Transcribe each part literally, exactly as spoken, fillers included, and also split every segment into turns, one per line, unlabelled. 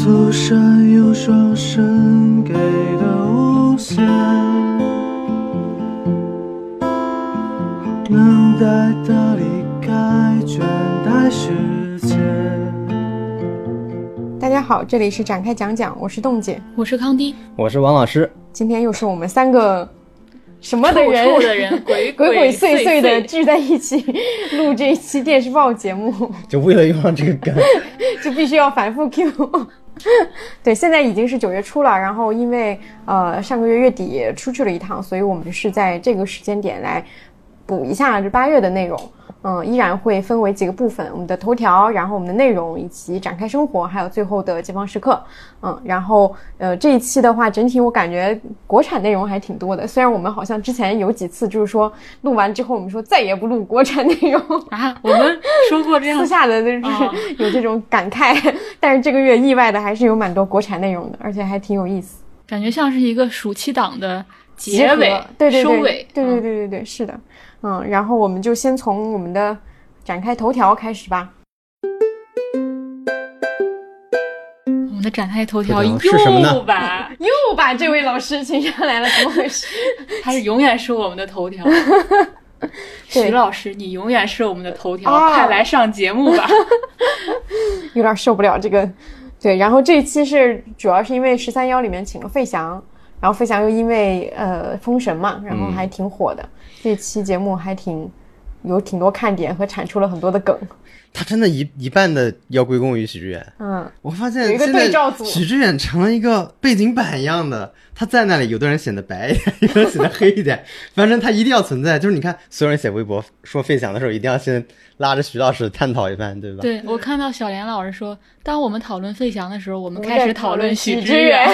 涂上有双生给的无限，能带他离开倦怠世界。
大家好，这里是展开讲讲，我是冻姐，
我是康迪，
我是王老师。
今天又是我们三个什么的人
臭臭的人鬼
鬼鬼祟祟的聚在一起录这一期电视报节目，
就为了用上这个梗
就必须要反复 Q 对，现在已经是九月初了，然后因为呃上个月月底出去了一趟，所以我们是在这个时间点来补一下这八月的内容。嗯，依然会分为几个部分，我们的头条，然后我们的内容，以及展开生活，还有最后的解放时刻。嗯，然后呃这一期的话，整体我感觉国产内容还挺多的，虽然我们好像之前有几次就是说录完之后我们说再也不录国产内容
啊，我们说过这样
私下的就是有这种感慨、哦、但是这个月意外的还是有蛮多国产内容的，而且还挺有意思，
感觉像是一个暑期档的结尾，
对对对，
收尾，
对对对对对，是的。嗯，然后我们就先从我们的展开头条开始吧。
我们的展开头条又把
又把这位老师请上来了，怎么回事？
他是永远是我们的头条。徐老师，你永远是我们的头条，
哦、
快来上节目吧。
有点受不了这个。对，然后这一期是主要是因为十三幺里面请了费翔，然后费翔又因为呃封神嘛，然后还挺火的。嗯，这期节目还挺有挺多看点和产出了很多的梗，
他真的一一半的要归功于许知远。
嗯，
我发现
有一个对照组，
许知远成了一个背景板一样的，他在那里，有的人显得白一点，有的人显得黑一点，反正他一定要存在。就是你看，所有人写微博说费翔的时候，一定要先拉着徐老师探讨一番，对吧？
对，我看到小莲老师说，当我们讨论费翔的时候，我们开始讨论许知
远。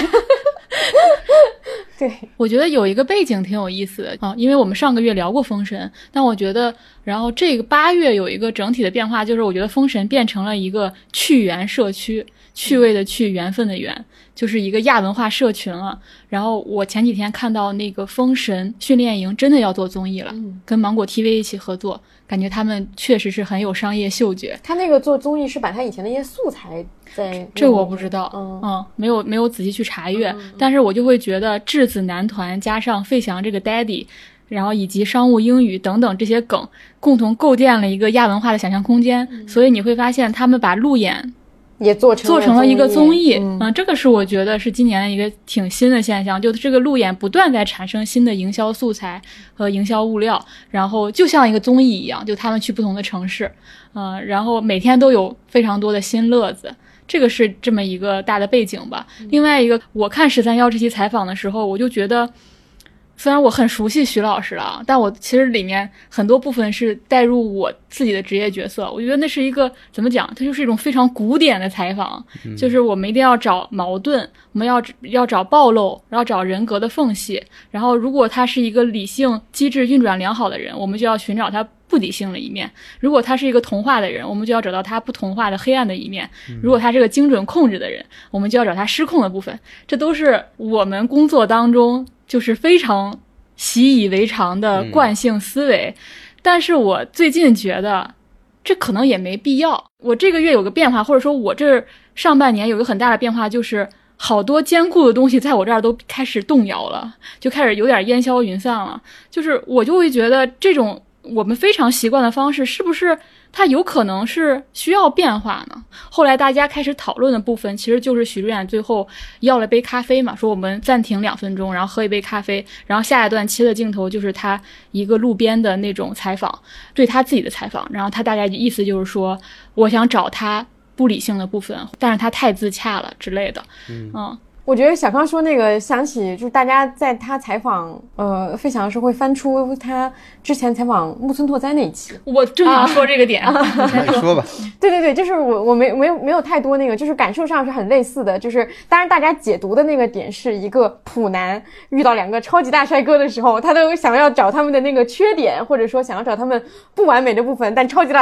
对，
我觉得有一个背景挺有意思的啊，因为我们上个月聊过封神，但我觉得，然后这个八月有一个整体的变化，就是我觉得封神变成了一个趣缘社区，趣味的趣，缘分的缘，就是一个亚文化社群了。然后我前几天看到那个封神训练营真的要做综艺了，嗯，跟芒果 T V 一起合作，感觉他们确实是很有商业嗅觉。
他那个做综艺是把他以前的一些素材在，
这我不知道，
嗯
嗯，没有没有仔细去查阅，嗯嗯，但是我就会觉得质子男团加上费翔这个 daddy， 然后以及商务英语等等这些梗，共同构建了一个亚文化的想象空间，嗯，所以你会发现他们把路演
也做成
做成了一个综艺，
嗯，
嗯，这个是我觉得是今年的一个挺新的现象，就这个路演不断在产生新的营销素材和营销物料，然后就像一个综艺一样，就他们去不同的城市，嗯、呃，然后每天都有非常多的新乐子，这个是这么一个大的背景吧。嗯，另外一个，我看十三幺这期采访的时候，我就觉得，虽然我很熟悉徐老师了，但我其实里面很多部分是带入我自己的职业角色。我觉得那是一个怎么讲，它就是一种非常古典的采访，嗯，就是我们一定要找矛盾，我们要要找暴露，然后找人格的缝隙。然后如果他是一个理性机制运转良好的人，我们就要寻找他不理性的一面；如果他是一个同化的人，我们就要找到他不同化的黑暗的一面；如果他是个精准控制的人，我们就要找他失控的部分。这都是我们工作当中就是非常习以为常的惯性思维，嗯，但是我最近觉得这可能也没必要。我这个月有个变化，或者说我这上半年有一个很大的变化，就是好多坚固的东西在我这儿都开始动摇了，就开始有点烟消云散了。就是我就会觉得这种我们非常习惯的方式是不是它有可能是需要变化呢？后来大家开始讨论的部分其实就是许知远最后要了杯咖啡嘛，说我们暂停两分钟，然后喝一杯咖啡，然后下一段切的镜头就是他一个路边的那种采访，对他自己的采访，然后他大概意思就是说我想找他不理性的部分，但是他太自洽了之类的。嗯，嗯，
我觉得小康说那个想起就是大家在他采访呃费翔的时候会翻出他之前采访木村拓哉那一期，
我正想说这个点，啊，
你先说，说吧。
对对对，就是我我没没有没有太多那个，就是感受上是很类似的，就是当然大家解读的那个点是一个普男遇到两个超级大帅哥的时候，他都想要找他们的那个缺点，或者说想要找他们不完美的部分，但超级大帅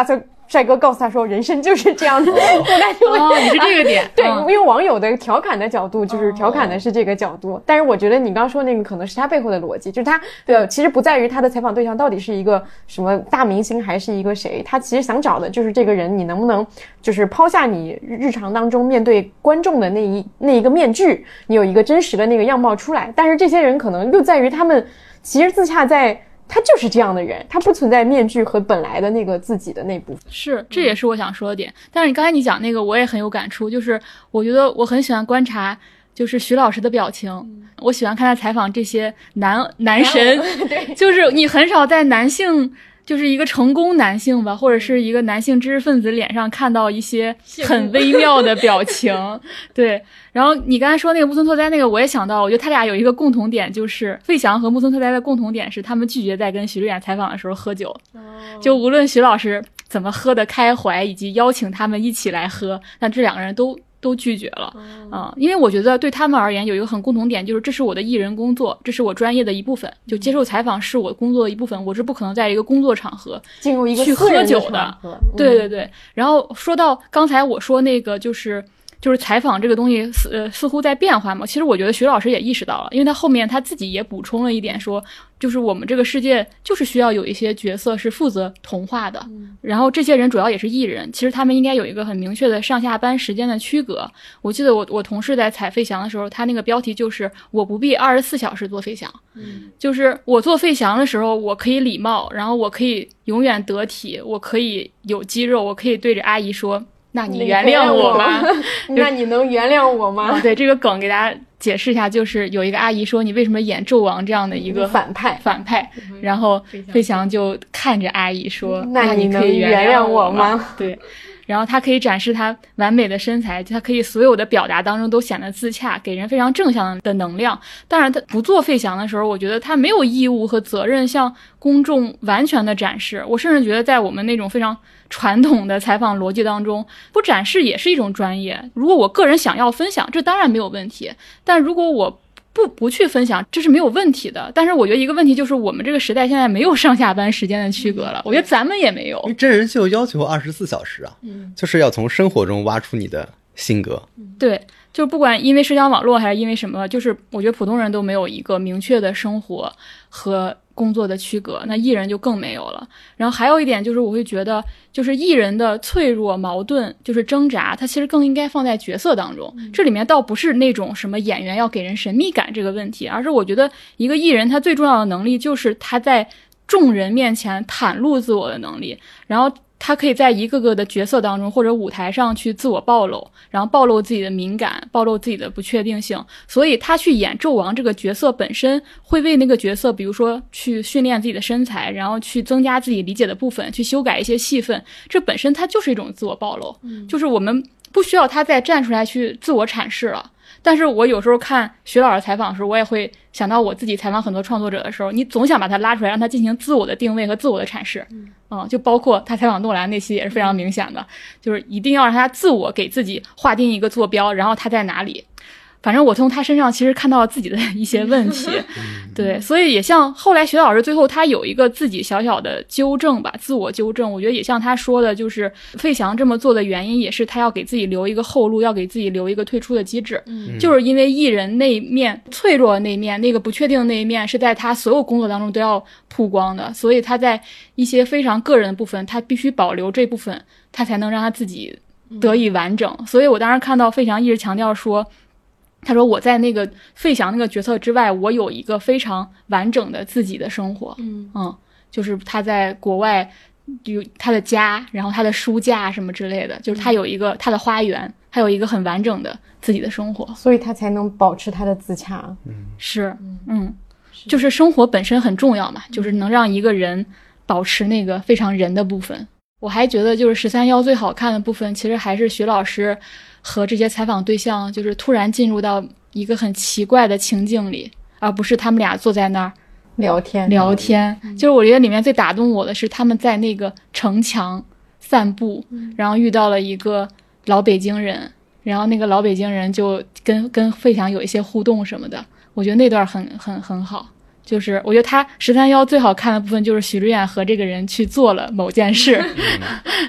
帅哥告诉他说人生就是这样的，他就会
哦，你是这个点，
对，
嗯
因为网友的调侃的角度就是调侃的是这个角度，但是我觉得你刚刚说那个可能是他背后的逻辑，就是他对，其实不在于他的采访对象到底是一个什么大明星还是一个谁，他其实想找的就是这个人，你能不能就是抛下你日常当中面对观众的那一那一个面具，你有一个真实的那个样貌出来，但是这些人可能又在于他们其实自洽在。他就是这样的人，他不存在面具和本来的那个自己的那部分。
是，这也是我想说的点。但是你刚才你讲那个，我也很有感触，就是我觉得我很喜欢观察，就是徐老师的表情，嗯、我喜欢看他采访这些男男神，
对，
就是你很少在男性。就是一个成功男性吧，或者是一个男性知识分子脸上看到一些很微妙的表情，对。然后你刚才说那个木村拓哉那个，我也想到，我觉得他俩有一个共同点，就是费翔和木村拓哉的共同点是，他们拒绝在跟徐志远采访的时候喝酒。哦、就无论徐老师怎么喝得开怀，以及邀请他们一起来喝，那这两个人都。都拒绝了啊、嗯，因为我觉得对他们而言有一个很共同点，就是这是我的艺人工作，这是我专业的一部分，就接受采访是我工作的一部分，我是不可能在一个工作场合
进入一个
去喝酒的。
嗯、
对对对。然后说到刚才我说那个就是就是采访这个东西似呃似乎在变化嘛，其实我觉得徐老师也意识到了，因为他后面他自己也补充了一点说，就是我们这个世界就是需要有一些角色是负责同化的、嗯、然后这些人主要也是艺人，其实他们应该有一个很明确的上下班时间的区隔。我记得我我同事在采费翔的时候，他那个标题就是我不必二十四小时做费翔、嗯、就是我做费翔的时候我可以礼貌，然后我可以永远得体，我可以有肌肉，我可以对着阿姨说那你原谅我吗？
那你能原谅我吗？
哦、对，这个梗给大家解释一下，就是有一个阿姨说你为什么演纣王这样的一个
反派
反派，然后费翔就看着阿姨说
那你能原谅我吗？
对，然后他可以展示他完美的身材，他可以所有的表达当中都显得自洽，给人非常正向的能量。当然他不做费翔的时候，我觉得他没有义务和责任向公众完全的展示。我甚至觉得在我们那种非常传统的采访逻辑当中，不展示也是一种专业。如果我个人想要分享，这当然没有问题，但如果我不不去分享，这是没有问题的。但是我觉得一个问题就是我们这个时代现在没有上下班时间的区隔了，我觉得咱们也没有。
因为真人秀要求二十四小时啊、嗯，就是要从生活中挖出你的性格。
对，就不管因为社交网络还是因为什么，就是我觉得普通人都没有一个明确的生活和工作的区隔，那艺人就更没有了。然后还有一点就是我会觉得就是艺人的脆弱矛盾就是挣扎，它其实更应该放在角色当中、嗯、这里面倒不是那种什么演员要给人神秘感这个问题，而是我觉得一个艺人他最重要的能力就是他在众人面前袒露自我的能力，然后他可以在一个个的角色当中或者舞台上去自我暴露，然后暴露自己的敏感，暴露自己的不确定性。所以他去演纣王这个角色本身会为那个角色比如说去训练自己的身材，然后去增加自己理解的部分，去修改一些戏份，这本身它就是一种自我暴露、嗯、就是我们不需要他再站出来去自我阐释了。但是我有时候看徐老师采访的时候，我也会想到我自己采访很多创作者的时候，你总想把他拉出来让他进行自我的定位和自我的阐释。嗯，嗯就包括他采访诺兰那期也是非常明显的，就是一定要让他自我给自己划定一个坐标，然后他在哪里。反正我从他身上其实看到了自己的一些问题，对，所以也像后来徐老师最后他有一个自己小小的纠正吧，自我纠正，我觉得也像他说的，就是费翔这么做的原因也是他要给自己留一个后路，要给自己留一个退出的机制，嗯，就是因为艺人那一面脆弱的那一面，那个不确定的那一面是在他所有工作当中都要曝光的，所以他在一些非常个人的部分他必须保留这部分，他才能让他自己得以完整、嗯、所以我当时看到费翔一直强调说，他说我在那个费翔那个角色之外，我有一个非常完整的自己的生活。嗯嗯，就是他在国外有他的家，然后他的书架什么之类的，就是他有一个他的花园，还有一个很完整的自己的生活，
所以他才能保持他的自洽。
嗯，是，嗯，就是生活本身很重要嘛，就是能让一个人保持那个非常人的部分。我还觉得就是十三邀最好看的部分，其实还是徐老师和这些采访对象就是突然进入到一个很奇怪的情境里，而不是他们俩坐在那儿
聊天
聊天、嗯、就是我觉得里面最打动我的是他们在那个城墙散步、嗯、然后遇到了一个老北京人，然后那个老北京人就跟跟费翔有一些互动什么的，我觉得那段很很很好。就是我觉得他十三邀最好看的部分就是许知远和这个人去做了某件事、
嗯、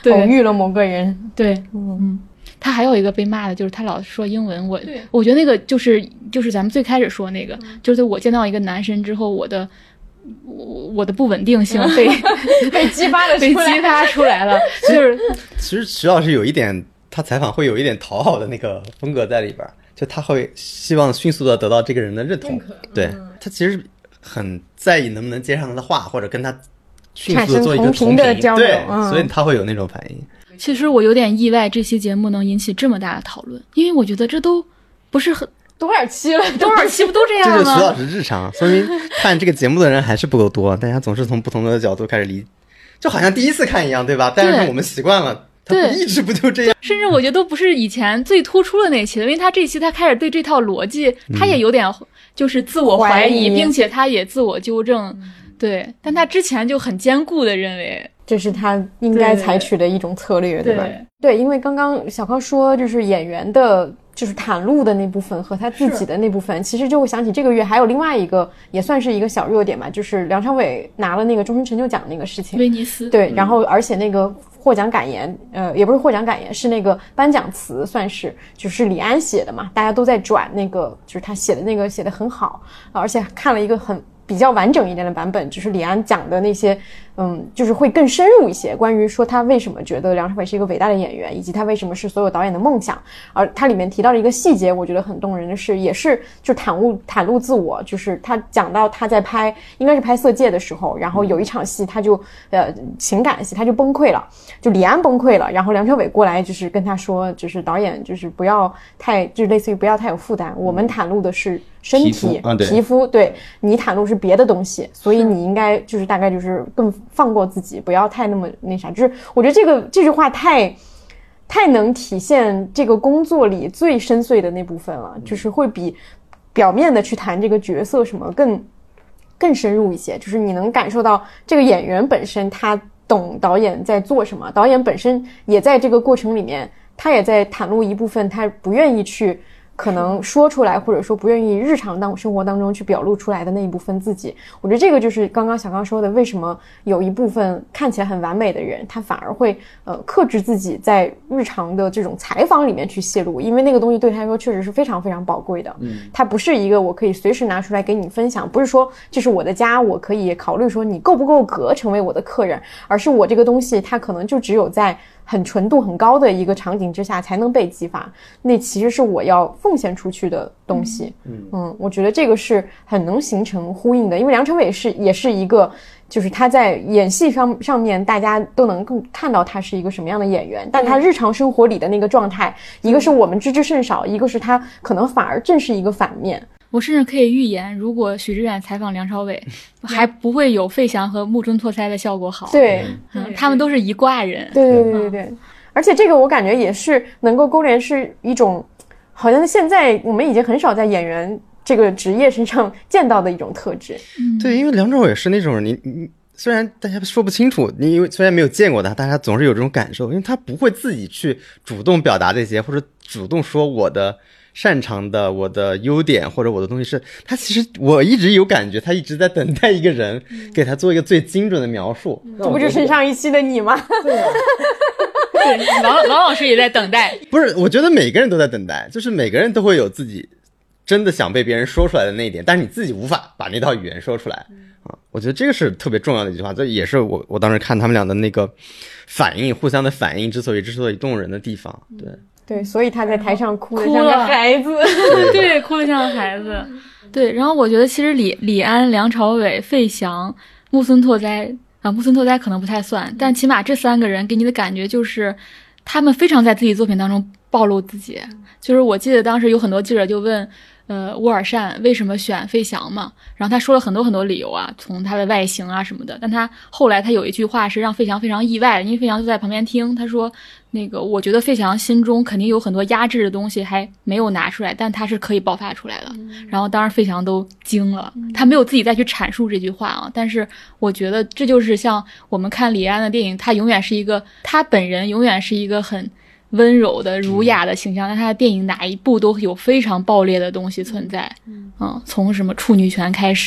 偶遇了某个人。
对，嗯嗯。他还有一个被骂的，就是他老说英文。我我觉得那个就是就是咱们最开始说那个，嗯、就是我见到一个男神之后，我的我我的不稳定性被
被激发了出来，
被激发出来了。就是
其实徐老师有一点，他采访会有一点讨好的那个风格在里边，就他会希望迅速的得到这个人的认同。对、嗯、他其实很在意能不能接上他的话，或者跟他迅速的做一个同频
的交流。
对、
嗯，
所以他会有那种反应。
其实我有点意外，这期节目能引起这么大的讨论，因为我觉得这都不是很
多少期了，
多少期不都这样吗？
这是徐老师日常，说明看这个节目的人还是不够多，大家总是从不同的角度开始理，就好像第一次看一样，对吧？但是我们习惯了，他不一直不就这样？
甚至我觉得都不是以前最突出的那期了，因为他这期他开始对这套逻辑，他也有点就是自我怀疑，嗯、并且他也自我纠正。嗯对，但他之前就很坚固的认为
这是他应该采取的一种策略， 对, 对吧？对，因为刚刚小康说就是演员的就是袒露的那部分和他自己的那部分，其实就会想起这个月还有另外一个也算是一个小热点吧，就是梁朝伟拿了那个终身成就奖那个事情，
威尼斯。
对，然后而且那个获奖感言，呃，也不是获奖感言，是那个颁奖词，算是就是李安写的嘛，大家都在转那个，就是他写的那个写得很好，而且看了一个很比较完整一点的版本，就是李安讲的那些嗯，就是会更深入一些，关于说他为什么觉得梁朝伟是一个伟大的演员，以及他为什么是所有导演的梦想。而他里面提到了一个细节，我觉得很动人的是，也是就袒露袒露自我，就是他讲到他在拍应该是拍色戒的时候，然后有一场戏他就呃情感戏他就崩溃了，就李安崩溃了，然后梁朝伟过来就是跟他说，就是导演就是不要太就是类似于不要太有负担，我们袒露的是身体、
皮肤、啊、对，
皮肤，对，你袒露是别的东西，所以你应该就是大概就是更放过自己，不要太那么那啥。就是我觉得这个这句话太太能体现这个工作里最深邃的那部分了，就是会比表面的去谈这个角色什么更更深入一些，就是你能感受到这个演员本身他懂导演在做什么，导演本身也在这个过程里面，他也在袒露一部分他不愿意去可能说出来，或者说不愿意日常当生活当中去表露出来的那一部分自己。我觉得这个就是刚刚小刚说的，为什么有一部分看起来很完美的人，他反而会呃克制自己在日常的这种采访里面去泄露，因为那个东西对他来说确实是非常非常宝贵的。嗯，它不是一个我可以随时拿出来给你分享，不是说这是我的家，我可以考虑说你够不够格成为我的客人，而是我这个东西它可能就只有在很纯度很高的一个场景之下才能被激发，那其实是我要奉献出去的东西。嗯嗯，我觉得这个是很能形成呼应的，因为梁朝伟是也是一个，就是他在演戏上上面大家都能更看到他是一个什么样的演员，但他日常生活里的那个状态，一个是我们知之甚少，一个是他可能反而正是一个反面。
我甚至可以预言，如果许知远采访梁朝伟，还不会有费翔和木村拓哉的效果好。
对、
嗯，他们都是一挂人。
对对对对对、嗯，而且这个我感觉也是能够勾连是一种，好像现在我们已经很少在演员这个职业身上见到的一种特质。
嗯，
对，因为梁朝伟是那种你你虽然大家说不清楚，你虽然没有见过他，大家总是有这种感受，因为他不会自己去主动表达这些，或者主动说我的擅长的我的优点或者我的东西，是他其实我一直有感觉他一直在等待一个人给他做一个最精准的描述。
这不就是上一期的你吗？
对啊，对，王王老师也在等待。
不是，我觉得每个人都在等待，就是每个人都会有自己真的想被别人说出来的那一点，但是你自己无法把那套语言说出来啊。我觉得这个是特别重要的一句话，这也是我我当时看他们俩的那个反应，互相的反应之所以之所以动人的地方。对
对，所以他在台上哭得像个孩子。
对，哭得像个孩子。对，然后我觉得其实李李安、梁朝伟、费翔、木村拓哉啊，木村拓哉可能不太算，但起码这三个人给你的感觉就是他们非常在自己作品当中暴露自己。就是我记得当时有很多记者就问呃，乌尔善为什么选费翔嘛？然后他说了很多很多理由啊，从他的外形啊什么的。但他后来他有一句话是让费翔非常意外的，因为费翔就在旁边听，他说那个我觉得费翔心中肯定有很多压制的东西还没有拿出来，但他是可以爆发出来的。嗯、然后当时费翔都惊了，他没有自己再去阐述这句话啊。但是我觉得这就是像我们看李安的电影，他永远是一个，他本人永远是一个很温柔的儒雅的形象，但他的电影哪一部都有非常暴烈的东西存在。嗯，从什么处女权开始啊，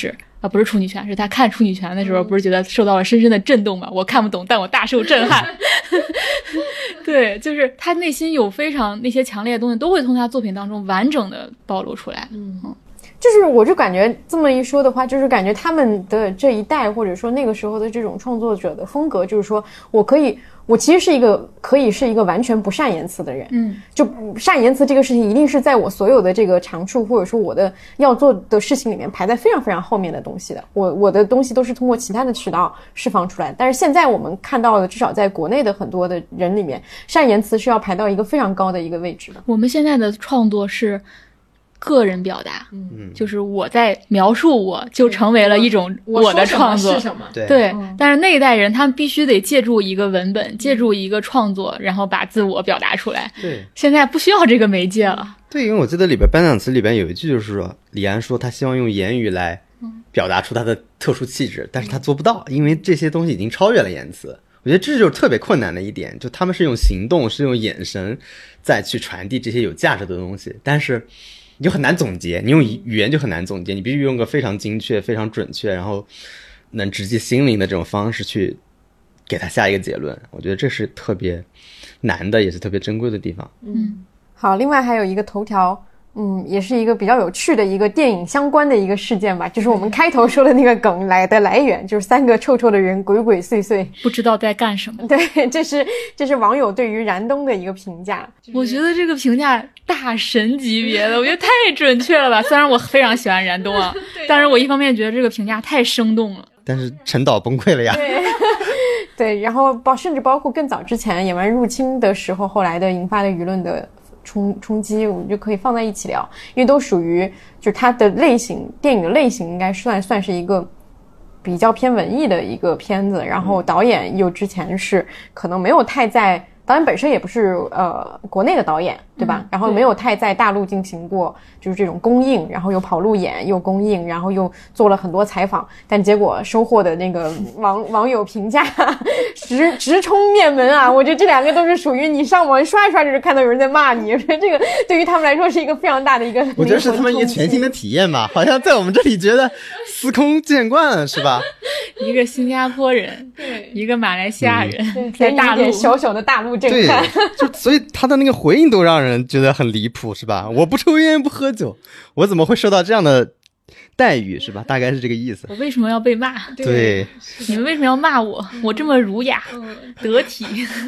啊，不是处女泉，是他看处女泉的时候，不是觉得受到了深深的震动吗？我看不懂，但我大受震撼。对，就是他内心有非常那些强烈的东西，都会从他作品当中完整的暴露出来。嗯。嗯，
就是我就感觉这么一说的话，就是感觉他们的这一代或者说那个时候的这种创作者的风格，就是说我可以我其实是一个可以是一个完全不善言辞的人，
嗯，
就善言辞这个事情一定是在我所有的这个长处或者说我的要做的事情里面排在非常非常后面的东西的，我我的东西都是通过其他的渠道释放出来。但是现在我们看到的，至少在国内的很多的人里面，善言辞是要排到一个非常高的一个位置的。
我们现在的创作是个人表达，嗯，就是我在描述我，就成为了一种我的创作。
是什么？
对
对、
嗯，
但是那一代人他们必须得借助一个文本，借助一个创作，然后把自我表达出来。
对，
现在不需要这个媒介了。
对，因为我记得里边颁奖词里边有一句就是说，李安说他希望用言语来表达出他的特殊气质，但是他做不到，因为这些东西已经超越了言辞。我觉得这就是特别困难的一点，就他们是用行动，是用眼神再去传递这些有价值的东西，但是你就很难总结，你用语言就很难总结，你必须用个非常精确、非常准确，然后能直击心灵的这种方式去给他下一个结论。我觉得这是特别难的，也是特别珍贵的地方。
嗯，好，另外还有一个头条，嗯，也是一个比较有趣的一个电影相关的一个事件吧，就是我们开头说的那个梗来的来源，就是三个臭臭的人鬼鬼祟祟，
不知道在干什么。
对，这是这是网友对于燃冬的一个评价。
我觉得这个评价大神级别的，我觉得太准确了吧。虽然我非常喜欢燃冬啊，但是我一方面觉得这个评价太生动了。
但是陈导崩溃了呀。
对，对，然后包甚至包括更早之前野蛮入侵的时候，后来的引发的舆论的冲冲击，我们就可以放在一起聊，因为都属于就是它的类型，电影的类型应该算算是一个比较偏文艺的一个片子，然后导演又之前是可能没有太在。导演本身也不是呃国内的导演，对吧？嗯、然后没有太在大陆进行过就是这种公映，然后又跑路演又公映，然后又做了很多采访，但结果收获的那个网网友评价直直冲面门啊！我觉得这两个都是属于你上网刷一刷就是看到有人在骂你，我觉得这个对于他们来说是一个非常大的一个，
我觉得是他们一个全新的体验吧，好像在我们这里觉得司空见惯了，是吧？
一个新加坡人，对，一个马来西亚人，
嗯、
在大陆
小小的大陆。
对，就所以他的那个回应都让人觉得很离谱，是吧？我不抽烟不喝酒，我怎么会受到这样的待遇，是吧？大概是这个意思。
我为什么要被骂？
对，
你们为什么要骂我？我这么儒雅、得体。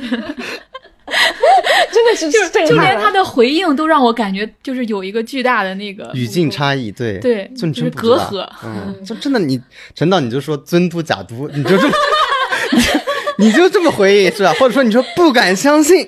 真的是
就就连他的回应都让我感觉就是有一一个巨大的那个
语境差异，对
对，
就你
就是隔阂。
嗯，就真的你陈导你就说尊嘟假嘟，你就这么你, 你就这么回应是吧？或者说你说不敢相信，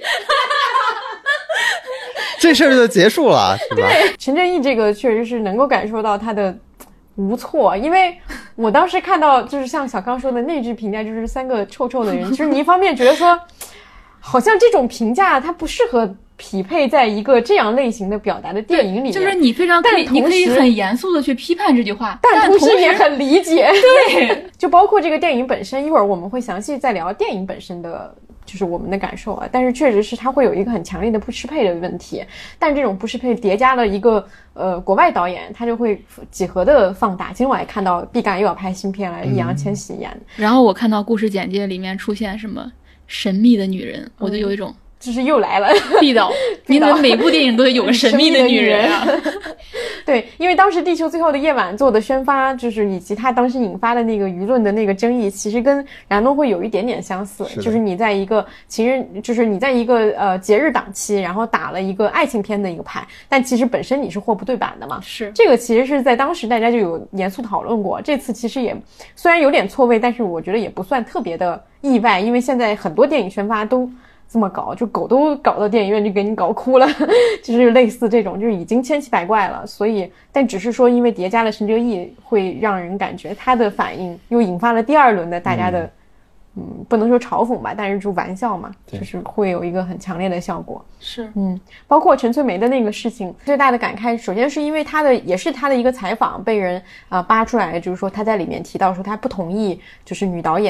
这事儿就结束了，是吧？
对，陈正义这个确实是能够感受到他的无措，因为我当时看到就是像小康说的那句评价，就是三个臭臭的人，其实你一方面觉得说好像这种评价它不适合匹配在一个这样类型的表达的电影里面，
就是你非常可以，你可以很严肃的去批判这句话，
但同时也很理解。
对，
就包括这个电影本身，一会儿我们会详细再聊电影本身的就是我们的感受啊。但是确实是它会有一个很强烈的不适配的问题，但这种不适配叠加了一个呃国外导演，他就会几何的放大。今天我还看到毕赣又要拍新片了，易烊千玺演、嗯。
然后我看到故事简介里面出现什么神秘的女人，我就有一种。
就是又来了，
毕导，你的每部电影都得有个神秘的女人啊！
对，因为当时《地球最后的夜晚》做的宣发，就是以及它当时引发的那个舆论的那个争议，其实跟燃冬会有一点点相似，是就是你在一个情人，就是你在一个呃节日档期，然后打了一个爱情片的一个牌，但其实本身你是货不对版的嘛。
是
这个其实是在当时大家就有严肃讨论过，这次其实也虽然有点错位，但是我觉得也不算特别的意外，因为现在很多电影宣发都。这么搞，就狗都搞到电影院就给你搞哭了，就是类似这种，就是已经千奇百怪了。所以，但只是说因为叠加了陈哲艺，会让人感觉他的反应又引发了第二轮的大家的，嗯，嗯不能说嘲讽吧，但是就玩笑嘛，就是会有一个很强烈的效果。
是，
嗯，包括陈翠梅的那个事情，最大的感慨，首先是因为他的也是他的一个采访被人啊、呃、扒出来，就是说他在里面提到说他不同意，就是女导演。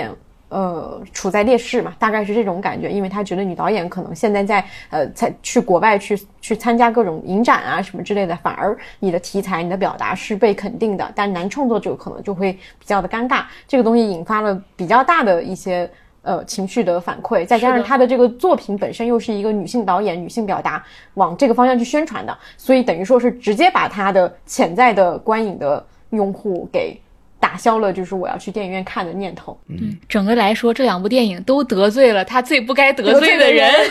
呃，处在劣势嘛，大概是这种感觉，因为他觉得女导演可能现在在呃，在去国外去去参加各种影展啊什么之类的，反而你的题材、你的表达是被肯定的，但男创作者可能就会比较的尴尬，这个东西引发了比较大的一些呃情绪的反馈，再加上他的这个作品本身又是一个女性导演、女性表达往这个方向去宣传的，所以等于说是直接把他的潜在的观影的用户给打消了就是我要去电影院看的念头。
嗯，整个来说这两部电影都得罪了他最不该得罪的人。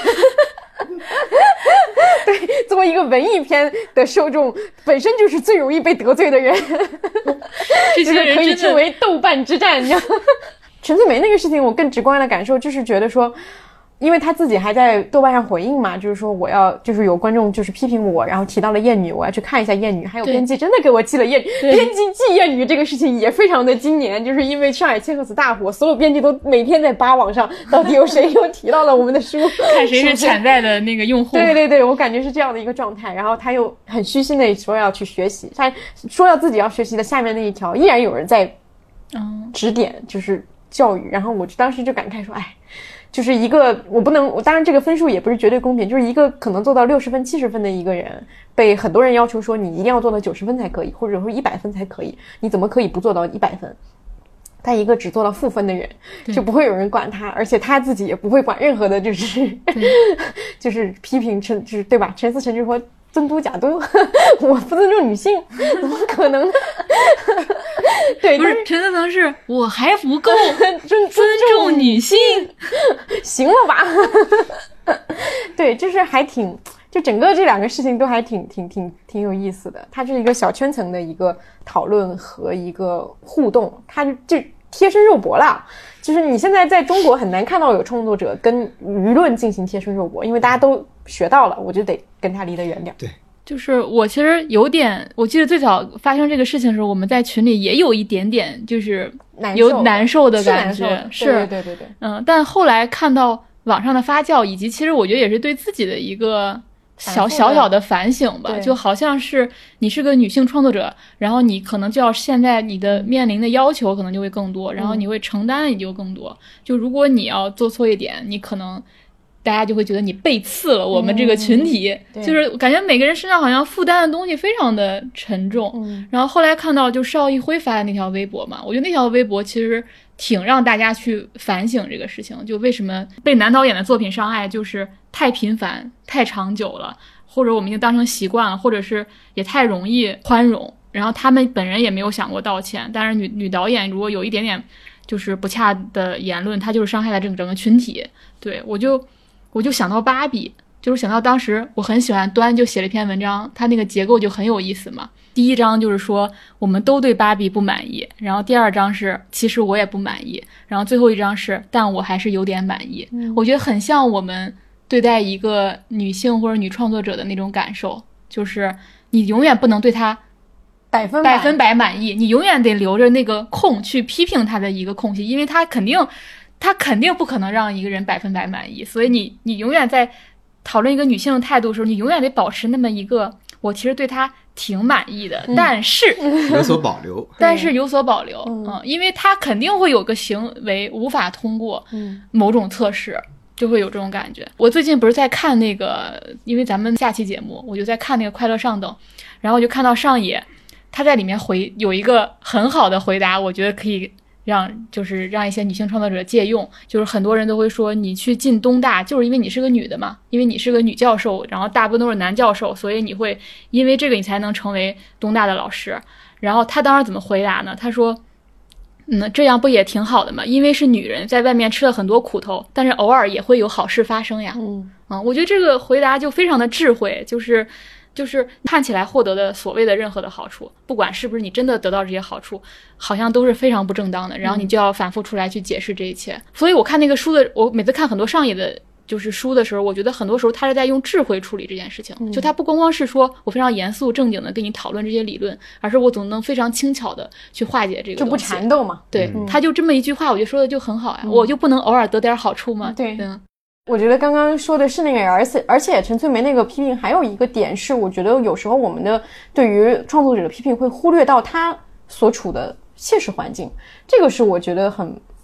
对，作为一个文艺片的受众，本身就是最容易被得罪的人。
这些人
可以称为豆瓣之战。陈翠梅那个事情我更直观的感受就是觉得说，因为他自己还在豆瓣上回应嘛，就是说我要就是有观众就是批评我，然后提到了艳女，我要去看一下艳女，还有编辑真的给我寄了艳女，编辑寄艳女这个事情也非常的今年，就是因为上海千鹤子大火，所有编辑都每天在扒网上到底有谁又提到了我们的书，
看谁是潜在的那个用户。
对对对，我感觉是这样的一个状态。然后他又很虚心的说要去学习，他说要自己要学习的下面那一条依然有人在指点就是教育，然后我当时就感慨说，哎，就是一个我不能，当然这个分数也不是绝对公平，就是一个可能做到六十分七十分的一个人，被很多人要求说你一定要做到九十分才可以，或者说一百分才可以，你怎么可以不做到一百分？他一个只做到负分的人，就不会有人管他，而且他自己也不会管任何的，就是就是批评陈，就是对吧？陈思诚就说尊嘟假嘟，我不尊重女性，怎么可能呢？对，
不是陈思诚是我还不够
尊
尊重女性，
行了吧？对，就是还挺，就整个这两个事情都还挺挺挺挺有意思的。它是一个小圈层的一个讨论和一个互动，它就就贴身肉搏了。就是你现在在中国很难看到有创作者跟舆论进行贴身肉搏，因为大家都学到了，我就得跟他离得远点。
对。
就是我其实有点，我记得最早发生这个事情的时候，我们在群里也有一点点就是有难受的感觉，
是，对对对对，
嗯，但后来看到网上的发酵，以及其实我觉得也是对自己的一个小小小的反省吧，就好像是你是个女性创作者，然后你可能就要现在你的面临的要求可能就会更多，然后你会承担也就更多，就如果你要做错一点，你可能大家就会觉得你背刺了我们这个群体，嗯、就是感觉每个人身上好像负担的东西非常的沉重。嗯、然后后来看到就邵艺辉发的那条微博嘛，我觉得那条微博其实挺让大家去反省这个事情，就为什么被男导演的作品伤害就是太频繁、太长久了，或者我们已经当成习惯了，或者是也太容易宽容。然后他们本人也没有想过道歉，但是女女导演如果有一点点就是不恰的言论，她就是伤害了整整个群体。对，我就。我就想到芭比，就是想到当时我很喜欢端就写了一篇文章，它那个结构就很有意思嘛。第一章就是说我们都对芭比不满意，然后第二章是其实我也不满意，然后最后一章是但我还是有点满意。嗯、我觉得很像我们对待一个女性或者女创作者的那种感受，就是你永远不能对她
百分
百分百满意，你永远得留着那个空去批评她的一个空隙，因为她肯定他肯定不可能让一个人百分百满意，所以你你永远在讨论一个女性的态度的时候，你永远得保持那么一个我其实对她挺满意的，嗯、但是
有所保留，
但是有所保留，嗯，嗯因为他肯定会有个行为无法通过某种测试，嗯、就会有这种感觉。我最近不是在看那个，因为咱们下期节目我就在看那个《快乐上等》，然后就看到上野他在里面回有一个很好的回答，我觉得可以。让就是让一些女性创作者借用，就是很多人都会说你去进东大就是因为你是个女的嘛，因为你是个女教授，然后大部分都是男教授，所以你会因为这个你才能成为东大的老师。然后他当时怎么回答呢？他说嗯，这样不也挺好的嘛，因为是女人在外面吃了很多苦头，但是偶尔也会有好事发生呀。嗯啊，我觉得这个回答就非常的智慧，就是就是看起来获得的所谓的任何的好处，不管是不是你真的得到这些好处，好像都是非常不正当的，然后你就要反复出来去解释这一切。嗯、所以我看那个书的，我每次看很多上野的就是书的时候，我觉得很多时候他是在用智慧处理这件事情，嗯、就他不光光是说我非常严肃正经的跟你讨论这些理论，而是我总能非常轻巧的去化解这个东西，
就不缠斗嘛。
对，
嗯、
他就这么一句话，我觉得说的就很好呀，嗯、我就不能偶尔得点好处吗？
对。嗯我觉得刚刚说的是那个，而且而且陈翠梅那个批评还有一个点是，我觉得有时候我们的对于创作者的批评会忽略到他所处的现实环境，这个是我觉得很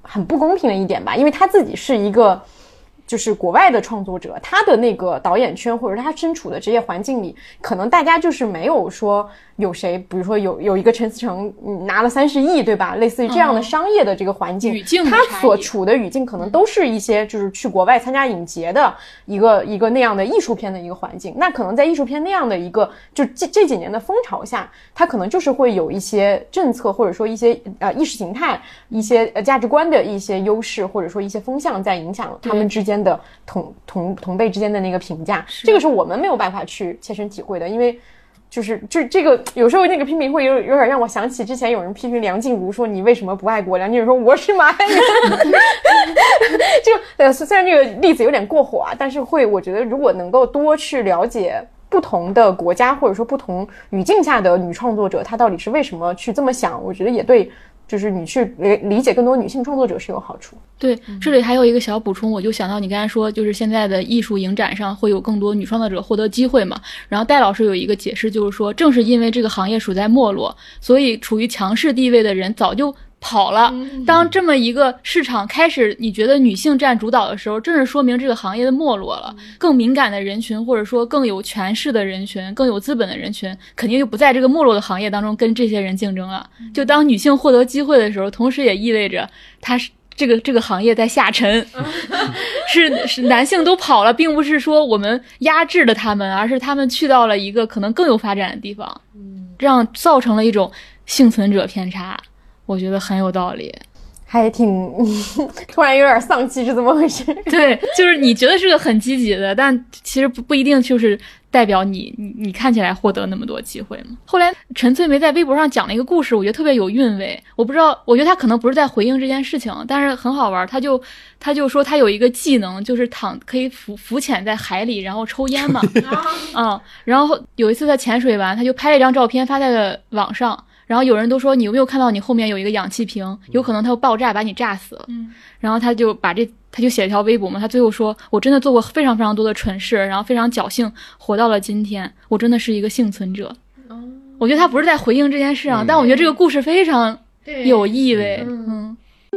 很不公平的一点吧，因为他自己是一个就是国外的创作者，他的那个导演圈或者他身处的职业环境里，可能大家就是没有说有谁，比如说有有一个陈思诚拿了三十亿，对吧？类似于这样的商业的这个环境，
嗯、语境
他所处的语境可能都是一些就是去国外参加影节的一个一个那样的艺术片的一个环境。那可能在艺术片那样的一个就这这几年的风潮下，他可能就是会有一些政策或者说一些呃意识形态、一些呃价值观的一些优势，或者说一些风向在影响他们之间的同同同辈之间的那个评价。这个是我们没有办法去切身体会的，因为。就是就这个有时候那个批评会有有点让我想起之前有人批评梁静茹说你为什么不爱国，梁静茹说我是马爱人就呃虽然这个例子有点过火啊，但是会我觉得如果能够多去了解不同的国家或者说不同语境下的女创作者她到底是为什么去这么想，我觉得也对就是你去理解更多女性创作者是有好处。
对，这里还有一个小补充，我就想到你刚才说就是现在的艺术影展上会有更多女创作者获得机会嘛，然后戴老师有一个解释，就是说正是因为这个行业处在没落，所以处于强势地位的人早就跑了。当这么一个市场开始你觉得女性占主导的时候，正是说明这个行业的没落了，更敏感的人群或者说更有权势的人群，更有资本的人群肯定就不在这个没落的行业当中跟这些人竞争了。就当女性获得机会的时候，同时也意味着她是这个这个行业在下沉是是男性都跑了，并不是说我们压制了他们，而是他们去到了一个可能更有发展的地方，这样造成了一种幸存者偏差，我觉得很有道理。
还挺突然有点丧气，是怎么回事？
对，就是你觉得是个很积极的，但其实不不一定就是代表你你你看起来获得那么多机会嘛。后来陈翠梅在微博上讲了一个故事，我觉得特别有韵味。我不知道，我觉得她可能不是在回应这件事情，但是很好玩。她就她就说她有一个技能，就是躺可以浮浮潜在海里，然后抽烟嘛。嗯，然后有一次她潜水完，她就拍了一张照片发在了网上。然后有人都说你有没有看到你后面有一个氧气瓶，有可能它会爆炸把你炸死了。嗯，然后他就把这他就写了一条微博嘛，他最后说我真的做过非常非常多的蠢事，然后非常侥幸活到了今天，我真的是一个幸存者。哦，我觉得他不是在回应这件事啊，嗯、但我觉得这个故事非常有意味。嗯。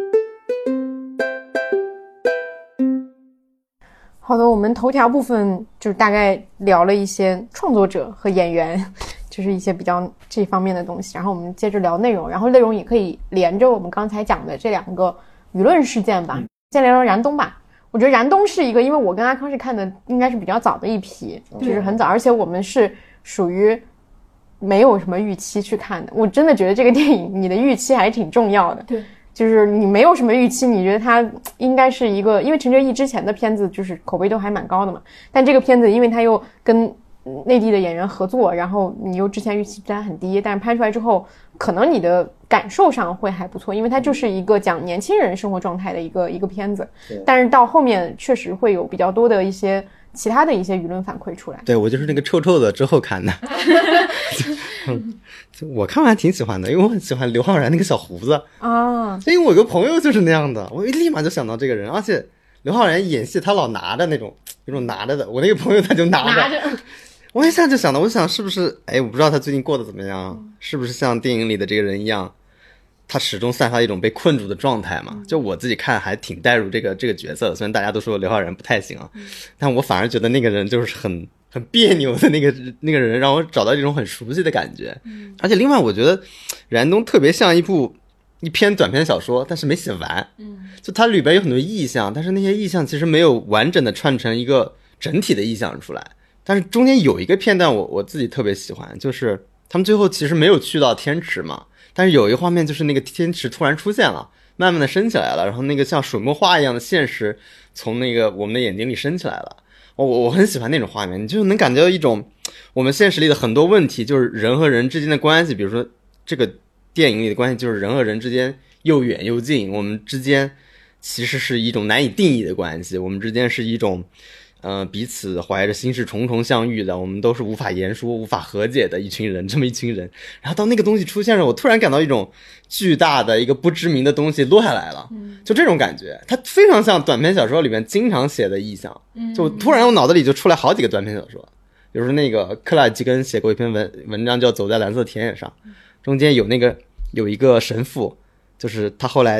好的，我们头条部分就是大概聊了一些创作者和演员。就是一些比较这方面的东西，然后我们接着聊内容，然后内容也可以连着我们刚才讲的这两个舆论事件吧。先聊聊燃冬吧。我觉得燃冬是一个，因为我跟阿康是看的应该是比较早的一批，就是很早，而且我们是属于没有什么预期去看的。我真的觉得这个电影你的预期还是挺重要的。对，就是你没有什么预期，你觉得它应该是一个，因为陈哲艺之前的片子就是口碑都还蛮高的嘛，但这个片子因为他又跟内地的演员合作，然后你又之前预期虽然很低，但是拍出来之后可能你的感受上会还不错，因为它就是一个讲年轻人生活状态的一个一个片子，但是到后面确实会有比较多的一些其他的一些舆论反馈出来。
对，我就是那个臭臭的之后看的我看完挺喜欢的，因为我很喜欢刘昊然那个小胡子啊，因为我有个朋友就是那样的，我立马就想到这个人，而且刘昊然演戏他老拿着那种有种拿着的，我那个朋友他就拿着, 拿着我一下就想到，我想是不是哎，我不知道他最近过得怎么样，嗯、是不是像电影里的这个人一样，他始终散发一种被困住的状态嘛？嗯、就我自己看还挺带入这个这个角色的，虽然大家都说刘昊然不太行啊，嗯、但我反而觉得那个人就是很很别扭的那个那个人，让我找到一种很熟悉的感觉。嗯、而且另外我觉得燃冬特别像一部一篇短篇小说，但是没写完。嗯，就它里边有很多意象，但是那些意象其实没有完整的串成一个整体的意象出来。但是中间有一个片段我我自己特别喜欢，就是他们最后其实没有去到天池嘛，但是有一个画面就是那个天池突然出现了，慢慢的升起来了，然后那个像水墨画一样的现实从那个我们的眼睛里升起来了。我我很喜欢那种画面，你就能感觉到一种我们现实里的很多问题，就是人和人之间的关系，比如说这个电影里的关系就是人和人之间又远又近，我们之间其实是一种难以定义的关系，我们之间是一种呃，彼此怀着心事重重相遇的，我们都是无法言说无法和解的一群人，这么一群人，然后当那个东西出现了，我突然感到一种巨大的一个不知名的东西落下来了，就这种感觉，它非常像短篇小说里面经常写的意象，就突然我脑子里就出来好几个短篇小说，比如说那个克拉基根写过一篇文文章叫走在蓝色田野上，中间有那个有一个神父，就是他后来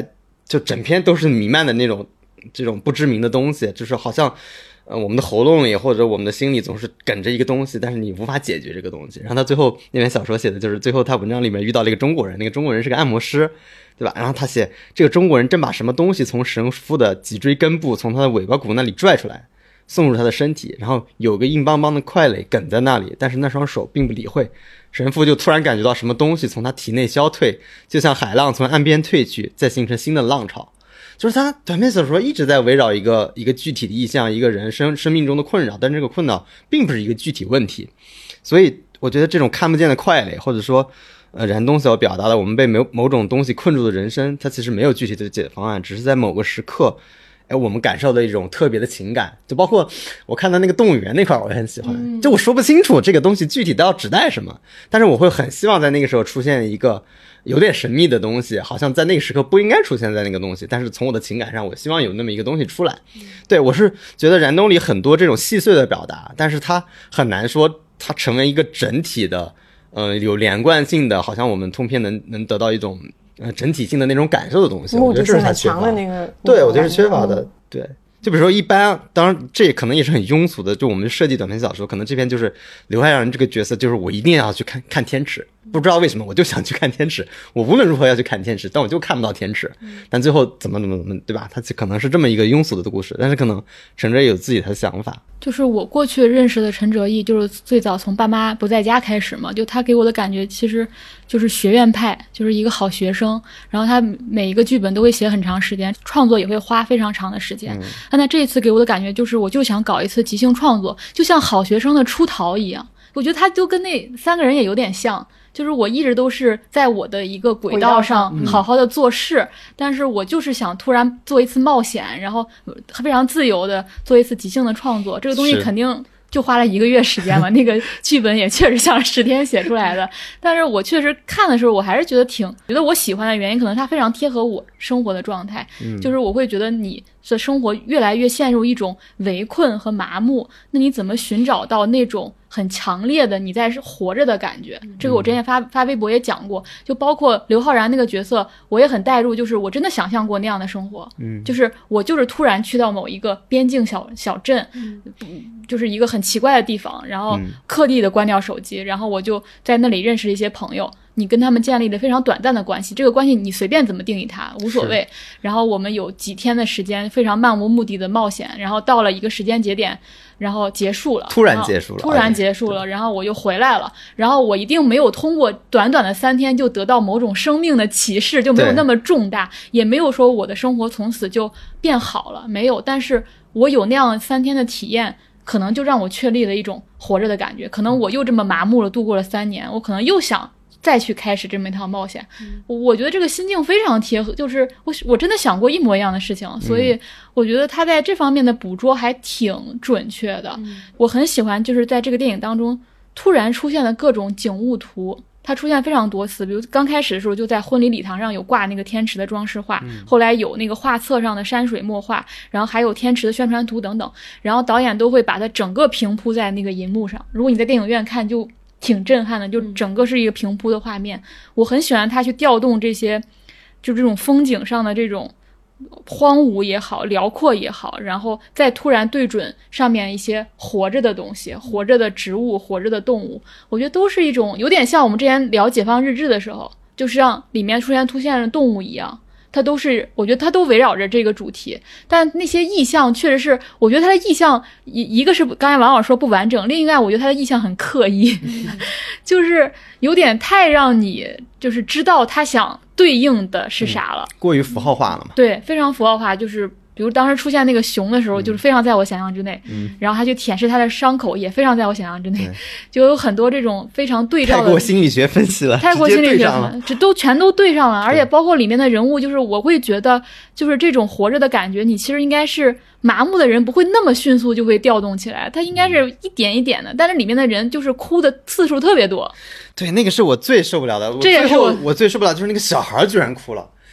就整篇都是弥漫的那种这种不知名的东西，就是好像呃我们的喉咙里或者我们的心里总是梗着一个东西，但是你无法解决这个东西。然后他最后那篇小说写的就是最后他文章里面遇到了一个中国人，那个中国人是个按摩师，对吧？然后他写这个中国人正把什么东西从神父的脊椎根部从他的尾巴骨那里拽出来送入他的身体，然后有个硬邦邦的块垒梗在那里，但是那双手并不理会。神父就突然感觉到什么东西从他体内消退，就像海浪从岸边退去，再形成新的浪潮。就是他短篇小说一直在围绕一个一个具体的意象，一个人生生命中的困扰，但这个困扰并不是一个具体问题。所以我觉得这种看不见的块垒，或者说呃燃冬所表达的我们被某某种东西困住的人生，它其实没有具体的解决方案，只是在某个时刻哎，我们感受的一种特别的情感。就包括我看到那个动物园那块我也很喜欢、嗯、就我说不清楚这个东西具体都要指代什么，但是我会很希望在那个时候出现一个有点神秘的东西，好像在那个时刻不应该出现在那个东西，但是从我的情感上我希望有那么一个东西出来、嗯、对，我是觉得燃冬里很多这种细碎的表达，但是它很难说它成为一个整体的呃，有连贯性的，好像我们通篇能能得到一种呃整体性的那种感受的东西，
目的性很强的那个，
对，我觉得是缺乏的、嗯、对。就比如说一般，当然这可能也是很庸俗的，就我们设计短篇小说，可能这篇就是刘海洋这个角色，就是我一定要去看看天池，不知道为什么我就想去看天池，我无论如何要去看天池，但我就看不到天池，但最后怎么怎么怎么，对吧？它可能是这么一个庸俗的故事，但是可能陈哲也有自己的想法。
就是我过去认识的陈哲艺，就是最早从爸妈不在家开始嘛，就他给我的感觉其实就是学院派，就是一个好学生，然后他每一个剧本都会写很长时间，创作也会花非常长的时间。但他这一次给我的感觉就是，我就想搞一次即兴创作，就像好学生的出逃一样。我觉得他就跟那三个人也有点像，就是我一直都是在我的一个轨道上好好的做事、嗯、但是我就是想突然做一次冒险，然后非常自由的做一次即兴的创作，这个东西肯定就花了一个月时间嘛，那个剧本也确实像十天写出来的，但是我确实看的时候我还是觉得挺觉得我喜欢的原因可能它非常贴合我生活的状态、嗯、就是我会觉得你的生活越来越陷入一种围困和麻木，那你怎么寻找到那种很强烈的你在活着的感觉，这个我之前发发微博也讲过，就包括刘昊然那个角色我也很带入，就是我真的想象过那样的生活，嗯，就是我就是突然去到某一个边境小小镇、嗯、就是一个很奇怪的地方，然后刻意的关掉手机、嗯、然后我就在那里认识了一些朋友，你跟他们建立了非常短暂的关系，这个关系你随便怎么定义它无所谓，然后我们有几天的时间非常漫无目的的冒险，然后到了一个时间节点然后结束了，
突然结束了，
突然结束了，然后我又回来了，然后我一定没有通过短短的三天就得到某种生命的启示，就没有那么重大，也没有说我的生活从此就变好了，没有，但是我有那样三天的体验，可能就让我确立了一种活着的感觉，可能我又这么麻木了度过了三年，我可能又想再去开始这么一趟冒险、嗯、我觉得这个心境非常贴合，就是我我真的想过一模一样的事情，所以我觉得他在这方面的捕捉还挺准确的、嗯、我很喜欢就是在这个电影当中突然出现的各种景物图，它出现非常多次，比如刚开始的时候就在婚礼礼堂上有挂那个天池的装饰画、嗯、后来有那个画册上的山水墨画，然后还有天池的宣传图等等，然后导演都会把它整个平铺在那个银幕上，如果你在电影院看就挺震撼的，就整个是一个平铺的画面、嗯、我很喜欢他去调动这些就这种风景上的这种荒芜也好辽阔也好，然后再突然对准上面一些活着的东西，活着的植物，活着的动物，我觉得都是一种有点像我们之前聊解放日志的时候，就是让里面出现出现的动物一样，它都是我觉得它都围绕着这个主题，但那些意象确实是我觉得它的意象一一个是刚才王老师说不完整，另一个我觉得它的意象很刻意、嗯、就是有点太让你就是知道他想对应的是啥了、
嗯、过于符号化了嘛，
对，非常符号化，就是比如当时出现那个熊的时候、嗯、就是非常在我想象之内、嗯、然后他去舔舐他的伤口也非常在我想象之内，就有很多这种非常对照的，
太过心理学分析了，
太过心理学分析，这都全都对上了，而且包括里面的人物，就是我会觉得就是这种活着的感觉，你其实应该是麻木的人不会那么迅速就会调动起来，他应该是一点一点的，但是里面的人就是哭的次数特别多。
对，那个是我最受不了的，这也是我我最受不了，就是那个小孩居然哭了。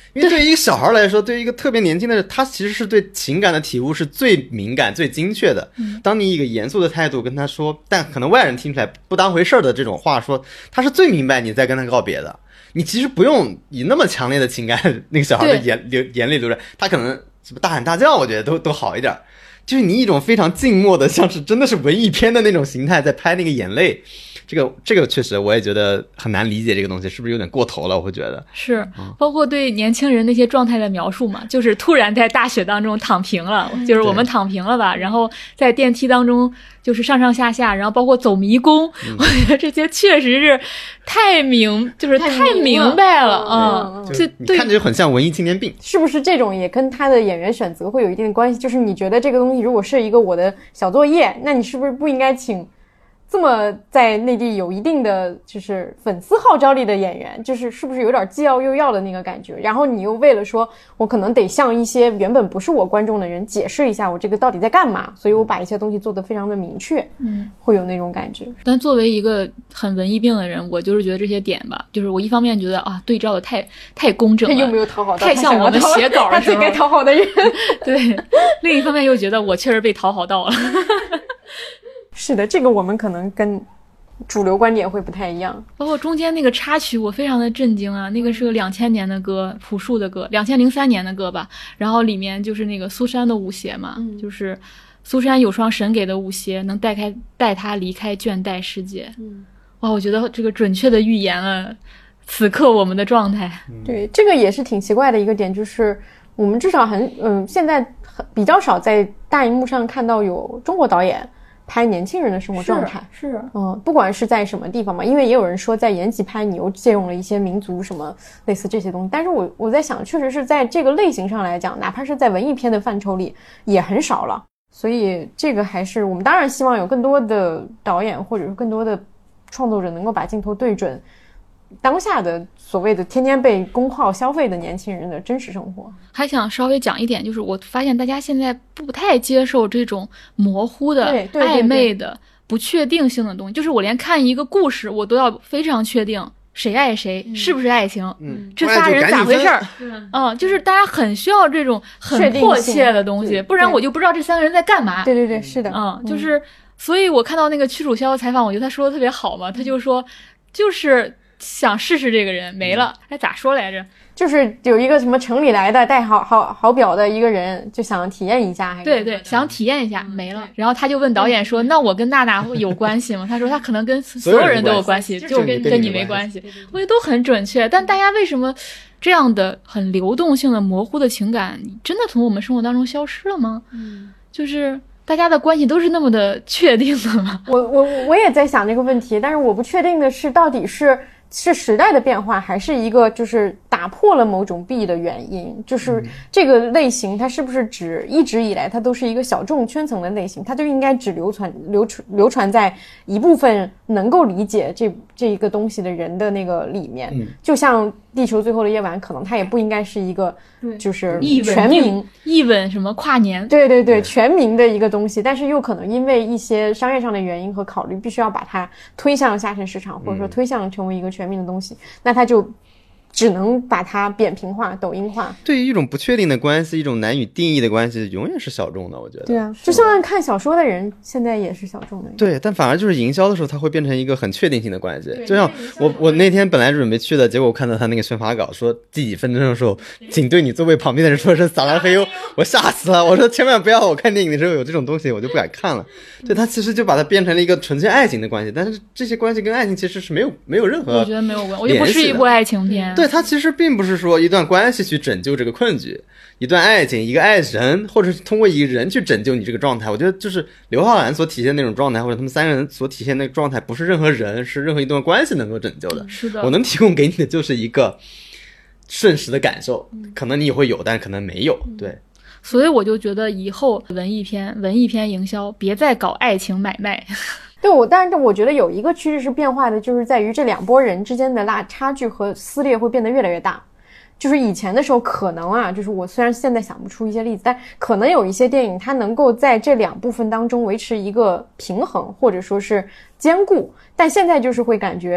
因为对于一个小孩来说，对于一个特别年轻的人，他其实是对情感的体悟是最敏感、最精确的。嗯、当你以一个严肃的态度跟他说，但可能外人听起来不当回事的这种话说，他是最明白你在跟他告别的。你其实不用以那么强烈的情感，那个小孩的眼流眼泪流着，他可能什么大喊大叫，我觉得都都好一点。就是你一种非常静默的，像是真的是文艺片的那种形态在拍那个眼泪，这个这个确实我也觉得很难理解，这个东西是不是有点过头了？我会觉得
是，包括对年轻人那些状态的描述嘛，就是突然在大雪当中躺平了，就是我们躺平了吧，然后在电梯当中就是上上下下，然后包括走迷宫，嗯、我觉得这些确实是太明，就是太明白了啊！
就你看着就很像文艺青年病，
是不是？这种也跟他的演员选择会有一定的关系。就是你觉得这个东西如果是一个我的小作业，那你是不是不应该请这么在内地有一定的就是粉丝号召力的演员，就是是不是有点既要又要的那个感觉，然后你又为了说我可能得向一些原本不是我观众的人解释一下我这个到底在干嘛，所以我把一些东西做得非常的明确，嗯，会有那种感觉。
但作为一个很文艺病的人，我就是觉得这些点吧，就是我一方面觉得啊对照的太太工整了，
他又没有讨好到，
太像我们写稿的时候
他最该讨好的人
对，另一方面又觉得我确实被讨好到了
是的，这个我们可能跟主流观点会不太一样。
包括中间那个插曲我非常的震惊啊，那个是个两千年的歌，朴树的歌，两千零三年的歌吧，然后里面就是那个苏珊的舞鞋嘛、嗯、就是苏珊有双神给的舞鞋能带开带她离开倦怠世界、嗯、哇，我觉得这个准确的预言了此刻我们的状态、
嗯、对，这个也是挺奇怪的一个点，就是我们至少很嗯，现在很比较少在大荧幕上看到有中国导演拍年轻人的生活状态，
是，是
嗯，不管是在什么地方嘛，因为也有人说在延吉拍你又借用了一些民族什么类似这些东西，但是我我在想，确实是在这个类型上来讲，哪怕是在文艺片的范畴里也很少了，所以这个还是我们当然希望有更多的导演或者是更多的创作者能够把镜头对准当下的所谓的天天被公号消费的年轻人的真实生活。
还想稍微讲一点，就是我发现大家现在不太接受这种模糊的暧昧的不确定性的东西，就是我连看一个故事我都要非常确定谁爱谁、嗯、是不是爱情、嗯、这仨人咋回事儿，嗯，就是大家很需要这种很迫切的东西，不然我就不知道这三个人在干嘛。
对对对，是的，
嗯，就是所以我看到那个屈楚萧的采访，我觉得他说的特别好嘛，他就说就是想试试这个人没了，哎，咋说来着？
就是有一个什么城里来的带好好好表的一个人，就想体验一下，还是
对对，想体验一下、嗯、没了。然后他就问导演说：“那我跟娜娜有关系吗？”他说：“他可能跟所有人都有关系，就跟跟你没关系。”我觉得都很准确，但大家为什么这样的很流动性的模糊的情感，真的从我们生活当中消失了吗？嗯，就是大家的关系都是那么的确定的吗？
我我我也在想这个问题，但是我不确定的是，到底是。是时代的变化，还是一个就是打破了某种壁的原因？就是这个类型，它是不是只一直以来它都是一个小众圈层的类型？它就应该只流传流传流传在一部分能够理解这这一个东西的人的那个里面。嗯、就像《地球最后的夜晚》，可能它也不应该是一个就是全民
一吻什么跨年，
对对对，全民的一个东西，但是又可能因为一些商业上的原因和考虑，必须要把它推向下沉市场，或者说推向成为一个全民的东西，那它就只能把它扁平化、抖音化。
对于一种不确定的关系，一种难以定义的关系，永远是小众的，我觉得。
对啊，就像看小说的人，现在也是小众的。
对，但反而就是营销的时候，它会变成一个很确定性的关系。就像我，我那天本来准备去的，结果我看到他那个宣发稿说第几分钟的时候，请对你座位旁边的人说声撒拉嘿哟，我吓死了！我说千万不要，我看电影的时候有这种东西，我就不敢看了。对，他其实就把它变成了一个纯粹爱情的关系，但是这些关系跟爱情其实是没有没有任何，
我觉得没有关，我就不是一部爱情片。
对，它其实并不是说一段关系去拯救这个困局，一段爱情，一个爱人，或者是通过一个人去拯救你这个状态。我觉得就是刘昊然所体现的那种状态，或者他们三个人所体现的那个状态，不是任何人，是任何一段关系能够拯救的。
是的，
我能提供给你的就是一个瞬时的感受，可能你会有，但可能没有。对。
所以我就觉得以后文艺片文艺片营销别再搞爱情买卖。
对，我但是我觉得有一个趋势是变化的，就是在于这两拨人之间的拉差距和撕裂会变得越来越大。就是以前的时候可能啊，就是我虽然现在想不出一些例子，但可能有一些电影它能够在这两部分当中维持一个平衡或者说是兼顾，但现在就是会感觉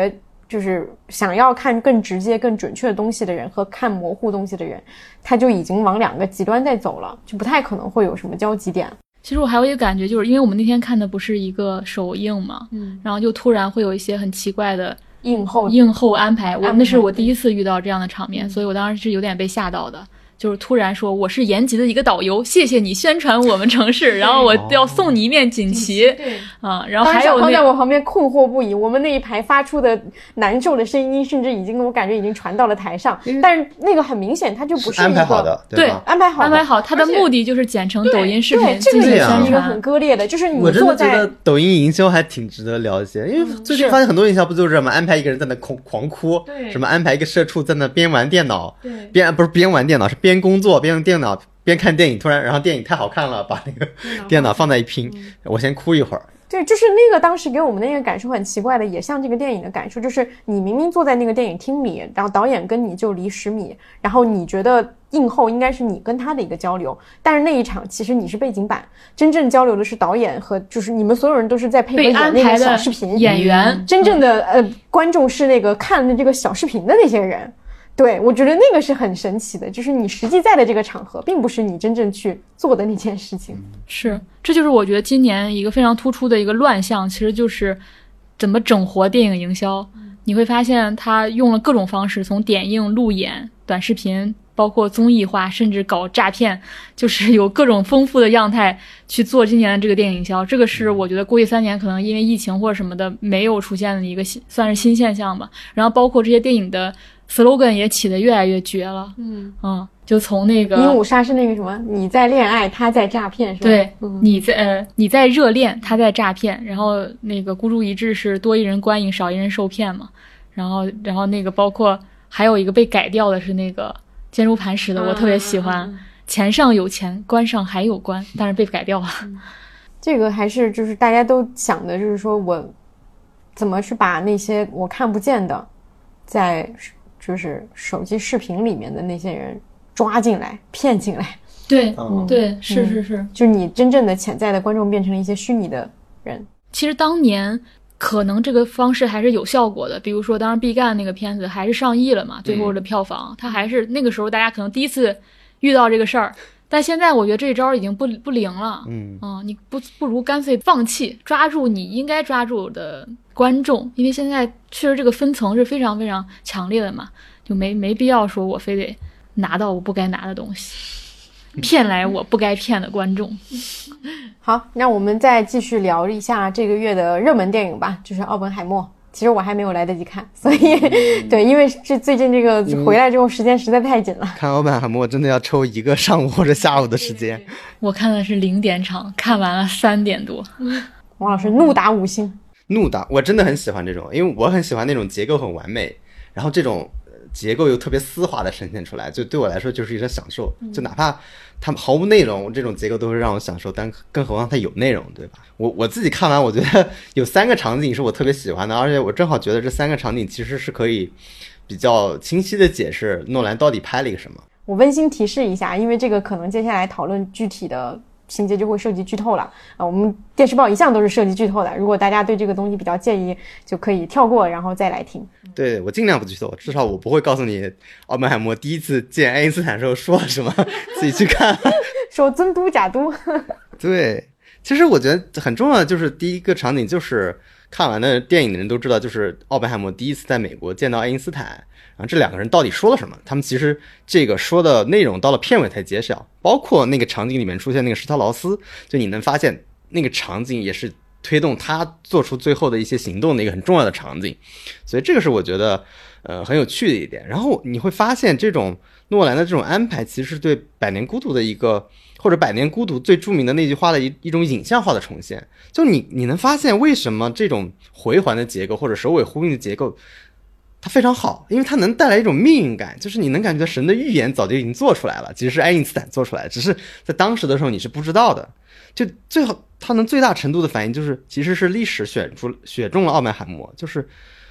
就是想要看更直接更准确的东西的人和看模糊东西的人，他就已经往两个极端在走了，就不太可能会有什么交集点。
其实我还有一个感觉，就是因为我们那天看的不是一个首映嘛，嗯，然后就突然会有一些很奇怪的
映后
映后安排，我那是我第一次遇到这样的场面，所以我当时是有点被吓到的。就是突然说我是延吉的一个导游，谢谢你宣传我们城市，然后我要送你一面锦旗，对啊，然后还有那
当时小胖在我旁边困惑不已，我们那一排发出的难受的声音，甚至已经我感觉已经传到了台上，但是那个很明显它就不是一个
安排好的，
对，
安排好
安排好，它的目的就是剪成抖音视频
进行宣传。这个是一个
很
割裂的，就是你
我真的觉
坐在
得抖音营销还挺值得了解，因为最近发现很多营销不就是这么安排一个人在那狂狂哭，什么安排一个社畜在那边玩电脑，边不是边玩电脑是边工作边用电脑边看电影，突然然后电影太好看了，把那个电脑放在一拼，嗯、我先哭一会儿。
对，就是那个当时给我们那个感受很奇怪的，也像这个电影的感受，就是你明明坐在那个电影厅里，然后导演跟你就离十米，然后你觉得映后应该是你跟他的一个交流，但是那一场其实你是背景板，真正交流的是导演和就是你们所有人都是在配合演那个小视频
演员，
真正的呃观众是那个看的这个小视频的那些人。对，我觉得那个是很神奇的，就是你实际在的这个场合并不是你真正去做的那件事情。
是，这就是我觉得今年一个非常突出的一个乱象，其实就是怎么整活电影营销。你会发现他用了各种方式，从点映、路演、短视频，包括综艺化，甚至搞诈骗，就是有各种丰富的样态去做今年的这个电影营销。这个是我觉得过去三年可能因为疫情或者什么的没有出现的一个算是新现象吧。然后包括这些电影的slogan 也起得越来越绝了，嗯嗯，就从那个
鹦鹉杀是那个什么，你在恋爱，他在诈骗，是吧？
对，
嗯、
你在呃你在热恋，他在诈骗，然后那个孤注一掷是多一人观影，少一人受骗嘛，然后然后那个包括还有一个被改掉的是那个坚如磐石的，我特别喜欢，嗯、钱上有钱，官上还有官，但是被改掉了。
嗯、这个还是就是大家都想的，就是说我怎么去把那些我看不见的，在就是手机视频里面的那些人抓进来骗进来。
对、嗯、对，是是是、
嗯、就是你真正的潜在的观众变成了一些虚拟的人。
其实当年可能这个方式还是有效果的，比如说当时毕赣那个片子还是上亿了嘛，最后的票房、嗯、他还是那个时候大家可能第一次遇到这个事儿，但现在我觉得这一招已经不不灵了。嗯嗯，你不不如干脆放弃，抓住你应该抓住的观众，因为现在确实这个分层是非常非常强烈的嘛，就没没必要说我非得拿到我不该拿的东西，骗来我不该骗的观众。
好，那我们再继续聊一下这个月的热门电影吧，就是《奥本海默》。其实我还没有来得及看，所以、嗯、对，因为这最近这个回来之后时间实在太紧了。
看《奥本海默》真的要抽一个上午或者下午的时间。
我看的是零点场，看完了三点多。
王老师怒打五星。
怒打，我真的很喜欢这种，因为我很喜欢那种结构很完美，然后这种结构又特别丝滑的呈现出来，就对我来说就是一种享受。就哪怕它毫无内容，这种结构都会让我享受，但更何况它有内容，对吧？我我自己看完，我觉得有三个场景是我特别喜欢的，而且我正好觉得这三个场景其实是可以比较清晰的解释诺兰到底拍了一个什么。
我温馨提示一下，因为这个可能接下来讨论具体的情节就会涉及剧透了啊，我们电视报一向都是涉及剧透的，如果大家对这个东西比较介意，就可以跳过然后再来听。
对，我尽量不剧透，至少我不会告诉你奥本海默第一次见爱因斯坦时候说了什么，自己去看。
说真嘟假嘟。
对，其实我觉得很重要的就是第一个场景，就是看完的电影的人都知道，就是奥本海默第一次在美国见到爱因斯坦，然后这两个人到底说了什么，他们其实这个说的内容到了片尾才揭晓，包括那个场景里面出现那个施特劳斯，就你能发现那个场景也是推动他做出最后的一些行动的一个很重要的场景，所以这个是我觉得呃很有趣的一点。然后你会发现这种诺兰的这种安排其实是对百年孤独的一个，或者百年孤独最著名的那句话的一一种影像化的重现，就你你能发现为什么这种回环的结构或者首尾呼应的结构它非常好，因为它能带来一种命运感，就是你能感觉到神的预言早就已经做出来了，其实是爱因斯坦做出来的，只是在当时的时候你是不知道的。就最好它能最大程度的反映就是其实是历史选出选中了奥本海默，就是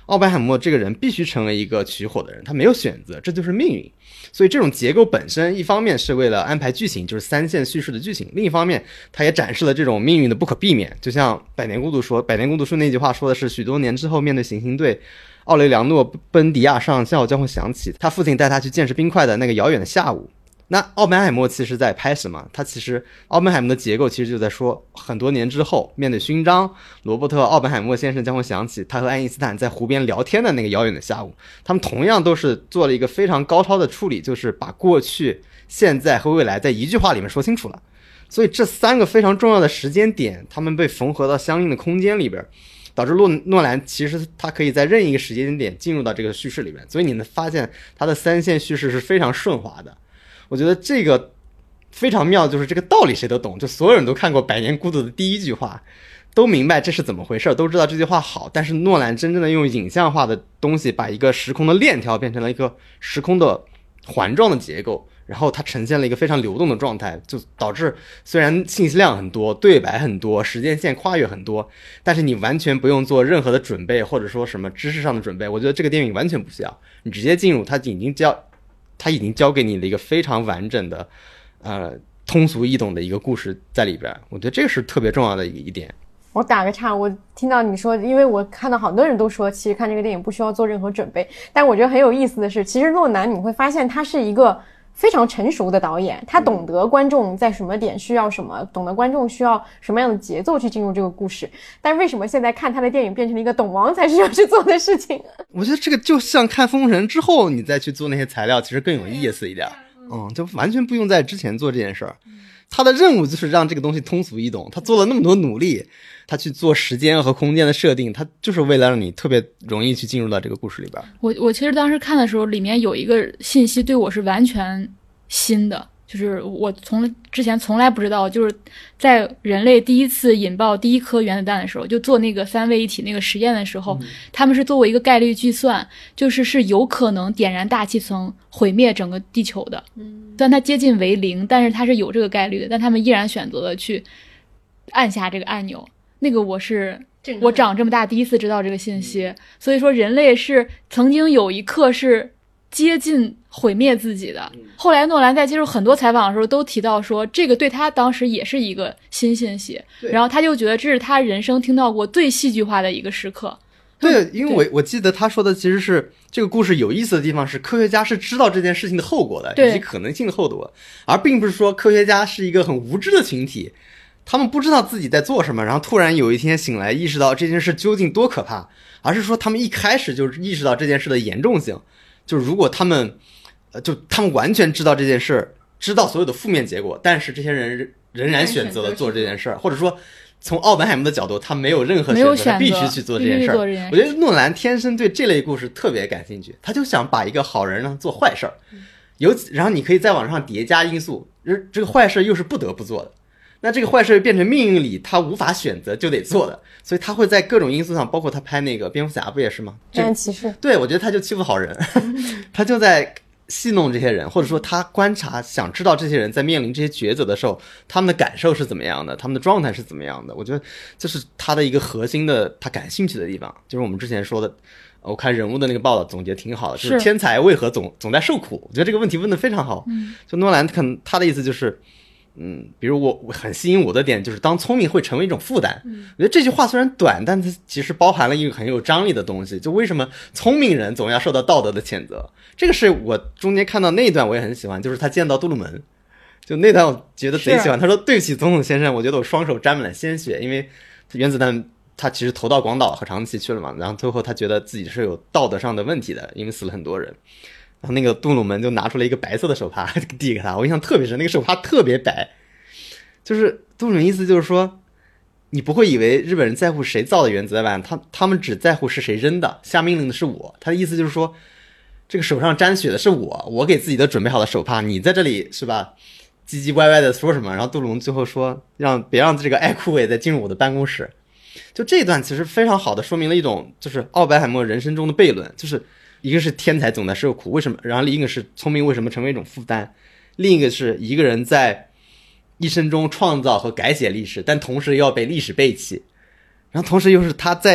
奥本海默这个人必须成为一个取火的人，他没有选择，这就是命运。所以这种结构本身一方面是为了安排剧情，就是三线叙事的剧情，另一方面它也展示了这种命运的不可避免。就像百年孤独说百年孤独说那句话说的是，许多年之后面对行刑队，奥雷良诺奔迪亚上校将会想起他父亲带他去见识冰块的那个遥远的下午。那奥本海默其实在拍什么？他其实奥本海默的结构其实就在说，很多年之后面对勋章，罗伯特·奥本海默先生将会想起他和爱因斯坦在湖边聊天的那个遥远的下午。他们同样都是做了一个非常高超的处理，就是把过去、现在和未来在一句话里面说清楚了。所以这三个非常重要的时间点，他们被缝合到相应的空间里边，导致诺诺兰其实他可以在任意一个时间点进入到这个叙事里边。所以你能发现他的三线叙事是非常顺滑的。我觉得这个非常妙，就是这个道理谁都懂，就所有人都看过《百年孤独》的第一句话，都明白这是怎么回事，都知道这句话好，但是诺兰真正的用影像化的东西，把一个时空的链条变成了一个时空的环状的结构，然后它呈现了一个非常流动的状态，就导致虽然信息量很多，对白很多，时间线跨越很多，但是你完全不用做任何的准备，或者说什么知识上的准备。我觉得这个电影完全不需要，你直接进入，它已经教他已经教给你了一个非常完整的呃通俗易懂的一个故事在里边，我觉得这个是特别重要的一点。
我打个岔，我听到你说，因为我看到好多人都说其实看这个电影不需要做任何准备，但我觉得很有意思的是，其实诺兰你会发现他是一个非常成熟的导演，他懂得观众在什么点需要什么，懂得观众需要什么样的节奏去进入这个故事。但为什么现在看他的电影变成了一个懂王才需要去做的事情？
我觉得这个就像看封神之后你再去做那些材料其实更有意思一点，嗯，就完全不用在之前做这件事儿。他的任务就是让这个东西通俗易懂，他做了那么多努力，他去做时间和空间的设定，他就是为了让你特别容易去进入到这个故事里边。
我我其实当时看的时候，里面有一个信息对我是完全新的，就是我从之前从来不知道，就是在人类第一次引爆第一颗原子弹的时候，就做那个三位一体那个实验的时候，嗯、他们是做过一个概率计算，就是是有可能点燃大气层毁灭整个地球的。嗯，虽然它接近为零，但是它是有这个概率的，但他们依然选择了去按下这个按钮。那个我是我长这么大第一次知道这个信息，嗯、所以说人类是曾经有一刻是接近毁灭自己的。后来诺兰在接受很多采访的时候都提到说，这个对他当时也是一个新信息，然后他就觉得这是他人生听到过最戏剧化的一个时刻。
对，因为我我记得他说的其实是这个故事有意思的地方是科学家是知道这件事情的后果的，以及可能性的后果，而并不是说科学家是一个很无知的群体，他们不知道自己在做什么，然后突然有一天醒来意识到这件事究竟多可怕，而是说他们一开始就意识到这件事的严重性，就是如果他们呃，就他们完全知道这件事，知道所有的负面结果，但是这些人仍然选择了做这件事，或者说从奥本海默的角度，他没有任何选择，他必须去做这件事。我觉得诺兰天生对这类故事特别感兴趣，他就想把一个好人让他做坏事，尤其然后你可以在往上叠加因素，这个坏事又是不得不做的，那这个坏事变成命运里他无法选择就得做的，所以他会在各种因素上，包括他拍那个蝙蝠侠不也是吗？
黑暗骑士。对，
我觉得他就欺负好人，他就在戏弄这些人，或者说他观察想知道这些人在面临这些抉择的时候他们的感受是怎么样的，他们的状态是怎么样的。我觉得这是他的一个核心的他感兴趣的地方，就是我们之前说的，我看人物的那个报道总结挺好的，就是天才为何总总在受苦。我觉得这个问题问得非常好。嗯，就诺兰可能他的意思就是嗯，比如我我很吸引我的点就是当聪明会成为一种负担。嗯，我觉得这句话虽然短，但它其实包含了一个很有张力的东西。就为什么聪明人总要受到道德的谴责？这个是我中间看到那一段我也很喜欢，就是他见到杜鲁门，就那段我觉得贼喜欢。他说：“对不起，总统先生，我觉得我双手沾满了鲜血，因为原子弹他其实投到广岛和长崎去了嘛，然后最后他觉得自己是有道德上的问题的，因为死了很多人。”然后那个杜鲁门就拿出了一个白色的手帕递给他，我印象特别深，那个手帕特别白，就是杜鲁门意思就是说，你不会以为日本人在乎谁造的原子弹，他他们只在乎是谁扔的，下命令的是我。他的意思就是说，这个手上沾血的是我，我给自己的准备好的手帕，你在这里是吧唧唧歪歪的说什么？然后杜鲁门最后说，让别让这个爱酷伟再进入我的办公室。就这一段其实非常好的说明了一种就是奥本海默人生中的悖论，就是一个是天才总在受苦，为什么？然后另一个是聪明为什么成为一种负担？另一个是一个人在一生中创造和改写历史，但同时又要被历史背弃。然后同时又是他在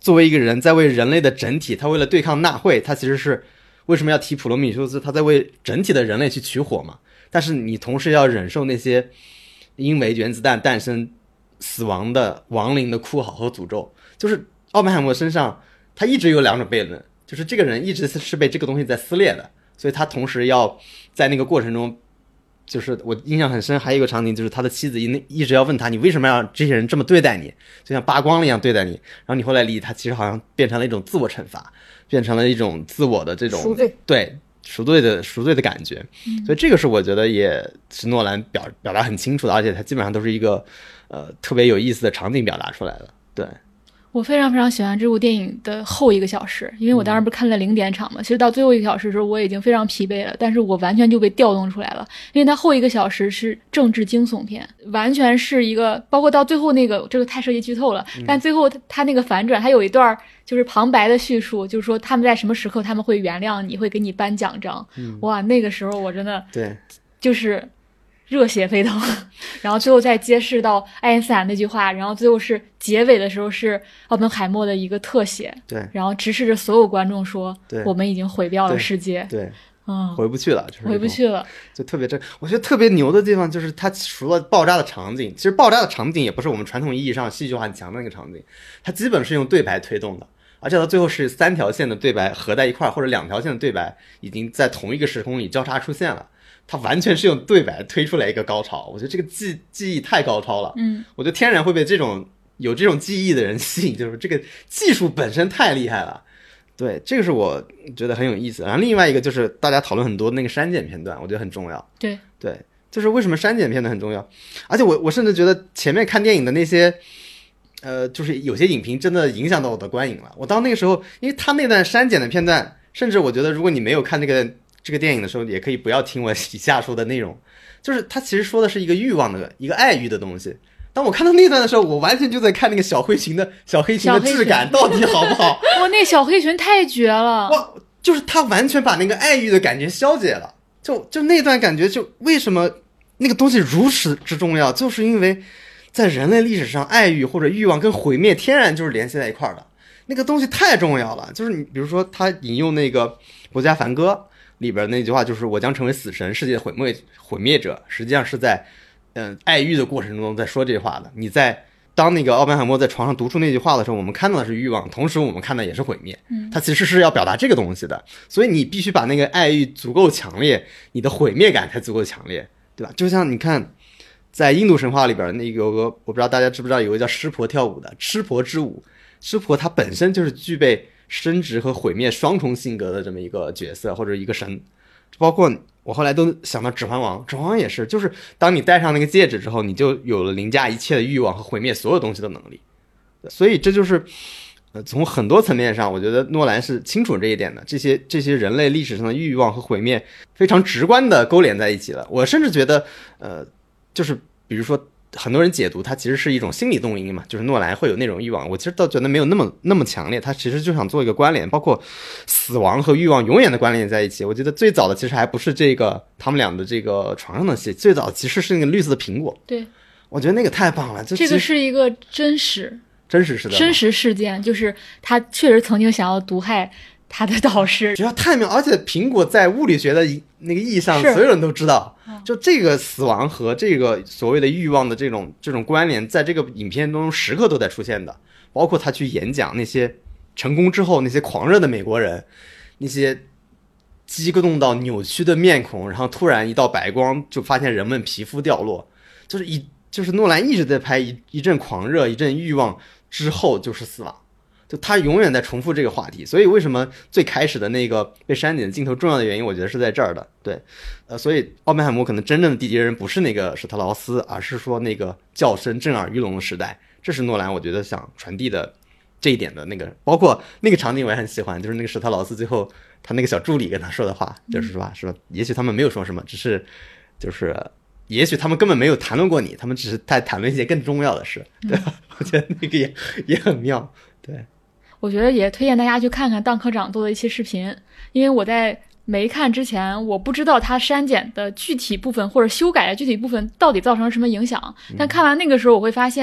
作为一个人在为人类的整体，他为了对抗纳粹，他其实是为什么要提普罗米修斯，他在为整体的人类去取火嘛。但是你同时要忍受那些因为原子弹诞生死亡的亡灵的哭嚎和诅咒。就是奥本海默身上他一直有两种悖论，就是这个人一直是被这个东西在撕裂的，所以他同时要在那个过程中，就是我印象很深，还有一个场景就是他的妻子一一直要问他，你为什么要让这些人这么对待你，就像扒光了一样对待你，然后你后来理解他其实好像变成了一种自我惩罚，变成了一种自我的这种
赎罪，
对赎罪的赎罪的感觉、嗯、所以这个是我觉得也是诺兰表表达很清楚的，而且他基本上都是一个呃特别有意思的场景表达出来的。对，
我非常非常喜欢这部电影的后一个小时，因为我当时不是看了零点场嘛、嗯、其实到最后一个小时的时候我已经非常疲惫了，但是我完全就被调动出来了，因为它后一个小时是政治惊悚片，完全是一个，包括到最后那个，这个太涉及剧透了、嗯、但最后他那个反转，他有一段就是旁白的叙述，就是说他们在什么时刻他们会原谅你，会给你颁奖章、嗯、哇，那个时候我真的
对
就是热血沸腾，然后最后再揭示到爱因斯坦那句话，然后最后是结尾的时候是奥本海默的一个特写，
对，
然后直视着所有观众说，
对，
我们已经毁掉了世界，
对，
嗯，
回不去了，就是
回不去了，
就特别正。我觉得特别牛的地方就是它除了爆炸的场景，其实爆炸的场景也不是我们传统意义上戏剧化很强的那个场景，它基本是用对白推动的，而且到最后是三条线的对白合在一块儿，或者两条线的对白已经在同一个时空里交叉出现了。它完全是用对白推出来一个高潮，我觉得这个技技艺太高超了。
嗯，
我觉得天然会被这种有这种技艺的人吸引，就是这个技术本身太厉害了。对，这个是我觉得很有意思。然后另外一个就是大家讨论很多那个删减片段，我觉得很重要。
对
对，就是为什么删减片段很重要。而且我我甚至觉得前面看电影的那些呃，就是有些影评真的影响到我的观影了。我到那个时候，因为他那段删减的片段，甚至我觉得如果你没有看这个这个电影的时候，也可以不要听我以下说的内容，就是他其实说的是一个欲望的一个爱欲的东西。当我看到那段的时候，我完全就在看那个小黑裙的小黑裙的质感到底好不好。
哇，那小黑裙太绝了！
哇，就是他完全把那个爱欲的感觉消解了。就就那段感觉，就为什么那个东西如此之重要，就是因为在人类历史上，爱欲或者欲望跟毁灭天然就是联系在一块的。那个东西太重要了。就是你比如说他引用那个国家梵歌里边那句话，就是我将成为死神，世界毁灭毁灭者，实际上是在嗯、呃、爱欲的过程中在说这句话的。你在当那个奥本海默在床上读出那句话的时候，我们看到的是欲望，同时我们看到也是毁灭。嗯，他其实是要表达这个东西的，所以你必须把那个爱欲足够强烈，你的毁灭感才足够强烈，对吧？就像你看在印度神话里边那个有个，我不知道大家知不知道，有个叫湿婆跳舞的湿婆之舞。湿婆他本身就是具备生殖和毁灭双重性格的这么一个角色或者一个神。包括我后来都想到指环王，指环王也是，就是当你戴上那个戒指之后，你就有了凌驾一切的欲望和毁灭所有东西的能力。所以这就是呃，从很多层面上我觉得诺兰是清楚这一点的，这些这些人类历史上的欲望和毁灭非常直观的勾连在一起了。我甚至觉得呃，就是比如说很多人解读它其实是一种心理动因嘛，就是诺兰会有那种欲望，我其实倒觉得没有那么那么强烈，他其实就想做一个关联，包括死亡和欲望永远的关联在一起。我觉得最早的其实还不是这个他们俩的这个床上的戏，最早其实是那个绿色的苹果。
对，
我觉得那个太棒了，这
这个是一个真实
真实是的
真实事件，就是他确实曾经想要毒害他的导师，
只要太妙，而且苹果在物理学的那个意义上所有人都知道，就这个死亡和这个所谓的欲望的这种这种关联在这个影片中时刻都在出现的。包括他去演讲那些成功之后那些狂热的美国人，那些激动到扭曲的面孔，然后突然一道白光就发现人们皮肤掉落，就是一就是诺兰一直在拍一一阵狂热一阵欲望之后就是死亡，就他永远在重复这个话题。所以为什么最开始的那个被删减的镜头重要的原因，我觉得是在这儿的。对，呃，所以奥本海默可能真正的敌人不是那个史特劳斯，而是说那个叫声震耳欲聋的时代。这是诺兰我觉得想传递的这一点的那个，包括那个场景我也很喜欢，就是那个史特劳斯最后他那个小助理跟他说的话，就是说说也许他们没有说什么，只是就是也许他们根本没有谈论过你，他们只是在谈论一些更重要的事，对吧？嗯、我觉得那个也也很妙。对，
我觉得也推荐大家去看看当科长做的一期视频，因为我在没看之前我不知道他删减的具体部分或者修改的具体部分到底造成了什么影响，但看完那个时候我会发现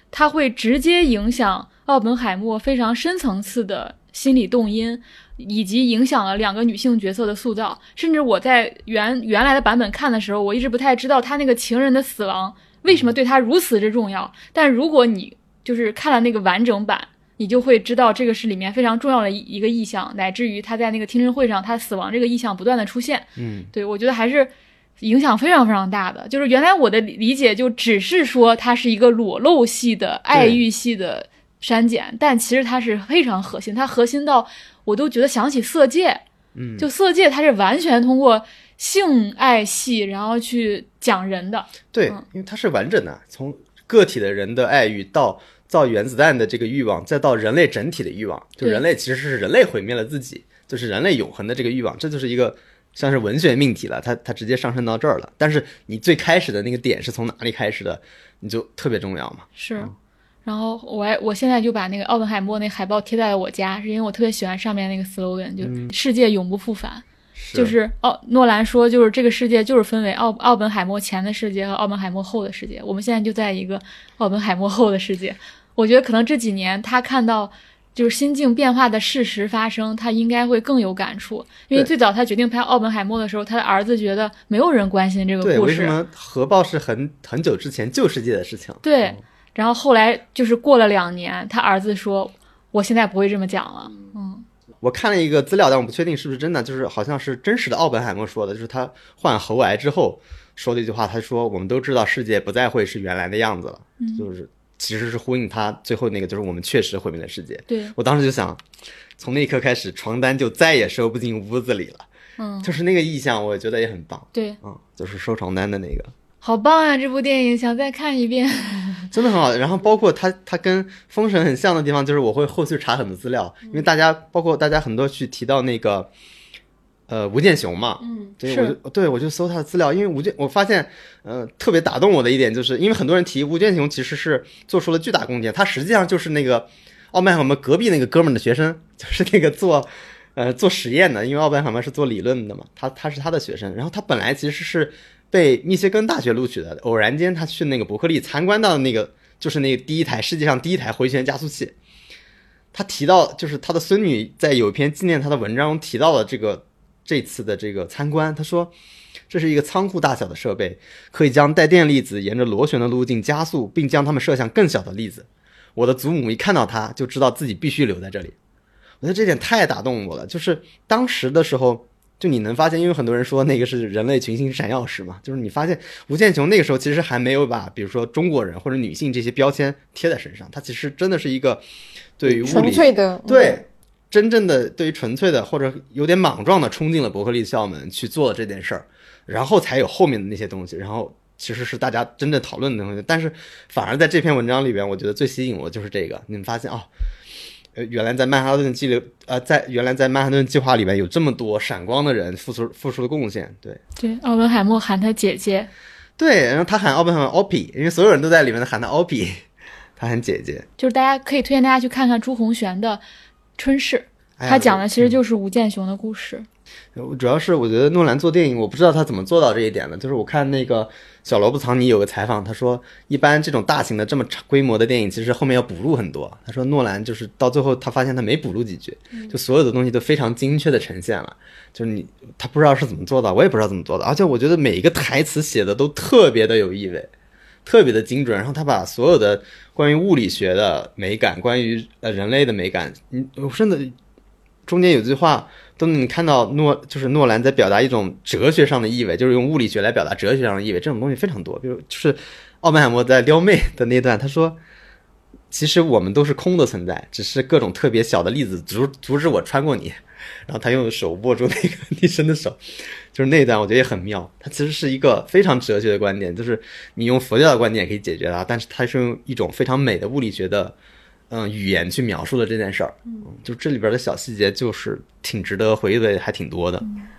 它会直接影响奥本海默非常深层次的心理动因，以及影响了两个女性角色的塑造。甚至我在原原来的版本看的时候，我一直不太知道他那个情人的死亡为什么对他如此之重要，但如果你就是看了那个完整版，你就会知道这个是里面非常重要的一个意象，乃至于他在那个听证会上他死亡这个意象不断的出现。
嗯，
对，我觉得还是影响非常非常大的。就是原来我的理解就只是说它是一个裸露系的爱欲系的删减，但其实它是非常核心，它核心到我都觉得想起色戒。
嗯，
就色戒它是完全通过性爱戏然后去讲人的。
对，
嗯、
因为它是完整的，从个体的人的爱欲到造原子弹的这个欲望，再到人类整体的欲望，就人类其实是人类毁灭了自己，就是人类永恒的这个欲望，这就是一个像是文学命题了，它它直接上升到这儿了。但是你最开始的那个点是从哪里开始的，你就特别重要嘛。
是。
嗯，
然后我还我现在就把那个奥本海默那海报贴在了我家，是因为我特别喜欢上面那个 slogan， 就世界永不复返。嗯、就是奥诺兰说，就是这个世界就是分为奥奥本海默前的世界和奥本海默后的世界。我们现在就在一个奥本海默后的世界。我觉得可能这几年他看到就是心境变化的事实发生，他应该会更有感触。因为最早他决定拍奥本海默的时候，他的儿子觉得没有人关心这个故事。
对，为什么核爆是很很久之前旧世界的事情？
对。
嗯，
然后后来就是过了两年，他儿子说我现在不会这么讲了。嗯，
我看了一个资料，但我不确定是不是真的，就是好像是真实的奥本海默说的，就是他患喉癌之后说的一句话，他说我们都知道世界不再会是原来的样子了。嗯，就是其实是呼应他最后那个，就是我们确实毁灭了世界。
对，
我当时就想，从那一刻开始床单就再也收不进屋子里了。
嗯，
就是那个意象我觉得也很棒。
对，
嗯，就是收床单的那个
好棒啊！这部电影想再看一遍，
真的很好。然后包括它，它跟《封神》很像的地方，就是我会后续查很多资料，因为大家包括大家很多去提到那个，呃，吴健雄嘛，
嗯，
对，我就对我就搜他的资料，因为吴健，我发现，呃，特别打动我的一点，就是因为很多人提吴健雄其实是做出了巨大贡献，他实际上就是那个奥本海默隔壁那个哥们儿的学生，就是那个做。呃，做实验的，因为奥本海默是做理论的嘛，他他是他的学生，然后他本来其实是被密歇根大学录取的，偶然间他去那个伯克利参观到那个就是那个第一台世界上第一台回旋加速器，他提到就是他的孙女在有一篇纪念他的文章中提到了这个这次的这个参观，他说这是一个仓库大小的设备，可以将带电粒子沿着螺旋的路径加速，并将它们射向更小的粒子。我的祖母一看到它就知道自己必须留在这里。我觉得这点太打动我了，就是当时的时候就你能发现，因为很多人说那个是人类群星闪耀时嘛，就是你发现吴健雄那个时候其实还没有把比如说中国人或者女性这些标签贴在身上，他其实真的是一个对于物理
纯粹的，
对、嗯、真正的对于纯粹的或者有点莽撞的冲进了伯克利校门去做了这件事儿，然后才有后面的那些东西，然后其实是大家真正讨论的东西。但是反而在这篇文章里边我觉得最吸引我就是这个，你们发现哦呃，原来在曼哈顿计呃，在原来在曼哈顿计划里面有这么多闪光的人付出付出了贡献，对
对，奥本海默喊他姐姐，
对，然后他喊奥本海默 Oppie， 因为所有人都在里面喊他 Oppie， 他喊姐姐。
就是大家可以推荐大家去看看朱红璇的《春逝》，他讲的其实就是吴健雄的故事。
主要是我觉得诺兰做电影，我不知道他怎么做到这一点的。就是我看那个小罗伯·唐尼有个采访，他说一般这种大型的这么规模的电影其实后面要补录很多，他说诺兰就是到最后他发现他没补录几句，就所有的东西都非常精确的呈现了，就是你他不知道是怎么做到，我也不知道怎么做到，而且我觉得每一个台词写的都特别的有意味，特别的精准，然后他把所有的关于物理学的美感，关于呃人类的美感，我甚至中间有句话都能看到诺就是诺兰在表达一种哲学上的意味，就是用物理学来表达哲学上的意味，这种东西非常多。比如就是奥本海默在撩妹的那段，他说其实我们都是空的存在，只是各种特别小的粒子阻阻止我穿过你，然后他用手握住那个女生的手，就是那一段我觉得也很妙。它其实是一个非常哲学的观点，就是你用佛教的观点也可以解决它，但是它是用一种非常美的物理学的嗯，语言去描述了这件事儿，嗯，就这里边的小细节就是挺值得回味的，还挺多的。
嗯，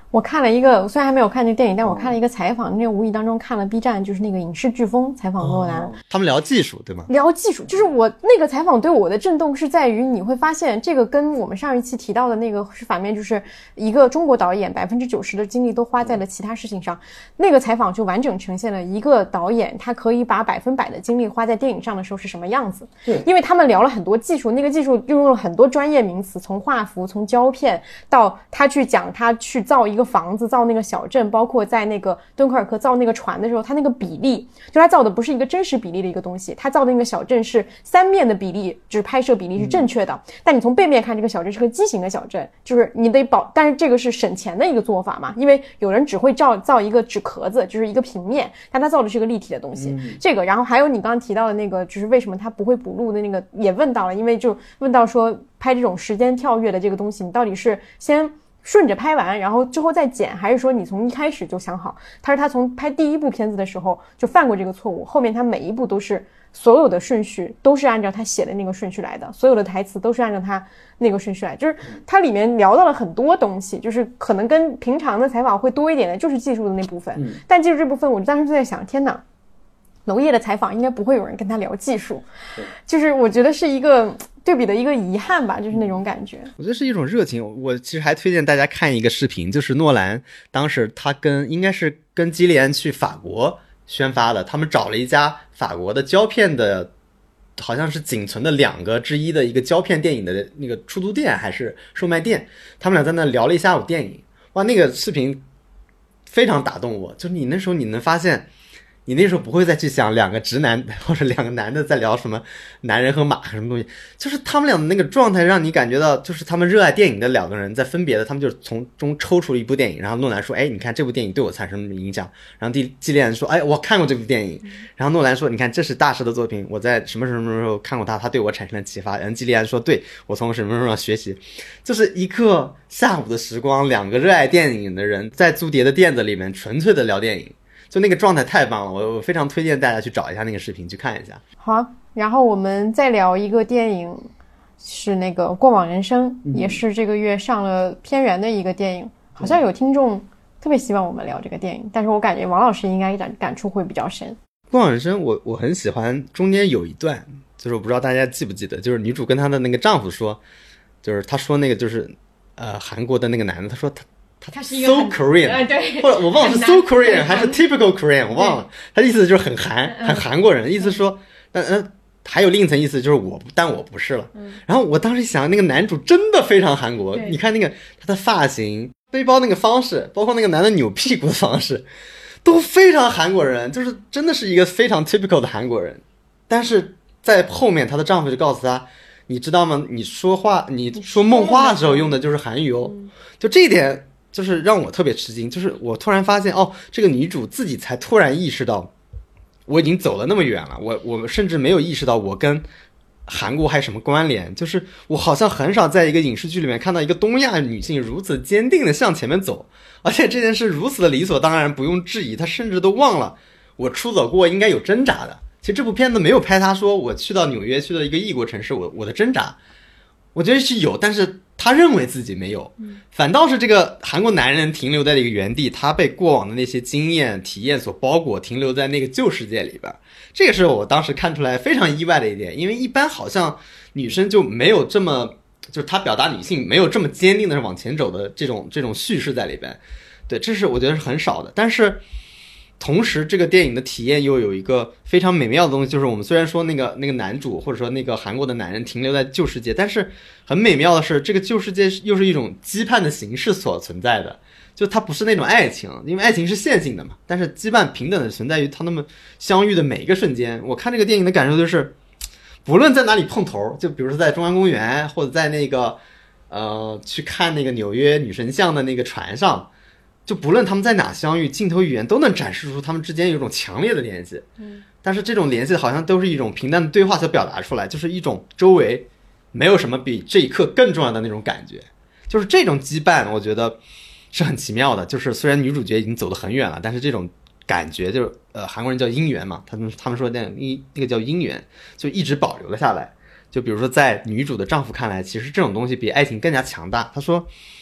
我看了一个，虽然还没有看这个电影，但我看了一个采访，那个无意当中看了 B 站，就是那个影视飓风采访诺兰、哦，
他们聊技术对吗？
聊技术，就是我那个采访对我的震动是在于，你会发现这个跟我们上一期提到的那个是反面，就是一个中国导演百分之九十的精力都花在了其他事情上。那个采访就完整呈现了一个导演他可以把百分百的精力花在电影上的时候是什么样子。对，因为他们聊了很多技术，那个技术运用了很多专业名词，从画幅，从胶片到他去讲他去造一个房子，造那个小镇，包括在那个敦刻尔克造那个船的时候，他那个比例，就他造的不是一个真实比例的一个东西，他造的那个小镇是三面的比例，就是拍摄比例是正确的、嗯、但你从背面看这个小镇是个畸形的小镇，就是你得保，但是这个是省钱的一个做法嘛，因为有人只会造造一个纸壳子，就是一个平面，但他造的是个立体的东西、嗯、这个。然后还有你刚刚提到的那个，就是为什么他不会补录的那个也问到了，因为就问到说拍这种时间跳跃的这个东西，你到底是先顺着拍完然后之后再剪，还是说你从一开始就想好？他说他从拍第一部片子的时候就犯过这个错误，后面他每一部都是所有的顺序都是按照他写的那个顺序来的，所有的台词都是按照他那个顺序来，就是他里面聊到了很多东西，就是可能跟平常的采访会多一点的就是技术的那部分、嗯、但技术这部分我当时就在想，天哪，娄烨的采访应该不会有人跟他聊技术，就是我觉得是一个对比的一个遗憾吧，就是那种感觉。
我觉得是一种热情。我其实还推荐大家看一个视频，就是诺兰当时他跟应该是跟基利安去法国宣发的，他们找了一家法国的胶片的，好像是仅存的两个之一的一个胶片电影的那个出租店还是售卖店，他们俩在那聊了一下午电影。哇，那个视频非常打动我，就是你那时候你能发现你那时候不会再去想两个直男或者两个男的在聊什么男人和马什么东西，就是他们俩的那个状态让你感觉到，就是他们热爱电影的两个人在分别的，他们就是从中抽出了一部电影，然后诺兰说，哎，你看这部电影对我产生什么影响，然后基基利安说，哎，我看过这部电影，然后诺兰说，你看这是大师的作品，我在什么什么时候看过他，他对我产生了启发，然后基利安说，对，我从什么什么上学习，就是一个下午的时光，两个热爱电影的人在租碟的店子里面纯粹的聊电影，就那个状态太棒了，我我非常推荐大家去找一下那个视频去看一下。
好，然后我们再聊一个电影，是那个《过往人生》，嗯，也是这个月上了片源的一个电影。好像有听众特别希望我们聊这个电影，但是我感觉王老师应该感感触会比较深。
《过往人生》我我很喜欢，中间有一段，就是我不知道大家记不记得，就是女主跟她的那个丈夫说，就是她说那个就是呃韩国的那个男的，他说他。
他是一个
so Korean、呃、
对，
或者我忘了是 so Korean 还是 typical Korean 我忘了，他的意思就是很韩很韩国人，意思说但呃还有另一层意思就是我但我不是了、嗯、然后我当时想那个男主真的非常韩国，你看那个他的发型背包那个方式，包括那个男的扭屁股的方式都非常韩国人，就是真的是一个非常 typical 的韩国人。但是在后面她的丈夫就告诉她，你知道吗，你说话你说梦话的时候用的就是韩语哦、嗯、就这一点就是让我特别吃惊，就是我突然发现哦，这个女主自己才突然意识到我已经走了那么远了，我我甚至没有意识到我跟韩国还有什么关联，就是我好像很少在一个影视剧里面看到一个东亚女性如此坚定的向前面走，而且这件事如此的理所当然不用质疑，她甚至都忘了我出走过应该有挣扎的。其实这部片子没有拍她说我去到纽约去到一个异国城市我我的挣扎，我觉得是有，但是他认为自己没有，反倒是这个韩国男人停留在一个原地，他被过往的那些经验体验所包裹，停留在那个旧世界里边。这个是我当时看出来非常意外的一点，因为一般好像女生就没有这么，就是她表达女性没有这么坚定的往前走的这种这种叙事在里边。对，这是我觉得是很少的。但是同时这个电影的体验又有一个非常美妙的东西，就是我们虽然说那个那个男主或者说那个韩国的男人停留在旧世界，但是很美妙的是这个旧世界又是一种羁绊的形式所存在的，就它不是那种爱情，因为爱情是线性的嘛，但是羁绊平等的存在于他们相遇的每一个瞬间。我看这个电影的感受就是不论在哪里碰头，就比如说在中央公园或者在那个呃去看那个纽约女神像的那个船上，就不论他们在哪相遇，镜头语言都能展示出他们之间有一种强烈的联系。嗯，但是这种联系好像都是一种平淡的对话所表达出来，就是一种周围没有什么比这一刻更重要的那种感觉。就是这种羁绊我觉得是很奇妙的，就是虽然女主角已经走得很远了，但是这种感觉就是呃韩国人叫姻缘嘛，他们他们说那那个叫姻缘，就一直保留了下来。就比如说在女主的丈夫看来，其实这种东西比爱情更加强大。他说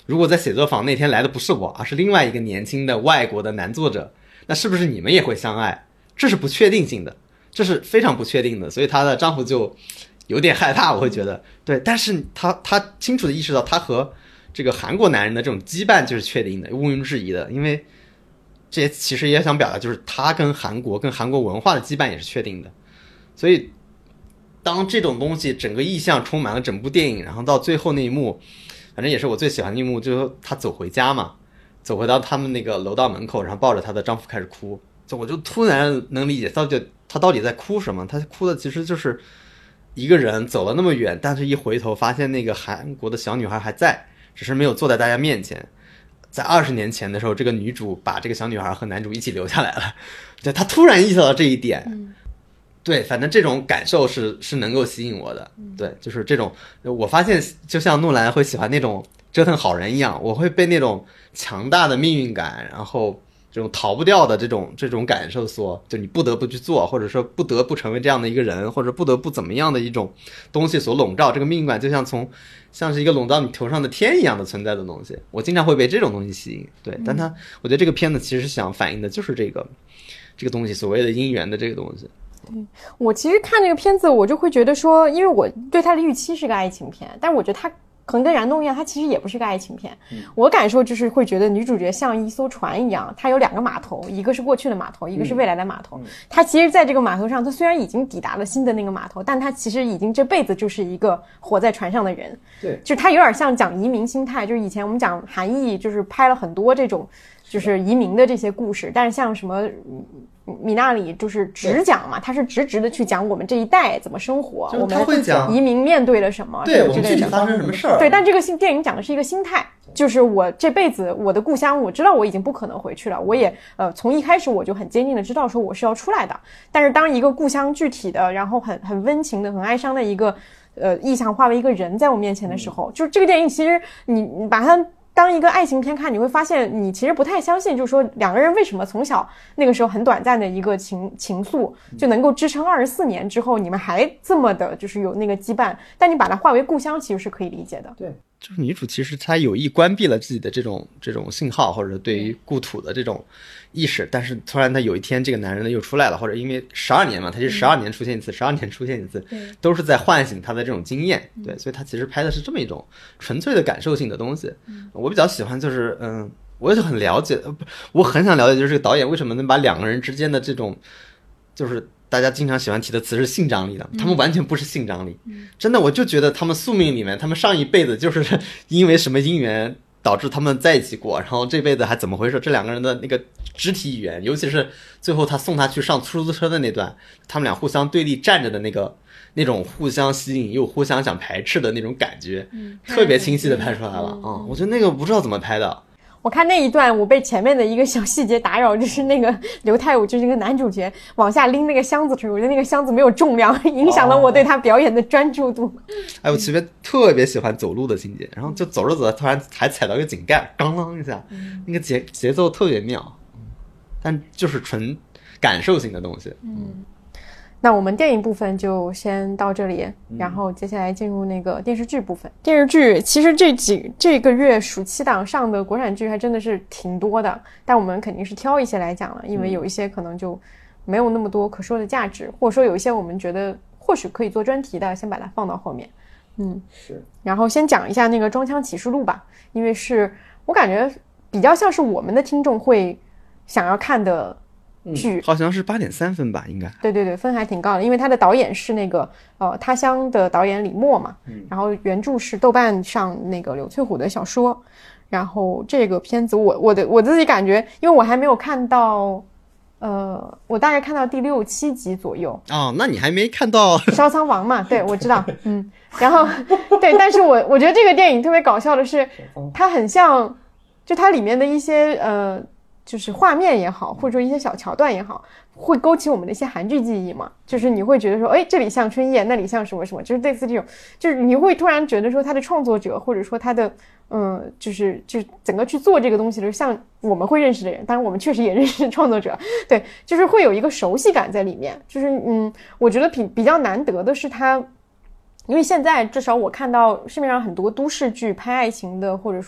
如果在写作坊那天来的不是我，而是另外一个年轻的外国的男作者，那是不是你们也会相爱？这是不确定性的，这是非常不确定的，所以她的丈夫就有点害怕，我会觉得对，但是她她清楚的意识到，她和这个韩国男人的这种羁绊就是确定的，毋庸置疑的，因为这其实也想表达，就是她跟韩国跟韩国文化的羁绊也是确定的，所以当这种东西整个意象充满了整部电影，然后到最后那一幕，反正也是我最喜欢的一幕，就是她走回家嘛，走回到他们那个楼道门口，然后抱着她的丈夫开始哭，就我就突然能理解到底她到底在哭什么，她哭的其实就是一个人走了那么远，但是一回头发现那个韩国的小女孩还在，只是没有坐在大家面前。在二十年前的时候，这个女主把这个小女孩和男主一起留下来了，对，她突然意识到这一点。
嗯，
对，反正这种感受是是能够吸引我的。对，就是这种，我发现就像诺兰会喜欢那种折腾好人一样，我会被那种强大的命运感，然后这种逃不掉的这种这种感受所，就你不得不去做，或者说不得不成为这样的一个人，或者不得不怎么样的一种东西所笼罩。这个命运感就像从像是一个笼罩你头上的天一样的存在的东西，我经常会被这种东西吸引。对，但他我觉得这个片子其实想反映的就是这个这个东西，所谓的姻缘的这个东西。
对，我其实看这个片子，我就会觉得说，因为我对他的预期是个爱情片，但我觉得他可能跟燃冬一样，它其实也不是个爱情片。嗯、我感受就是会觉得女主角像一艘船一样，它有两个码头，一个是过去的码头，一个是未来的码头。嗯、它其实在这个码头上，它虽然已经抵达了新的那个码头，但它其实已经这辈子就是一个活在船上的人。
对，
就是它有点像讲移民心态，就是以前我们讲韩裔，就是拍了很多这种就是移民的这些故事，但是像什么米娜里就是直讲嘛，他是直直的去讲我们这一代怎么生活，我们移民面对了什么，
对，我们具体发生什么事儿。
对，但这个电影讲的是一个心态，就是我这辈子我的故乡，我知道我已经不可能回去了，我也呃从一开始我就很坚定的知道说我是要出来的。但是当一个故乡具体的，然后很很温情的、很哀伤的一个呃意象化为一个人在我面前的时候，嗯、就是这个电影其实你你把它当一个爱情片看，你会发现你其实不太相信，就是说两个人为什么从小那个时候很短暂的一个情情愫就能够支撑二十四年之后你们还这么的就是有那个羁绊，但你把它化为故乡其实是可以理解的。
对，就是女主其实她有意关闭了自己的这种这种信号，或者对于故土的这种意识，但是突然她有一天这个男人呢又出来了，或者因为十二年嘛，他是十二年出现一次，十二年出现一次，都是在唤醒他的这种经验。对，所以他其实拍的是这么一种纯粹的感受性的东西。我比较喜欢就是嗯，我也很了解，我很想了解就是这个导演为什么能把两个人之间的这种就是大家经常喜欢提的词是性张力的，他们完全不是性张力。真的，我就觉得他们宿命里面，他们上一辈子就是因为什么因缘导致他们在一起过，然后这辈子还怎么回事？这两个人的那个肢体语言，尤其是最后他送他去上出租车的那段，他们俩互相对立站着的那个那种互相吸引又互相想排斥的那种感觉，嗯、特别清晰的拍出来了啊、嗯嗯！我觉得那个不知道怎么拍的。
我看那一段，我被前面的一个小细节打扰，就是那个刘太武，就是那个男主角往下拎那个箱子时，我觉得那个箱子没有重量，影响了我对他表演的专注度。哦、
哎，我其实特别喜欢走路的情节，然后就走着走着，突然还踩到一个井盖，当啷一下，嗯、那个节节奏特别妙，但就是纯感受性的东西。
嗯。那我们电影部分就先到这里，然后接下来进入那个电视剧部分。电视剧其实这几这个月暑期档上的国产剧还真的是挺多的，但我们肯定是挑一些来讲了，因为有一些可能就没有那么多可说的价值，或者说有一些我们觉得或许可以做专题的，先把它放到后面。嗯，
是。
然后先讲一下那个《装腔启示录》吧，因为是我感觉比较像是我们的听众会想要看的剧、
嗯、好像是八点三分吧，应该。
对对对，分还挺高的，因为他的导演是那个呃他乡的导演李默嘛，嗯，然后原著是豆瓣上那个柳翠虎的小说，然后这个片子我我的我自己感觉，因为我还没有看到，呃，我大概看到第六七集左右。
哦，那你还没看到
烧仓王嘛？对，我知道，嗯，然后对，但是我我觉得这个电影特别搞笑的是，它很像，就它里面的一些呃。就是画面也好，或者说一些小桥段也好，会勾起我们的一些韩剧记忆嘛。就是你会觉得说，哎，这里像春夜，那里像什么什么，就是类似这种，就是你会突然觉得说他的创作者，或者说他的，嗯，就是就整个去做这个东西的，像我们会认识的人，当然我们确实也认识创作者，对，就是会有一个熟悉感在里面。就是嗯，我觉得比比较难得的是他。因为现在至少我看到市面上很多都市剧拍爱情的，或者说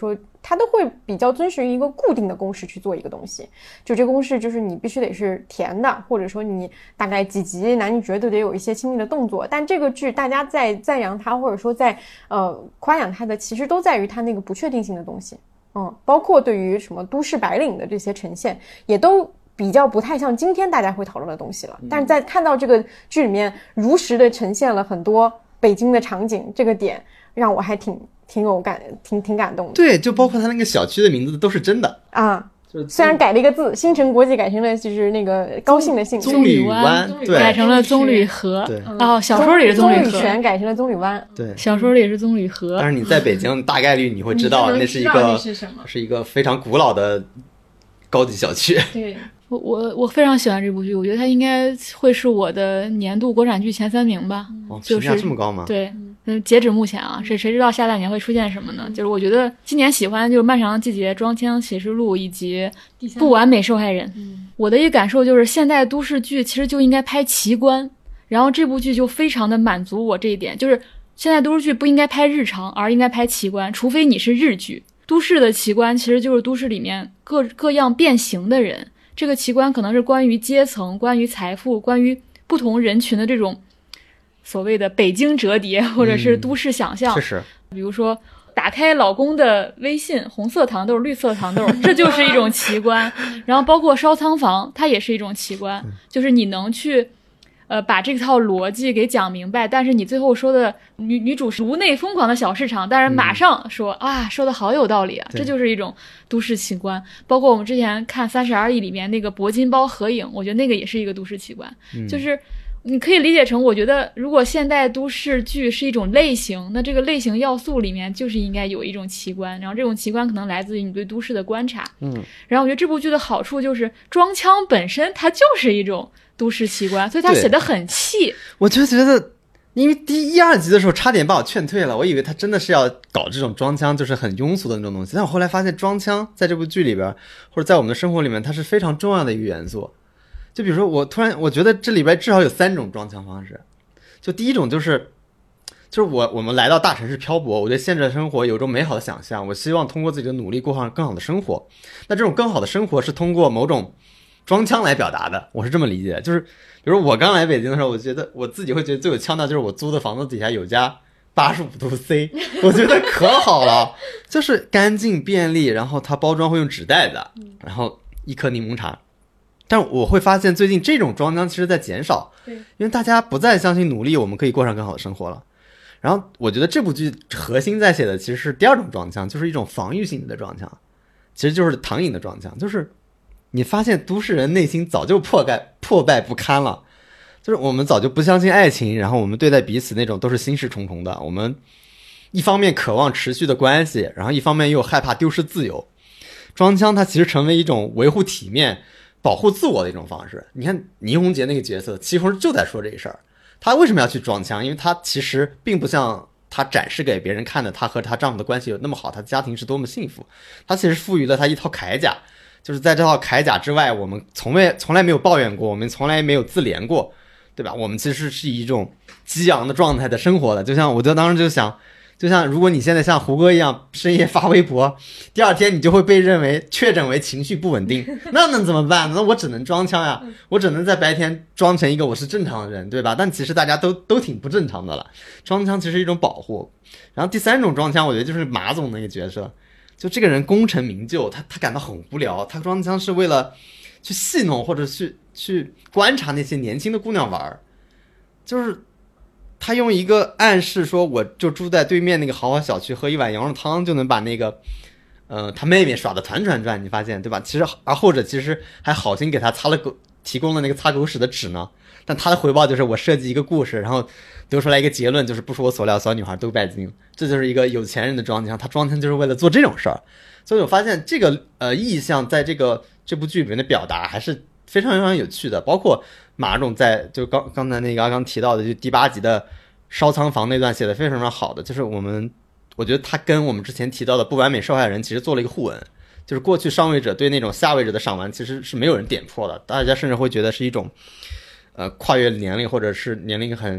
它都会比较遵循一个固定的公式去做一个东西。就这个公式就是你必须得是甜的，或者说你大概几集男女角都得有一些亲密的动作。但这个剧大家在赞扬它，或者说在呃夸奖它的，其实都在于它那个不确定性的东西。嗯，包括对于什么都市白领的这些呈现，也都比较不太像今天大家会讨论的东西了。但是在看到这个剧里面如实的呈现了很多北京的场景，这个点让我还挺挺有感，挺挺感动的。
对，就包括他那个小区的名字都是真的
啊。
就是
虽然改了一个字，新城国际改成了就是那个高兴的兴，
棕榈湾，对，
改成了棕榈河。
对，
哦，小说里是棕榈河，
棕榈泉改成了棕榈湾。
对，
小说里也是棕榈河。
但是你在北京，大概率你会知道那是一个是一个非常古老的高级小区。
对。我我我非常喜欢这部剧，我觉得它应该会是我的年度国产剧前三名吧。
哦，
就是
评价这么高吗？
对，嗯，截止目前啊，谁谁知道下半年会出现什么呢？就是我觉得今年喜欢就是《漫长的季节》《装腔启示录》以及《不完美受害人》。我的一个感受就是，现代都市剧其实就应该拍奇观，然后这部剧就非常的满足我这一点，就是现代都市剧不应该拍日常，而应该拍奇观，除非你是日剧。都市的奇观其实就是都市里面各各样变形的人。这个奇观可能是关于阶层，关于财富，关于不同人群的这种所谓的北京折叠或者是都市想象。
确实，
比如说打开老公的微信，红色糖豆绿色糖豆，这就是一种奇观。然后包括烧仓房，它也是一种奇观，就是你能去呃把这套逻辑给讲明白，但是你最后说的女女主颅内疯狂的小市场，但是马上说、嗯、啊说的好有道理啊，这就是一种都市奇观。包括我们之前看三十而已里面那个铂金包合影，我觉得那个也是一个都市奇观、嗯、就是你可以理解成，我觉得如果现代都市剧是一种类型，那这个类型要素里面就是应该有一种奇观，然后这种奇观可能来自于你对都市的观察。
嗯，
然后我觉得这部剧的好处就是装腔本身它就是一种都市奇观，所以他写得很细。
我就觉得因为第一二集的时候差点把我劝退了，我以为他真的是要搞这种装腔，就是很庸俗的那种东西，但我后来发现装腔在这部剧里边或者在我们的生活里面它是非常重要的一个元素。就比如说我突然我觉得这里边至少有三种装腔方式。就第一种就是就是我我们来到大城市漂泊，我对现实生活有一种美好的想象，我希望通过自己的努力过上更好的生活。那这种更好的生活是通过某种装腔来表达的，我是这么理解。就是比如我刚来北京的时候，我觉得我自己会觉得最有腔调就是我租的房子底下有家八十五度 C， 我觉得可好了，就是干净便利，然后它包装会用纸袋子，然后一颗柠檬茶。但我会发现最近这种装腔其实在减少，
对，
因为大家不再相信努力我们可以过上更好的生活了。然后我觉得这部剧核心在写的其实是第二种装腔，就是一种防御性的装腔，其实就是唐颖的装腔，就是你发现都市人内心早就破败破败不堪了，就是我们早就不相信爱情，然后我们对待彼此那种都是心事重重的，我们一方面渴望持续的关系，然后一方面又害怕丢失自由。装腔它其实成为一种维护体面保护自我的一种方式。你看倪虹洁那个角色戚红就在说这事儿，她为什么要去装腔？因为她其实并不像她展示给别人看的她和她丈夫的关系有那么好，她家庭是多么幸福。她其实赋予了她一套铠甲，就是在这套铠甲之外，我们从未从来没有抱怨过，我们从来没有自怜过，对吧？我们其实是以一种激昂的状态的生活的。就像我就当时就想，就像如果你现在像胡歌一样深夜发微博，第二天你就会被认为确诊为情绪不稳定，那能怎么办？那我只能装腔呀，我只能在白天装成一个我是正常的人，对吧？但其实大家都都挺不正常的了。装腔其实是一种保护。然后第三种装腔，我觉得就是马总那个角色，就这个人功成名就，他他感到很无聊，他装腔是为了去戏弄或者去去观察那些年轻的姑娘玩，就是他用一个暗示说，我就住在对面那个豪华小区，喝一碗羊肉汤就能把那个，呃，他妹妹耍得团团转，你发现对吧？其实而或者其实还好心给他擦了狗，提供了那个擦狗屎的纸呢。但他的回报就是我设计一个故事，然后得出来一个结论，就是不出我所料，小女孩都拜金。这就是一个有钱人的装腔，他装腔就是为了做这种事儿。所以我发现这个呃意象在这个这部剧里面的表达还是非常非常有趣的，包括马总在就刚刚才那个刚刚提到的就第八集的烧仓房那段写的非常非常好的，就是我们我觉得他跟我们之前提到的不完美受害人其实做了一个互文，就是过去上位者对那种下位者的赏玩其实是没有人点破的，大家甚至会觉得是一种呃跨越年龄或者是年龄很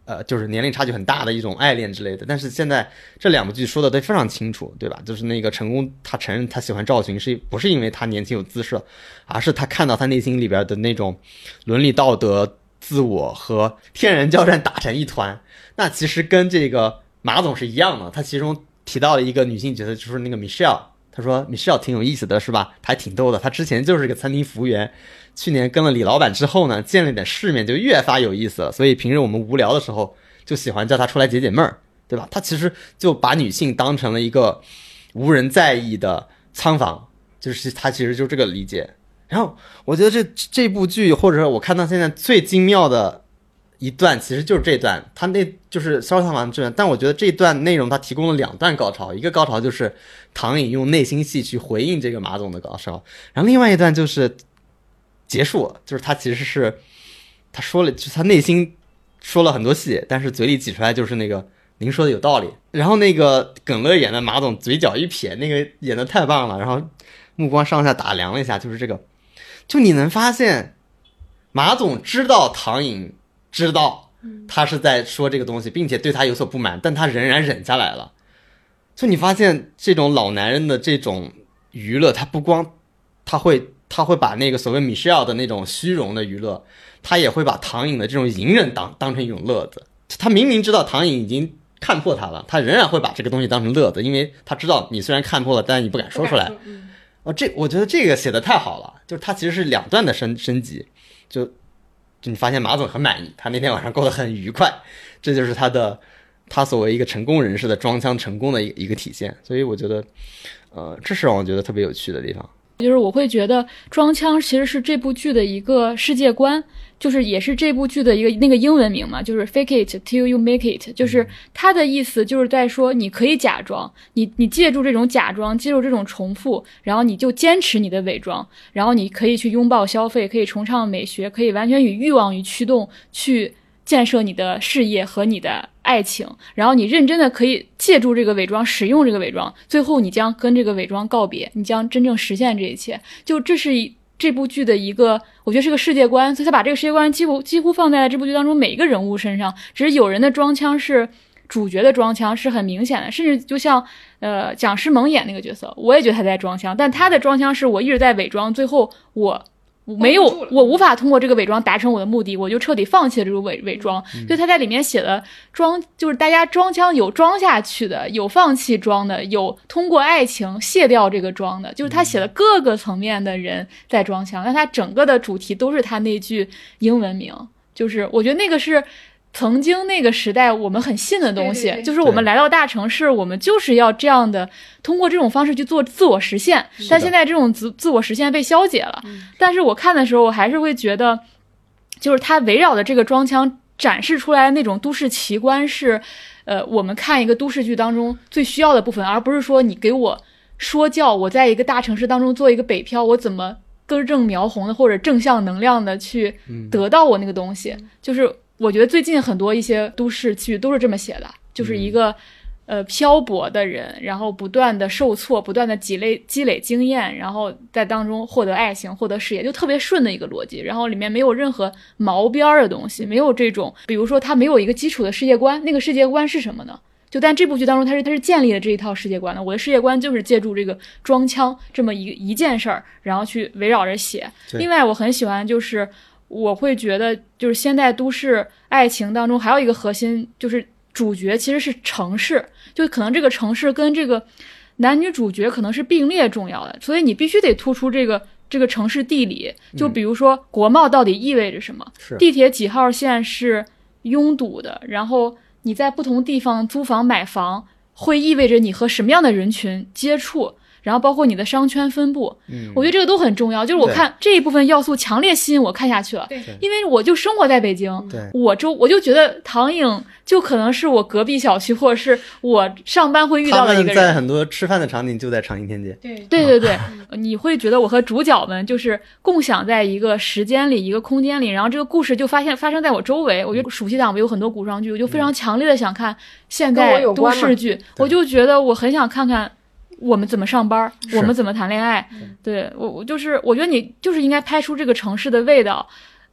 呃，就是年龄差距很大的一种爱恋之类的。但是现在这两部剧说的都非常清楚，对吧？就是那个成功，他承认他喜欢赵群，是不是因为他年轻有姿色，而是他看到他内心里边的那种伦理道德、自我和天人交战打成一团。那其实跟这个马总是一样的，他其中提到了一个女性角色，就是那个 Michelle。他说 Michelle 挺有意思的，是吧？他还挺逗的。他之前就是一个餐厅服务员，去年跟了李老板之后呢，见了点世面，就越发有意思了。所以平时我们无聊的时候，就喜欢叫他出来解解闷儿，对吧？他其实就把女性当成了一个无人在意的仓房，就是他其实就这个理解。然后我觉得这这部剧，或者说我看到现在最精妙的一段，其实就是这段，他那就是烧仓房这段。但我觉得这段内容他提供了两段高潮，一个高潮就是唐颖用内心戏去回应这个马总的高潮，然后另外一段就是结束，就是他其实是他说了，就是他内心说了很多戏，但是嘴里挤出来就是那个您说的有道理。然后那个耿乐演的马总嘴角一撇，那个演的太棒了，然后目光上下打量了一下，就是这个，就你能发现马总知道唐颖知道他是在说这个东西，并且对他有所不满，但他仍然忍下来了。就你发现这种老男人的这种娱乐，他不光他会他会把那个所谓 Michelle 的那种虚荣的娱乐，他也会把唐颖的这种隐忍当当成一种乐子。他明明知道唐颖已经看破他了，他仍然会把这个东西当成乐子，因为他知道你虽然看破了，但你不敢说出来。哦，这我觉得这个写的太好了，就是他其实是两段的升升级，就就你发现马总很满意，他那天晚上过得很愉快，这就是他的他作为一个成功人士的装腔成功的一个一个体现。所以我觉得呃这是让我觉得特别有趣的地方。
就是我会觉得装腔其实是这部剧的一个世界观，就是也是这部剧的一个那个英文名嘛，就是 fake it till you make it， 就是它的意思就是在说你可以假装，你你借助这种假装，借助这种重复，然后你就坚持你的伪装，然后你可以去拥抱消费，可以崇尚美学，可以完全与欲望与驱动去建设你的事业和你的爱情，然后你认真的可以借助这个伪装，使用这个伪装，最后你将跟这个伪装告别，你将真正实现这一切。就这是这部剧的一个，我觉得是个世界观，所以他把这个世界观几乎几乎放在了这部剧当中每一个人物身上。只是有人的装腔是主角的装腔是很明显的，甚至就像呃蒋诗萌演那个角色，我也觉得他在装腔，但他的装腔是我一直在伪装，最后我没有，我无法通过这个伪装达成我的目的，我就彻底放弃了这种伪伪装。所以他在里面写的装，就是大家装腔有装下去的，有放弃装的，有通过爱情卸掉这个装的，就是他写了各个层面的人在装腔。但他整个的主题都是他那句英文名，就是我觉得那个是曾经那个时代我们很信的东西，对对对，就是我们来到大城市，我们就是要这样的通过这种方式去做自我实现。但现在这种自自我实现被消解了，但是我看的时候我还是会觉得，就是它围绕的这个装腔展示出来那种都市奇观是呃，我们看一个都市剧当中最需要的部分，而不是说你给我说教我在一个大城市当中做一个北漂，我怎么根正苗红的或者正向能量的去得到我那个东西。嗯、就是我觉得最近很多一些都市剧都是这么写的，就是一个、嗯、呃漂泊的人，然后不断的受挫，不断的积累积累经验，然后在当中获得爱情，获得事业，就特别顺的一个逻辑。然后里面没有任何毛边的东西，没有这种，比如说它没有一个基础的世界观，那个世界观是什么呢？就但这部剧当中它是它是建立了这一套世界观的。我的世界观就是借助这个装腔这么一一件事儿，然后去围绕着写。另外我很喜欢就是我会觉得就是现代都市爱情当中还有一个核心，就是主角其实是城市，就可能这个城市跟这个男女主角可能是并列重要的，所以你必须得突出这个这个城市地理。就比如说国贸到底意味着什么、嗯、地铁几号线是拥堵的，然后你在不同地方租房买房会意味着你和什么样的人群接触，然后包括你的商圈分布、嗯、我觉得这个都很重要。就是我看这一部分要素强烈吸引我看下去了，对，因为我就生活在北京，对，我周我就觉得唐颖就可能是我隔壁小区或者是我上班会遇到的一个人。他们
在很多吃饭的场景就在长楹天街，
对对对对、嗯、你会觉得我和主角们就是共享在一个时间里一个空间里，然后这个故事就发现发生在我周围。我觉得暑期档有很多古装剧，我就非常强烈的想看现代都市剧， 我, 我就觉得我很想看看我们怎么上班，我们怎么谈恋爱。对，我我就是我觉得你就是应该拍出这个城市的味道，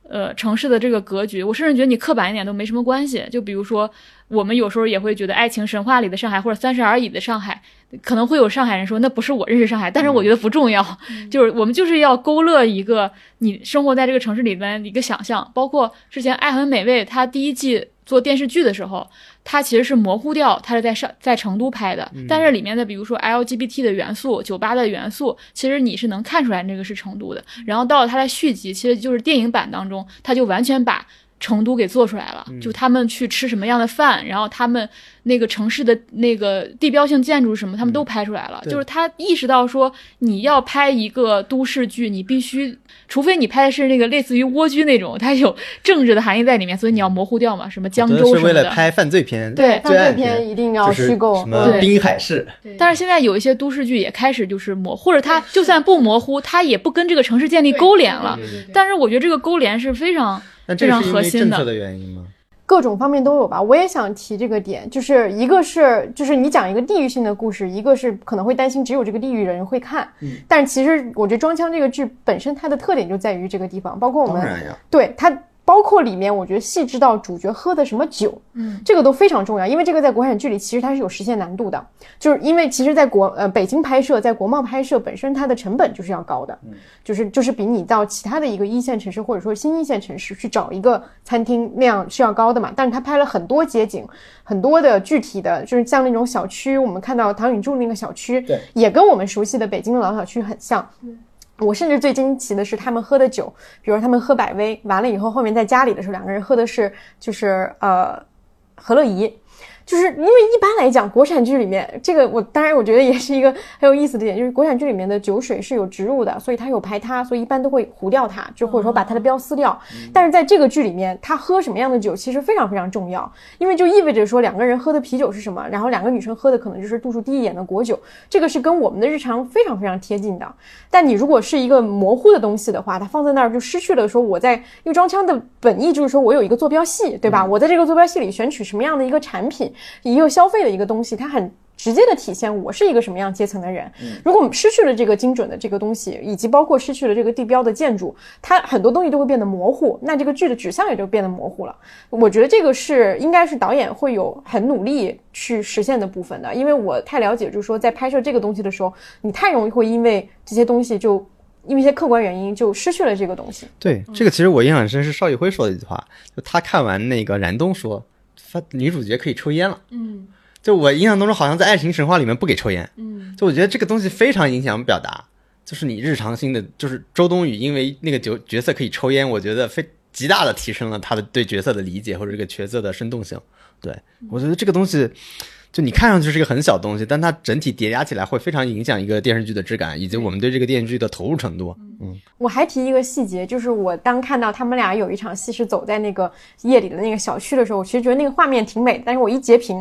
呃城市的这个格局。我甚至觉得你刻板一点都没什么关系。就比如说我们有时候也会觉得爱情神话里的上海或者三十而已的上海，可能会有上海人说那不是我认识上海，但是我觉得不重要、嗯、就是我们就是要勾勒一个你生活在这个城市里面一个想象。包括之前爱很美味它第一季做电视剧的时候，它其实是模糊掉它是在上在成都拍的、嗯、但是里面的比如说 L G B T 的元素酒吧的元素其实你是能看出来这个是成都的。然后到了它的续集其实就是电影版当中，它就完全把成都给做出来了、嗯、就他们去吃什么样的饭，然后他们那个城市的那个地标性建筑什么他们都拍出来了、嗯、就是他意识到说你要拍一个都市剧你必须除非你拍的是那个类似于蜗居那种它有政治的含义在里面，所以你要模糊掉嘛，什么江州什么的，
是为了拍犯罪片，
对犯罪片一定要虚构、
就是、什么滨海市。
但是现在有一些都市剧也开始就是模或者它就算不模糊它也不跟这个城市建立勾连了，但是我觉得这个勾连是非常
那这是因为政策的原因吗？
各种方面都有吧。我也想提这个点，就是一个是就是你讲一个地域性的故事，一个是可能会担心只有这个地域人会看、嗯、但是其实我觉得装腔这个剧本身它的特点就在于这个地方，包括我们
当然呀
对它包括里面我觉得细致到主角喝的什么酒，嗯，这个都非常重要，因为这个在国产剧里其实它是有实现难度的，就是因为其实在国呃北京拍摄在国贸拍摄本身它的成本就是要高的，嗯，就是就是比你到其他的一个一线城市或者说新一线城市去找一个餐厅那样是要高的嘛。但是他拍了很多街景，很多的具体的就是像那种小区，我们看到唐允住那个小区，对，也跟我们熟悉的北京的老小区很像，嗯。我甚至最惊奇的是他们喝的酒，比如他们喝百威完了以后后面在家里的时候两个人喝的是就是呃和乐怡，就是因为一般来讲国产剧里面这个我当然我觉得也是一个很有意思的点，就是国产剧里面的酒水是有植入的，所以它有排他，所以一般都会糊掉它，就或者说把它的标撕掉、嗯、但是在这个剧里面他喝什么样的酒其实非常非常重要，因为就意味着说两个人喝的啤酒是什么，然后两个女生喝的可能就是度数低一点的果酒，这个是跟我们的日常非常非常贴近的。但你如果是一个模糊的东西的话，它放在那儿就失去了说我在因为装腔的本意就是说我有一个坐标系，对吧、嗯、我在这个坐标系里选取什么样的一个产品一个消费的一个东西，它很直接的体现我是一个什么样阶层的人、嗯、如果我们失去了这个精准的这个东西，以及包括失去了这个地标的建筑，它很多东西都会变得模糊，那这个剧的指向也就变得模糊了。我觉得这个是应该是导演会有很努力去实现的部分的，因为我太了解就是说在拍摄这个东西的时候你太容易会因为这些东西就因为一些客观原因就失去了这个东西。
对，这个其实我印象很深是邵艺辉说的一句话，就他看完那个燃冬说女主角可以抽烟了，嗯，就我印象当中好像在爱情神话里面不给抽烟，嗯，就我觉得这个东西非常影响表达，就是你日常性的就是周冬雨因为那个角角色可以抽烟，我觉得非极大的提升了他的对角色的理解或者这个角色的生动性。对，我觉得这个东西就你看上去是一个很小的东西，但它整体叠加起来会非常影响一个电视剧的质感以及我们对这个电视剧的投入程度。嗯，我
还提一个细节，就是我当看到他们俩有一场戏是走在那个夜里的那个小区的时候，我其实觉得那个画面挺美，但是我一截屏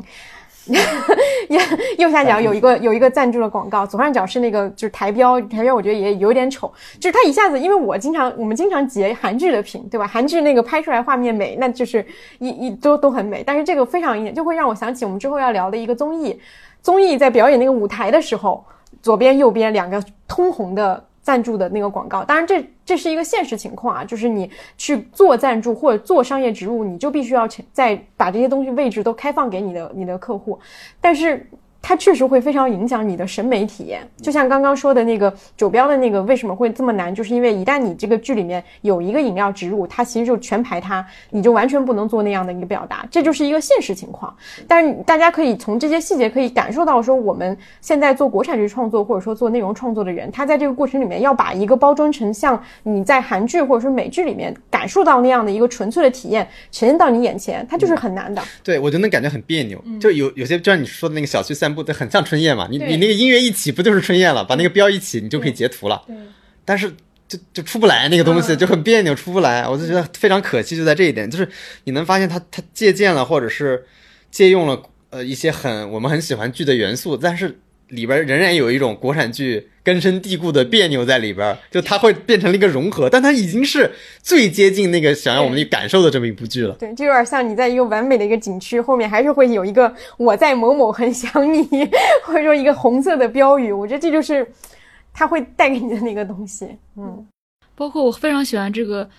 右下角有一个有一个赞助的广告，左上角是那个就是台标，台标我觉得也有点丑，就是它一下子因为我经常我们经常截韩剧的屏，对吧？韩剧那个拍出来画面美，那就是一一都都很美，但是这个非常就会让我想起我们之后要聊的一个综艺，综艺在表演那个舞台的时候，左边右边两个通红的赞助的那个广告，当然这这是一个现实情况啊，就是你去做赞助或者做商业植入，你就必须要再把这些东西位置都开放给你的你的客户，但是它确实会非常影响你的审美体验。就像刚刚说的那个酒标的那个为什么会这么难，就是因为一旦你这个剧里面有一个饮料植入，它其实就全排它，你就完全不能做那样的一个表达，这就是一个现实情况。但是大家可以从这些细节可以感受到说，我们现在做国产剧创作或者说做内容创作的人，他在这个过程里面要把一个包装成像你在韩剧或者说美剧里面感受到那样的一个纯粹的体验呈现到你眼前，它就是很难的。
嗯、对，我觉得那感觉很别扭，就有有些就像你说的那个小区散步很像春夜嘛，你你那个音乐一起不就是春夜了，把那个标一起你就可以截图了，对，但是就就出不来那个东西，就很别扭，出不来，我就觉得非常可惜，就在这一点，就是你能发现他他借鉴了或者是借用了呃一些很我们很喜欢剧的元素，但是里边仍然有一种国产剧根深蒂固的别扭在里边，就它会变成了一个融合，但它已经是最接近那个想让我们去感受的这么一部剧了。
对，就有点像你在一个完美的一个景区后面还是会有一个我在某某很想你，或者说一个红色的标语，我觉得这就是它会带给你的那个东西。嗯，
包括我非常喜欢这个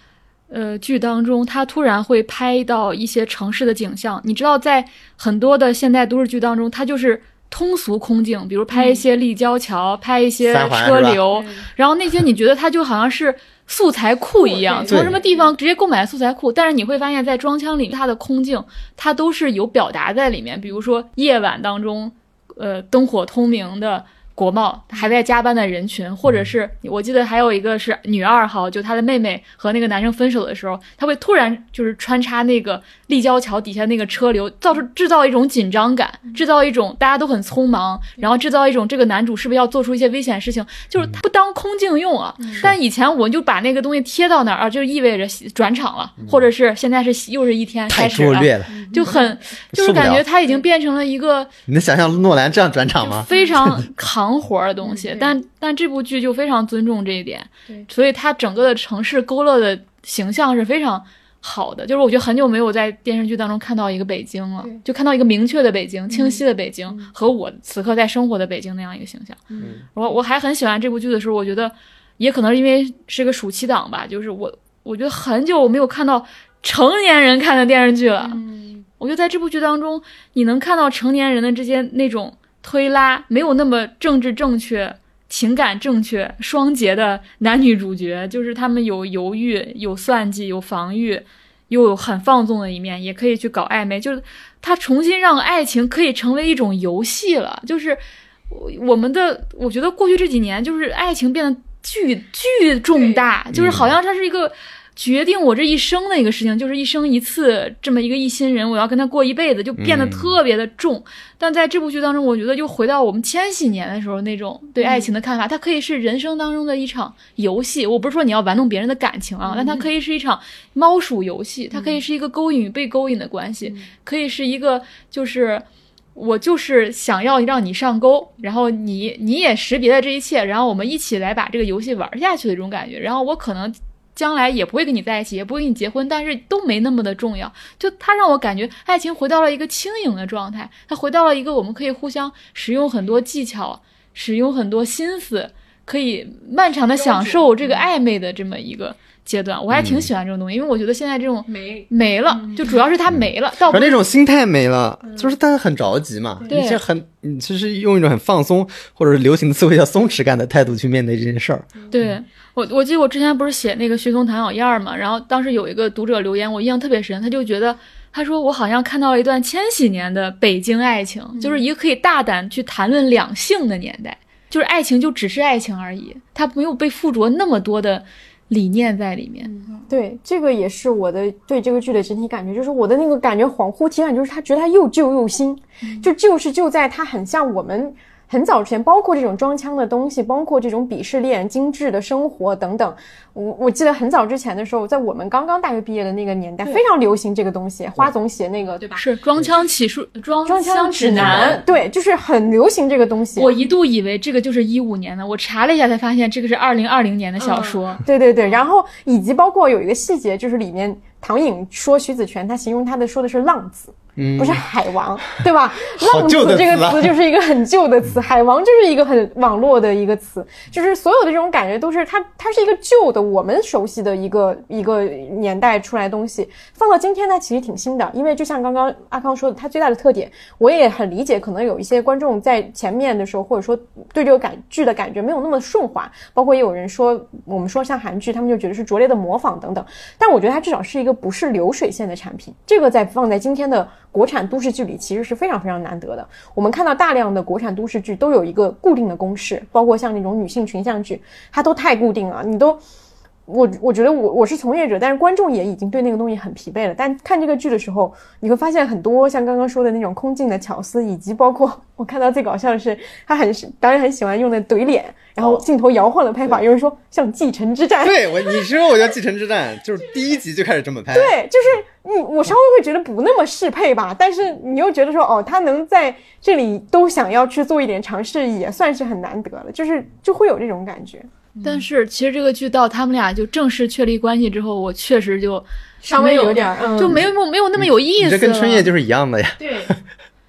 呃剧当中，他突然会拍到一些城市的景象。你知道，在很多的现代都市剧当中，它就是通俗空镜，比如拍一些立交桥、嗯、拍一些车流，然后那些你觉得它就好像是素材库一样，从什么地方直接购买素材库。但是你会发现在装腔里它的空镜它都是有表达在里面，比如说夜晚当中呃灯火通明的国贸还在加班的人群，或者是我记得还有一个是女二号，就她的妹妹和那个男生分手的时候，她会突然就是穿插那个立交桥底下那个车流，造成制造一种紧张感，制造一种大家都很匆忙，然后制造一种这个男主是不是要做出一些危险事情，就是他不当空镜用啊。嗯、但以前我就把那个东西贴到那儿啊，就意味着转场了，嗯、或者是现在是又是一天开始了，太拙劣了，就很就是感觉他已经变成了一个，
你能想象诺兰这样转场吗？
非常扛活的东西，但但这部剧就非常尊重这一点，所以它整个的城市勾勒的形象是非常好的。就是我觉得很久没有在电视剧当中看到一个北京了，就看到一个明确的北京、清晰的北京、嗯、和我此刻在生活的北京那样一个形象。嗯，我我还很喜欢这部剧的时候，我觉得也可能是因为是个暑期档吧，就是我我觉得很久我没有看到成年人看的电视剧了。嗯，我觉得在这部剧当中，你能看到成年人的这些那种推拉，没有那么政治正确、情感正确、双节的男女主角，就是他们有犹豫、有算计、有防御，又有很放纵的一面，也可以去搞暧昧。就是他重新让爱情可以成为一种游戏了。就是我们的，我觉得过去这几年，就是爱情变得巨巨重大，就是好像它是一个决定我这一生的一个事情，就是一生一次这么一个一心人，我要跟他过一辈子，就变得特别的重。嗯、但在这部剧当中，我觉得又回到我们千禧年的时候那种对爱情的看法，嗯、它可以是人生当中的一场游戏。我不是说你要玩弄别人的感情啊，嗯、但它可以是一场猫鼠游戏，它可以是一个勾引与被勾引的关系，嗯、可以是一个就是我就是想要让你上钩，然后你你也识别了这一切，然后我们一起来把这个游戏玩下去的这种感觉。然后我可能将来也不会跟你在一起，也不会跟你结婚，但是都没那么的重要。就它让我感觉爱情回到了一个轻盈的状态，它回到了一个我们可以互相使用很多技巧，使用很多心思，可以漫长的享受这个暧昧的这么一个阶段。我还挺喜欢这种东西，嗯、因为我觉得现在这种没没了，嗯、就主要是它没了，倒不是
那种心态没了，嗯、就是大家很着急嘛，
对，
你这很你就是用一种很放松或者是流行的词汇叫松弛感的态度去面对这件事儿。
对。我我记得我之前不是写那个学童唐小燕嘛，然后当时有一个读者留言，我印象特别深，他就觉得他说我好像看到了一段千禧年的北京爱情，嗯、就是一个可以大胆去谈论两性的年代，就是爱情就只是爱情而已，它没有被附着那么多的理念在里面。
嗯、对，这个也是我的对这个剧的整体感觉，就是我的那个感觉恍惚体感，就是他觉得他又旧又新，嗯、就就是就在他很像我们很早之前，包括这种装腔的东西，包括这种鄙视链、精致的生活等等。我我记得很早之前的时候，在我们刚刚大学毕业的那个年代，非常流行这个东西。花总写那个，对吧？
是装腔启示装
装腔
指
南，对，就是很流行这个东西。
我一度以为这个就是一五年的，我查了一下才发现这个是二零二零年的小说。
嗯、对对对，然后以及包括有一个细节，就是里面唐颖说徐子泉，他形容他的说的是浪子。嗯，不是海王，对吧？浪子这个词就是一个很旧的词，海王就是一个很网络的一个词，就是所有的这种感觉都是它，它是一个旧的我们熟悉的一个一个年代出来的东西，放到今天它其实挺新的。因为就像刚刚阿康说的，它最大的特点，我也很理解，可能有一些观众在前面的时候，或者说对这个感剧的感觉没有那么顺滑，包括也有人说，我们说像韩剧，他们就觉得是拙劣的模仿等等。但我觉得它至少是一个不是流水线的产品，这个在放在今天的国产都市剧里其实是非常非常难得的。我们看到大量的国产都市剧都有一个固定的公式，包括像那种女性群像剧，它都太固定了，你都我我觉得我我是从业者，但是观众也已经对那个东西很疲惫了。但看这个剧的时候，你会发现很多像刚刚说的那种空镜的巧思，以及包括我看到最搞笑的是，他很导演很喜欢用的怼脸，然后镜头摇晃的拍法，有人说像继承之战。
对，我你说我叫继承之战，就是第一集就开始这么拍。
对，就是你我稍微会觉得不那么适配吧，但是你又觉得说哦，他能在这里都想要去做一点尝试，也算是很难得了，就是就会有这种感觉。
但是其实这个剧到他们俩就正式确立关系之后，我确实就
稍微有点、嗯、
就没有没有那么有意思了。
你这跟春夜就是一样的呀。
对，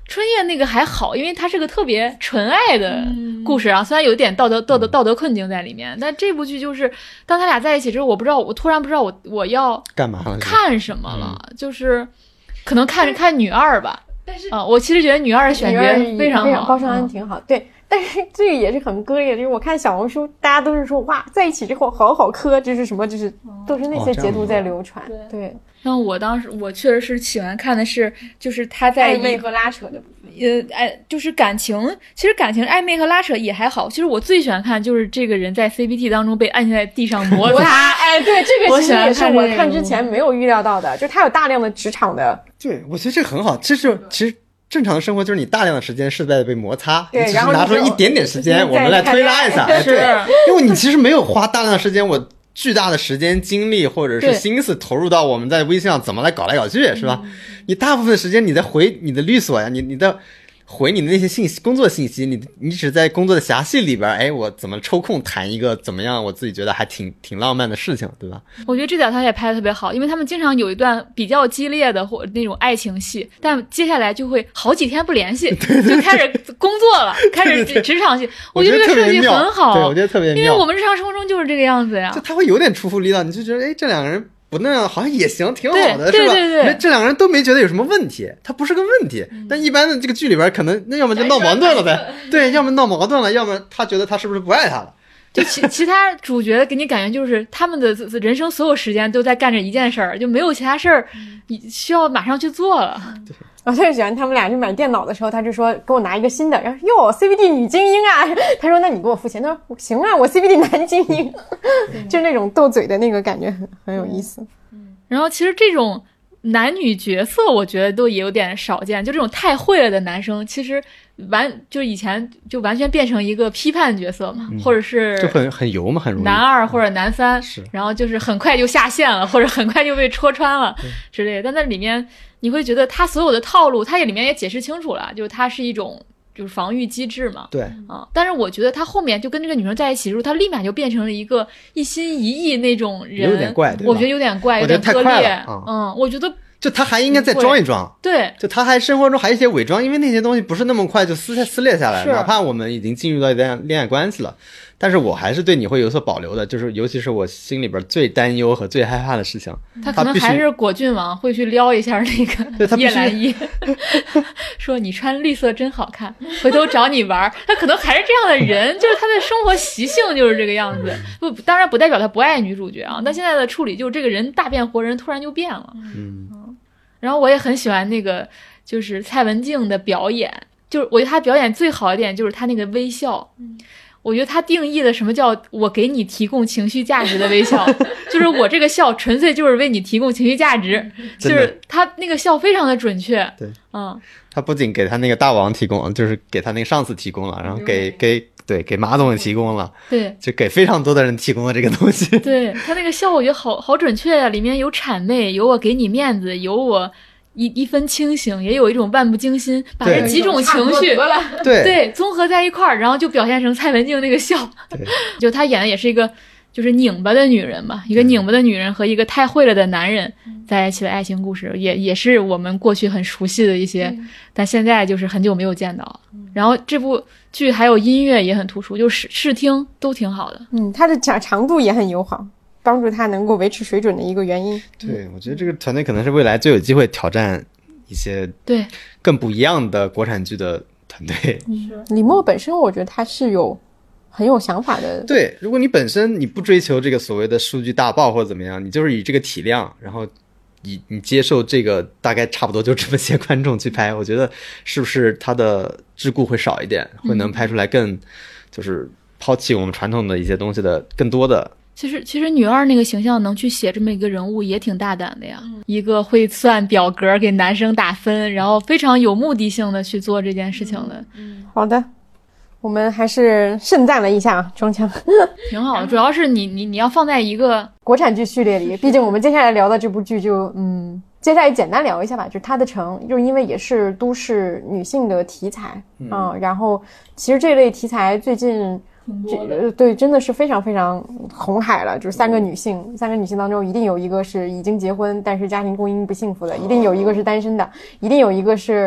春夜那个还好，因为它是个特别纯爱的故事啊，虽然有一点道德道德道德困境在里面，但这部剧就是当他俩在一起之后，我不知道，我突然不知道我我要
干嘛了？
看什么了，嗯、就是可能看看女二吧。但是啊、呃，我其实觉得女二的选角非常好，
高胜安挺好，对。但是这个也是很割裂，就是我看小红书，大家都是说哇，在一起之后好好磕，就是什么，就是都是那些截图在流传。哦、对, 对。
像我当时，我确实是喜欢看的是，就是他在
暧昧和拉扯的部分。
呃，哎，就是感情，其实感情暧昧和拉扯也还好。其实我最喜欢看就是这个人在 C B T 当中被按在地上摩擦。
哎，对，这个其实也是我看之前没有预料到的，就他有大量的职场的。
对，我觉得这个很好。其实其实。正常的生活就是你大量的时间是在被摩擦，
对，
你只是拿出一点点时间，我们来推拉一下，
是，
因为你其实没有花大量的时间，我巨大的时间、精力或者是心思投入到我们在微信上怎么来搞来搞去，是吧？你大部分时间你在回你的律所呀，你你的。回你的那些信息，工作信息，你你只在工作的狭隙里边，哎，我怎么抽空谈一个怎么样？我自己觉得还挺挺浪漫的事情，对吧？
我觉得这点他也拍得特别好，因为他们经常有一段比较激烈的或那种爱情戏，但接下来就会好几天不联系，对对对，就开始工作了，对对对，开始职场戏。我觉得这个设计很好，
对，我觉得特别妙，
因为我们日常生活中就是这个样子呀。
就他会有点出乎力道，你就觉得，哎，这两个人。不那样好像也行，挺好的，
是
吧？
对对对，
这两个人都没觉得有什么问题，他不是个问题。嗯、但一般的这个剧里边，可能那要么就闹矛盾了呗，对，要么闹矛盾了，要么他觉得他是不是不爱他了。
就其其他主角给你感觉就是他们的人生所有时间都在干着一件事儿，就没有其他事儿你需要马上去做了。
对。我特别喜欢他们俩去买电脑的时候，他就说给我拿一个新的，然后哟 C B D 女精英啊，他说那你给我付钱，他说行啊，我 C B D 男精英，就那种斗嘴的那个感觉很很有意思。
然后其实这种男女角色我觉得都也有点少见，就这种太会了的男生其实完就以前就完全变成一个批判角色嘛、嗯、或者是
就很很油嘛，很容易
男二或者男三、
嗯、
然后就是很快就下线了或者很快就被戳穿了之类的，但在里面你会觉得他所有的套路他也里面也解释清楚了，就是他是一种就是防御机制嘛，
对
啊，但是我觉得他后面就跟这个女生在一起之后，他立马就变成了一个一心一意那种人，
有点怪，对吧？
我觉得有点怪，有点割裂，嗯, 嗯，我觉得
就他还应该再装一装，
对，
就他还生活中还有一些伪装，因为那些东西不是那么快就撕撕裂下来，哪怕我们已经进入到一段恋爱关系了。但是我还是对你会有所保留的，就是尤其是我心里边最担忧和最害怕的事情。
他可能还是果郡王会去撩一下那个叶澜依，说你穿绿色真好看，回头找你玩。他可能还是这样的人，就是他的生活习性就是这个样子。不，当然不代表他不爱女主角啊。但现在的处理就是这个人大变活人，突然就变了。
嗯，
然后我也很喜欢那个就是蔡文静的表演，就是我觉得他表演最好一点就是他那个微笑。嗯，我觉得他定义的什么叫我给你提供情绪价值的微笑，就是我这个笑纯粹就是为你提供情绪价值，就是他那个笑非常的准确。
对，
嗯，
他不仅给他那个大王提供，就是给他那个上司提供了，然后给给对给马总也提供了，
对，
就给非常多的人提供了这个东西。
对，他那个笑我觉得好好准确呀、啊，里面有谄媚，有我给你面子，有我。一一分清醒，也有一种万不经心，把这几种情绪
对
对综合在一块儿，然后就表现成蔡文静那个笑。就她演的也是一个就是拧巴的女人嘛，一个拧巴的女人和一个太会了的男人在一起的爱情故事，也也是我们过去很熟悉的一些，但现在就是很久没有见到。然后这部剧还有音乐也很突出，就视视听都挺好的。
嗯，它的长长度也很友好。帮助他能够维持水准的一个原因。
对，我觉得这个团队可能是未来最有机会挑战一些
对
更不一样的国产剧的团队。
嗯，李默本身我觉得他是有很有想法的。
对，如果你本身你不追求这个所谓的数据大爆或者怎么样，你就是以这个体量，然后以你接受这个大概差不多就这么些观众去拍，我觉得是不是他的桎梏会少一点，会能拍出来更、嗯、就是抛弃我们传统的一些东西的更多的。
其实其实女二那个形象能去写这么一个人物也挺大胆的呀、嗯、一个会算表格给男生打分，然后非常有目的性的去做这件事情的。
嗯，好的，我们还是盛赞了一下双枪，
挺好的。主要是你你你要放在一个
国产剧序列里，毕竟我们接下来聊的这部剧就嗯，接下来简单聊一下吧，就是它的成，就是因为也是都市女性的题材，嗯，嗯然后其实这类题材最近。这对真的是非常非常红海了，就是三个女性，三个女性当中一定有一个是已经结婚但是家庭婚姻不幸福的，一定有一个是单身的，一定有一个是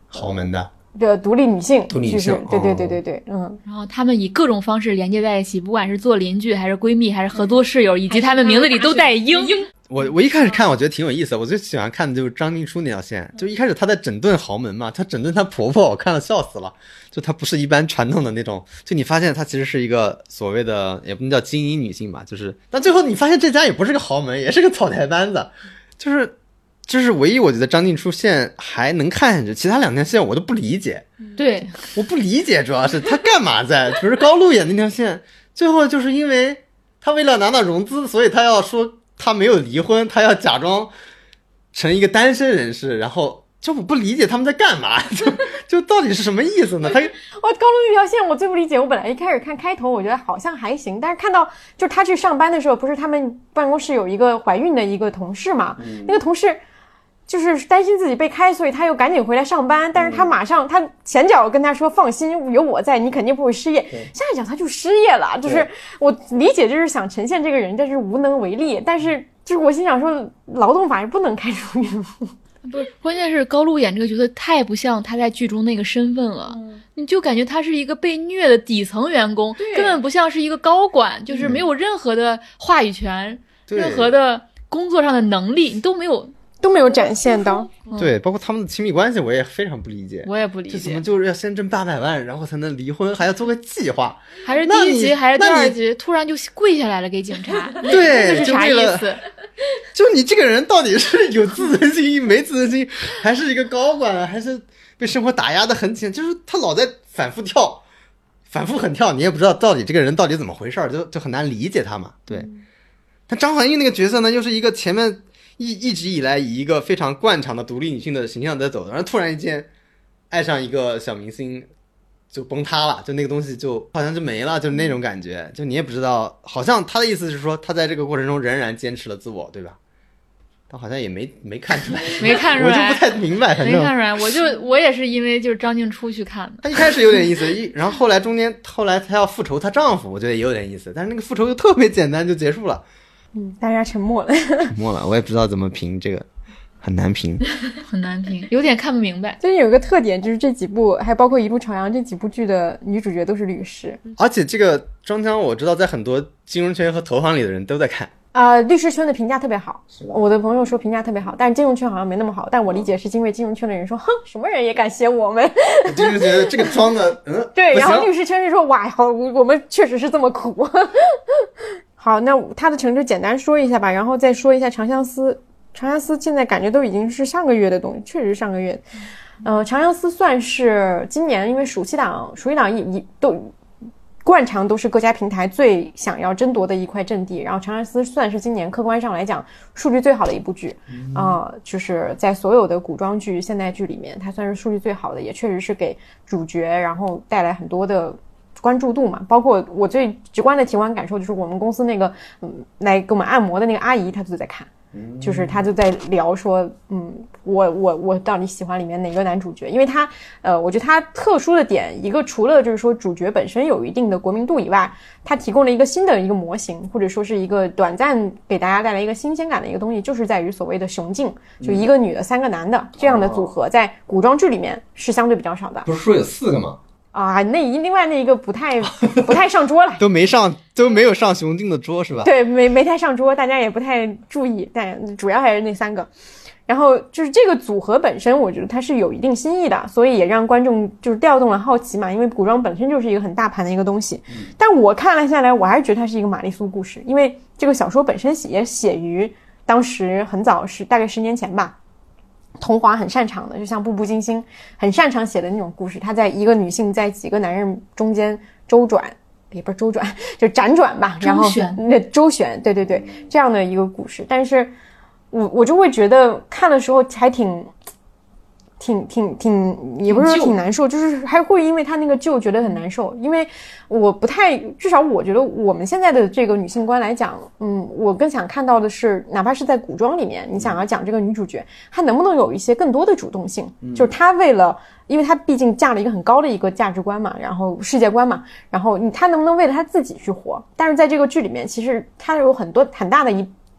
豪门的
的独立女性，
独立女性
就是对对
哦
对对对，嗯，
然后他们以各种方式连接在一起，不管是做邻居还是闺蜜还是合作室友，以及他们名字里都带鹰。
我我一开始看我觉得挺有意思的，我最喜欢看的就是张静初那条线，就一开始她在整顿豪门嘛，她整顿她婆婆，我看了笑死了。就她不是一般传统的那种，就你发现她其实是一个所谓的也不能叫精英女性吧，就是但最后你发现这家也不是个豪门，也是个草台班子，就是就是唯一我觉得张静初线还能看下去，其他两条线我都不理解。
对，
我不理解，主要是她干嘛在，比如高露演那条线，最后就是因为她为了拿到融资，所以她要说他没有离婚，他要假装成一个单身人士，然后就我不理解他们在干嘛，就就到底是什么意思呢？他
哇，高露那条线我最不理解。我本来一开始看开头，我觉得好像还行，但是看到就是他去上班的时候，不是他们办公室有一个怀孕的一个同事嘛，嗯、那个同事就是担心自己被开，所以他又赶紧回来上班。但是他马上，他前脚跟他说放心，有我在，你肯定不会失业。下一脚他就失业了。就是我理解，就是想呈现这个人，但是无能为力。但是就是我心想说，劳动法是不能开除孕妇。
不是，关键是高露演这个角色太不像他在剧中那个身份了，嗯、你就感觉他是一个被虐的底层员工，根本不像是一个高管，就是没有任何的话语权，嗯、任何的工作上的能力你都没有。
都没有展现到，
对，包括他们的亲密关系，我也非常不理解。
我也不理解，
这怎么就是要先挣八百万，然后才能离婚，还要做个计划？
还是第一集还是第二集，突然就跪下来了给警察？
对，
这是啥意思？
就你这个人到底是有自尊心没自尊心，还是一个高管，还是被生活打压的很紧？就是他老在反复跳，反复很跳，你也不知道到底这个人到底怎么回事，就就很难理解他嘛。对，嗯、但张含韵那个角色呢，又是一个前面。一一直以来以一个非常惯常的独立女性的形象在走的，然后突然一间爱上一个小明星就崩塌了，就那个东西就好像就没了，就那种感觉，就你也不知道，好像他的意思是说他在这个过程中仍然坚持了自我，对吧？但好像也没没看出来，
没看出来，
我就不太明白，反正
没看出来，我就我也是因为就是张静初去看的，
他一开始有点意思，一然后后来中间后来她要复仇她丈夫，我觉得也有点意思，但是那个复仇就特别简单就结束了。
嗯，大家沉默了。
沉默了，我也不知道怎么评这个，很难评，
很难评，有点看不明白。
最近有一个特点，就是这几部，还包括《一路朝阳》这几部剧的女主角都是律师。
而且这个庄姜，我知道在很多金融圈和投行里的人都在看。
啊、呃，律师圈的评价特别好，我的朋友说评价特别好，但是金融圈好像没那么好。但我理解是因为金融圈的人说，哼，什么人也敢写我们，
就是觉得这个装的，嗯，
对。然后律师圈是说，哇，好，我们确实是这么苦。好，那他的成就简单说一下吧，然后再说一下《长相思》。《长相思》现在感觉都已经是上个月的东西，确实是上个月。呃，《长相思》算是今年因为暑期档，暑期档一一都。惯常都是各家平台最想要争夺的一块阵地，然后《长相思》算是今年客观上来讲数据最好的一部剧啊、呃，就是在所有的古装剧、现代剧里面，它算是数据最好的，也确实是给主角然后带来很多的关注度嘛。包括我最直观的体感感受就是我们公司那个嗯来给我们按摩的那个阿姨，她就在看。就是他就在聊说，嗯，我我我到底喜欢里面哪个男主角？因为他，呃，我觉得他特殊的点，一个除了就是说主角本身有一定的国民度以外，他提供了一个新的一个模型，或者说是一个短暂给大家带来一个新鲜感的一个东西，就是在于所谓的雄竞，就一个女的三个男的这样的组合，在古装剧里面是相对比较少的。
不是说有四个吗？
啊，那另外那一个不太不太上桌了，
都没上都没有上雄竞的桌是吧？
对，没没太上桌，大家也不太注意，但主要还是那三个。然后就是这个组合本身，我觉得它是有一定新意的，所以也让观众就是调动了好奇嘛。因为古装本身就是一个很大盘的一个东西，嗯、但我看了下来，我还是觉得它是一个玛丽苏故事，因为这个小说本身也写于当时很早，是大概十年前吧。桐华很擅长的，就像步步惊心很擅长写的那种故事，他在一个女性在几个男人中间周转，也不是周转，就辗转吧，然后那周旋，对对对，这样的一个故事。但是我我就会觉得看的时候还挺挺挺挺，也不是说挺难受，就是还会因为他那个旧觉得很难受，因为我不太，至少我觉得我们现在的这个女性观来讲，嗯，我更想看到的是，哪怕是在古装里面，你想要讲这个女主角，她能不能有一些更多的主动性，就是她为了，因为她毕竟架了一个很高的一个价值观嘛，然后世界观嘛，然后她能不能为了她自己去活？但是在这个剧里面，其实她有很多很大的一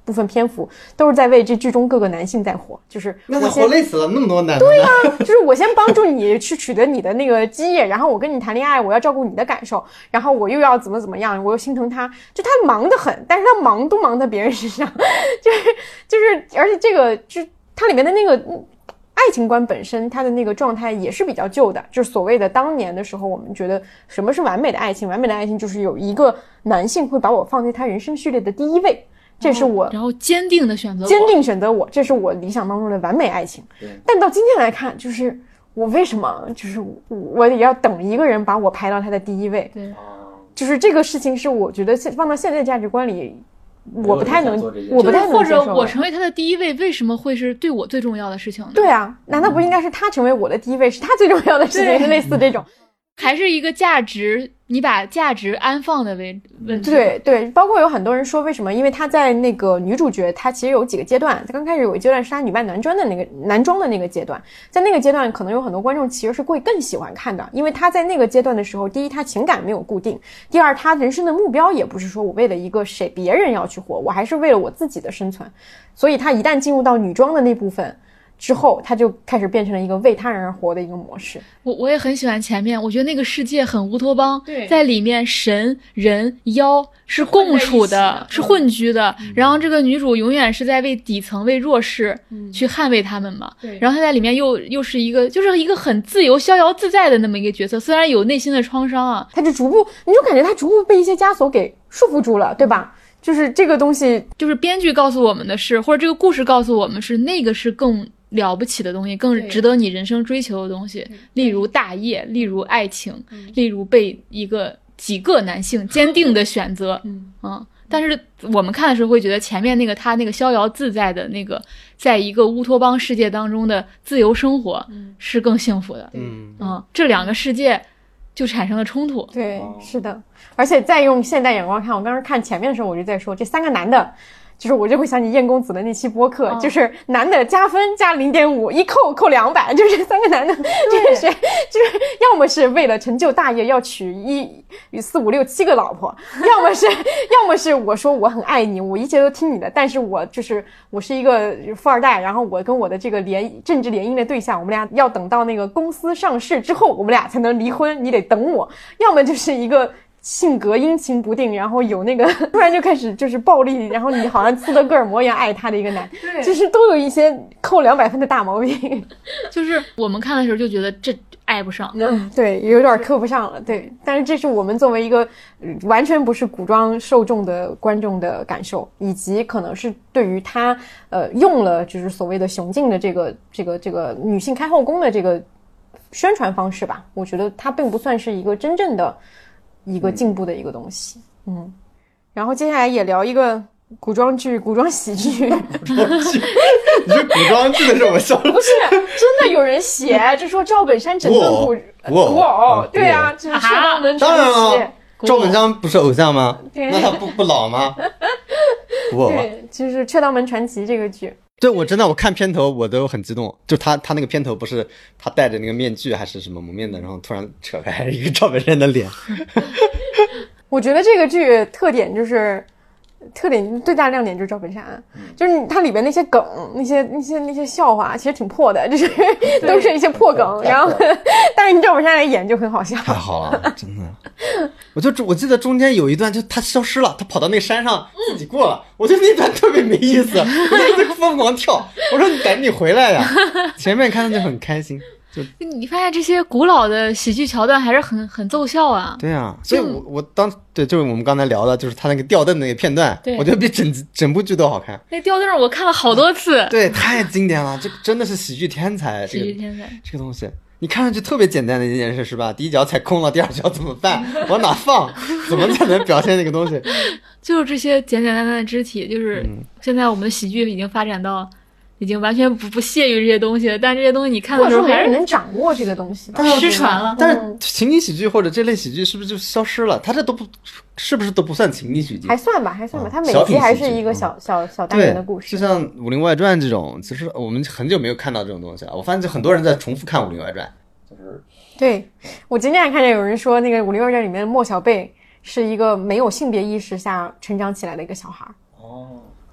部分篇幅都是在为这剧中各个男性在活，就是
那他
我先
活累死了，那么多男的。
对呀、啊，就是我先帮助你去取得你的那个基业，然后我跟你谈恋爱，我要照顾你的感受，然后我又要怎么怎么样，我又心疼他，就他忙得很，但是他忙都忙在别人身上，就是就是，而且这个就它里面的那个爱情观本身，它的那个状态也是比较旧的，就是所谓的当年的时候，我们觉得什么是完美的爱情？完美的爱情就是有一个男性会把我放在他人生序列的第一位。这是我，
然后坚定的选择我，
坚定选择我，这是我理想当中的完美爱情。但到今天来看，就是我为什么，就是我也要等一个人把我排到他的第一位？
对，
就是这个事情是我觉得放到现在价值观里，我不太能，我不太能
或者
接受。
我成为他的第一位，为什么会是对我最重要的事情呢？
对啊，难道不应该是他成为我的第一位，是他最重要的事情？是类似这种。
还是一个价值，你把价值安放的为问题。
对对，包括有很多人说为什么，因为他在那个女主角，她其实有几个阶段，她刚开始有一阶段是她女扮男装的那个男装的那个阶段，在那个阶段可能有很多观众其实是会更喜欢看的，因为她在那个阶段的时候，第一她情感没有固定，第二她人生的目标也不是说我为了一个谁别人要去活，我还是为了我自己的生存，所以她一旦进入到女装的那部分之后，他就开始变成了一个为他人而活的一个模式。
我我也很喜欢前面，我觉得那个世界很乌托邦，
对，
在里面神人妖是共处的，是混居的、嗯、然后这个女主永远是在为底层为弱势去捍卫他们嘛、嗯、然后她在里面又又是一个就是一个很自由逍遥自在的那么一个角色，虽然有内心的创伤啊，
她就逐步你就感觉她逐步被一些枷锁给束缚住了，对吧？就是这个东西，
就是编剧告诉我们的是，或者这个故事告诉我们是那个是更了不起的东西，更值得你人生追求的东西，例如大业，例如爱情、嗯、例如被一个几个男性坚定的选择。嗯嗯，但是我们看的时候会觉得前面那个他那个逍遥自在的那个在一个乌托邦世界当中的自由生活是更幸福的。嗯嗯，这两个世界就产生了冲突。
对，是的。而且再用现代眼光看，我刚刚看前面的时候我就在说这三个男的，就是我就会想起燕公子的那期播客、哦、就是男的加分加 零点五 一扣扣两百，就是这三个男的就是就是要么是为了成就大业要娶一四五六七个老婆，要么是要么是我说我很爱你，我一切都听你的，但是我就是我是一个富二代，然后我跟我的这个联政治联姻的对象，我们俩要等到那个公司上市之后我们俩才能离婚，你得等我，要么就是一个性格阴晴不定，然后有那个突然就开始就是暴力，然后你好像斯德哥尔摩一样爱他的一个男，就是都有一些扣两百分的大毛病。
就是我们看的时候就觉得这爱不上，
嗯，对，有点扣不上了，对。但是这是我们作为一个完全不是古装受众的观众的感受，以及可能是对于他呃用了就是所谓的雄竞的这个这个这个女性开后宫的这个宣传方式吧，我觉得它并不算是一个真正的一个进步的一个东西。 嗯, 嗯，然后接下来也聊一个古装剧古装喜剧。
古装剧你说古装剧的时候我笑了。
不是真的有人写就说赵本山整个古
古偶，
对啊，这是雀刀门传奇。
当然了，赵本山不是偶像吗？那他不不老吗？古偶
对，就是雀刀门传奇这个剧。
对，我真的我看片头我都很激动，就他他那个片头不是他戴着那个面具还是什么蒙面的，然后突然扯开一个赵本山的脸。
我觉得这个剧特点就是特点最大亮点就是赵本山、嗯、就是它里边那些梗那些那些那些笑话其实挺破的，就是都是一些破梗，然后但是你赵本山来演就很好笑。
太好了，真的。我就我记得中间有一段就他消失了，他跑到那个山上自己过了、嗯、我觉得那段特别没意思，我就一直疯狂跳，我说你赶紧回来呀。前面看着就很开心，就
你发现这些古老的喜剧桥段还是很很奏效啊。
对啊，所以我我当对就是我们刚才聊的就是他那个吊凳的那个片段，我觉得比整整部剧都好看。
那吊凳我看了好多次。
对，太经典了，这真的是喜剧天才。
喜剧天才、这个、
这个东西你看上去特别简单的一件事是吧？第一脚踩空了，第二脚怎么办？往哪放？怎么才能表现那个东西？
就是这些简简单单的肢体，就是现在我们的喜剧已经发展到已经完全不不屑于这些东西了，但这些东西你看的时候还是
能掌握这个东西吧，
失传了。
但是情景喜剧或者这类喜剧是不是就消失了？它这都不是不是都不算情景喜剧？
还算吧，还算吧。它每集还是一个小小小单元的故事。
就像《武林外传》这种，其实我们很久没有看到这种东西了。我发现就很多人在重复看《武林外传》，就是
对我今天还看见有人说那个《武林外传》里面的莫小贝是一个没有性别意识下成长起来的一个小孩。哦。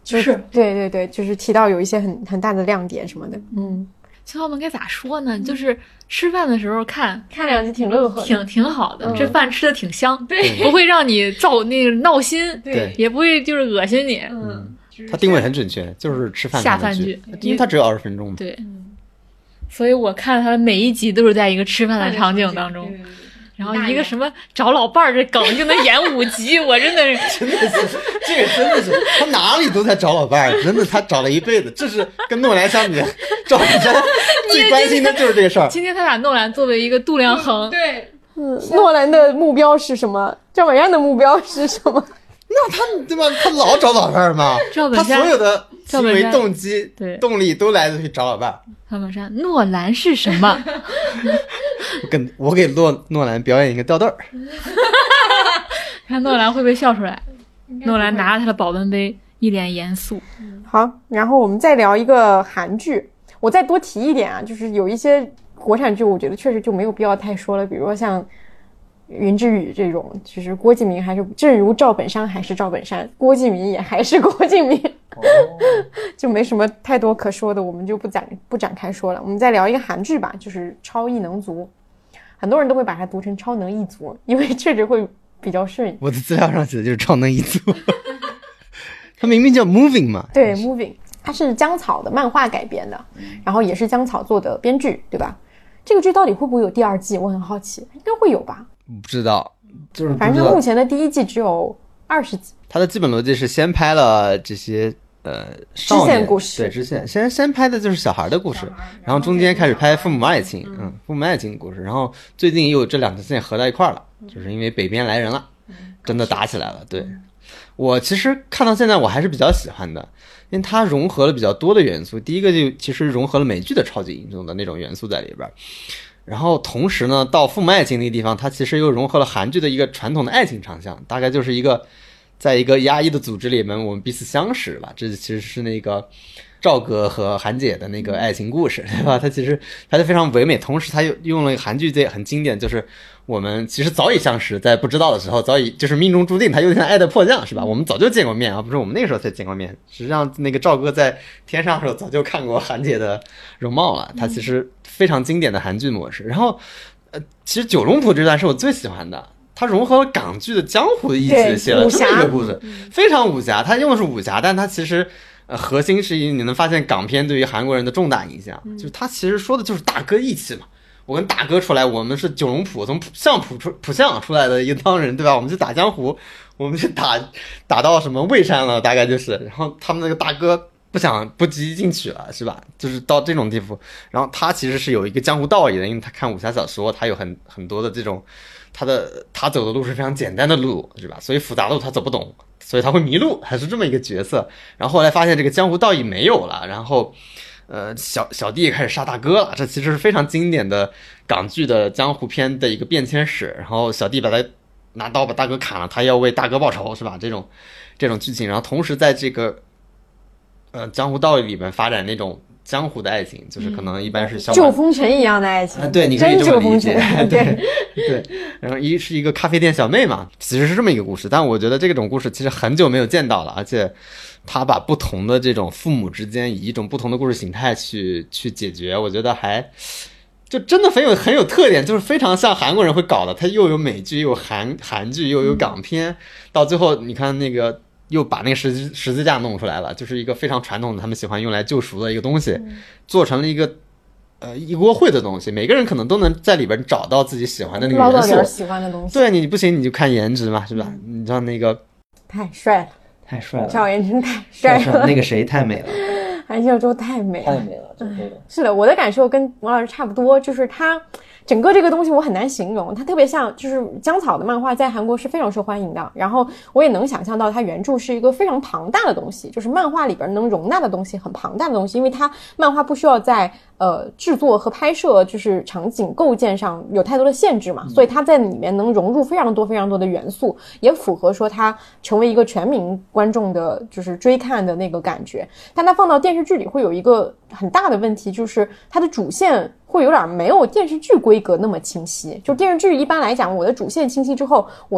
就是对对对，就是提到有一些很很大的亮点什么的。嗯，
青豪门该咋说呢？就是吃饭的时候看
看两集挺乐呵的，
挺挺好的，
嗯
这饭吃的挺香，
对
不会让你造那个闹心，
对
也不会就是恶心你。
嗯，
它定位很准确，就是吃饭看的
下饭剧，
因为它只有二十分钟嘛。
对，所以我看他的每一集都是在一个吃饭的场景当中。然后一个什么找老伴儿这梗就能演五集，我真的是
真的是这个真的是他哪里都在找老伴儿，真的他找了一辈子。这是跟诺兰相比，赵本山最关心的就是这个事儿。
今天他把诺兰作为一个度量衡，
对，嗯，诺兰的目标是什么？赵本山的目标是什么？
那他对吧？他老找老伴儿嘛，他
赵本山
所有的行为动机、
对
动力都来自于找老伴儿。
赵本山，诺兰是什么？
跟我给诺诺兰表演一个吊凳儿，
看诺兰会不会笑出来？诺兰拿着他的保温杯，一脸严肃。
好，然后我们再聊一个韩剧。我再多提一点啊，就是有一些国产剧，我觉得确实就没有必要太说了，比如说像云之羽这种，就是郭敬明还是正如赵本山还是赵本山，郭敬明也还是郭敬明，哦、就没什么太多可说的，我们就不展不展开说了。我们再聊一个韩剧吧，就是《超异能族》，很多人都会把它读成超能一族，因为确实会比较顺。
我的资料上写的就是超能一族，它明明叫 Moving 嘛。
对 ，Moving， 它是姜草的漫画改编的，然后也是姜草做的编剧，对吧？这个剧到底会不会有第二季？我很好奇，应该会有吧？
不知道，就是
反正目前的第一季只有二十集。
它的基本逻辑是先拍了这些呃少年
支线故事，
对支线，先先拍的就是小孩的故事，然后中间开始拍父母爱情，嗯，父母爱情的故事，然后最近又有这两条线合到一块了，就是因为北边来人了，真的打起来了。对，我其实看到现在我还是比较喜欢的，因为它融合了比较多的元素。第一个就其实融合了美剧的超级英雄的那种元素在里边。然后同时呢，到父母爱情那个地方，它其实又融合了韩剧的一个传统的爱情长项，大概就是一个在一个压抑的组织里面，我们彼此相识吧。这其实是那个赵哥和韩姐的那个爱情故事，对吧？它其实拍得非常唯美，同时它又用了韩剧这很经典，就是我们其实早已相识，在不知道的时候早已就是命中注定，它有点爱的迫降，是吧？我们早就见过面啊，不是我们那个时候才见过面。实际上那个赵哥在天上的时候早就看过韩姐的容貌了，它其实非常经典的韩剧模式。然后呃，其实九龙谱这段是我最喜欢的，它融合了港剧的江湖的意识，写了这么一个故事，非常武侠。它用的是武侠，但它其实呃核心是你能发现港片对于韩国人的重大影响，就是它其实说的就是大哥义气嘛。我跟大哥出来，我们是九龙谱，从相谱出谱相出来的一帮人，对吧？我们去打江湖，我们去打打到什么蔚山了，大概就是。然后他们那个大哥不想不积极进取了，是吧？就是到这种地步。然后他其实是有一个江湖道义的，因为他看武侠小说，他有很很多的这种，他的他走的路是非常简单的路，是吧？所以复杂的路他走不懂，所以他会迷路，还是这么一个角色。然后后来发现这个江湖道义没有了，然后。呃，小小弟也开始杀大哥了，这其实是非常经典的港剧的江湖片的一个变迁史。然后小弟把他拿刀把大哥砍了，他要为大哥报仇，是吧？这种这种剧情，然后同时在这个呃江湖道义里面发展那种江湖的爱情，就是可能一般是小
救风尘一样的爱情，
啊、对，你可以这么理解，
对
对。然后一是一个咖啡店小妹嘛，其实是这么一个故事，但我觉得这种故事其实很久没有见到了，而且。他把不同的这种父母之间以一种不同的故事形态去去解决，我觉得还就真的很有很有特点，就是非常像韩国人会搞的，他又有美剧又有韩韩剧又有港片，到最后你看那个又把那个十字十字架弄出来了，就是一个非常传统的他们喜欢用来救赎的一个东西，做成了一个呃一锅烩的东西，每个人可能都能在里边找到自己喜欢的那个元素，
捞到点喜欢的东西。
对，你不行你就看颜值嘛，是吧？嗯、你知道那个
太帅了。
太帅了，
赵寅成太帅了，
那个谁太美了，
韩孝周太美了，
太美了，真的。
是的，我的感受跟王老师差不多，就是他整个这个东西我很难形容，它特别像就是姜草的漫画在韩国是非常受欢迎的，然后我也能想象到它原著是一个非常庞大的东西，就是漫画里边能容纳的东西很庞大的东西，因为它漫画不需要在呃制作和拍摄就是场景构建上有太多的限制嘛，所以它在里面能融入非常多非常多的元素，也符合说它成为一个全民观众的就是追看的那个感觉。但它放到电视剧里会有一个很大的问题，就是它的主线会有点没有电视剧规格那么清晰，就电视剧一般来讲我的主线清晰之后，我的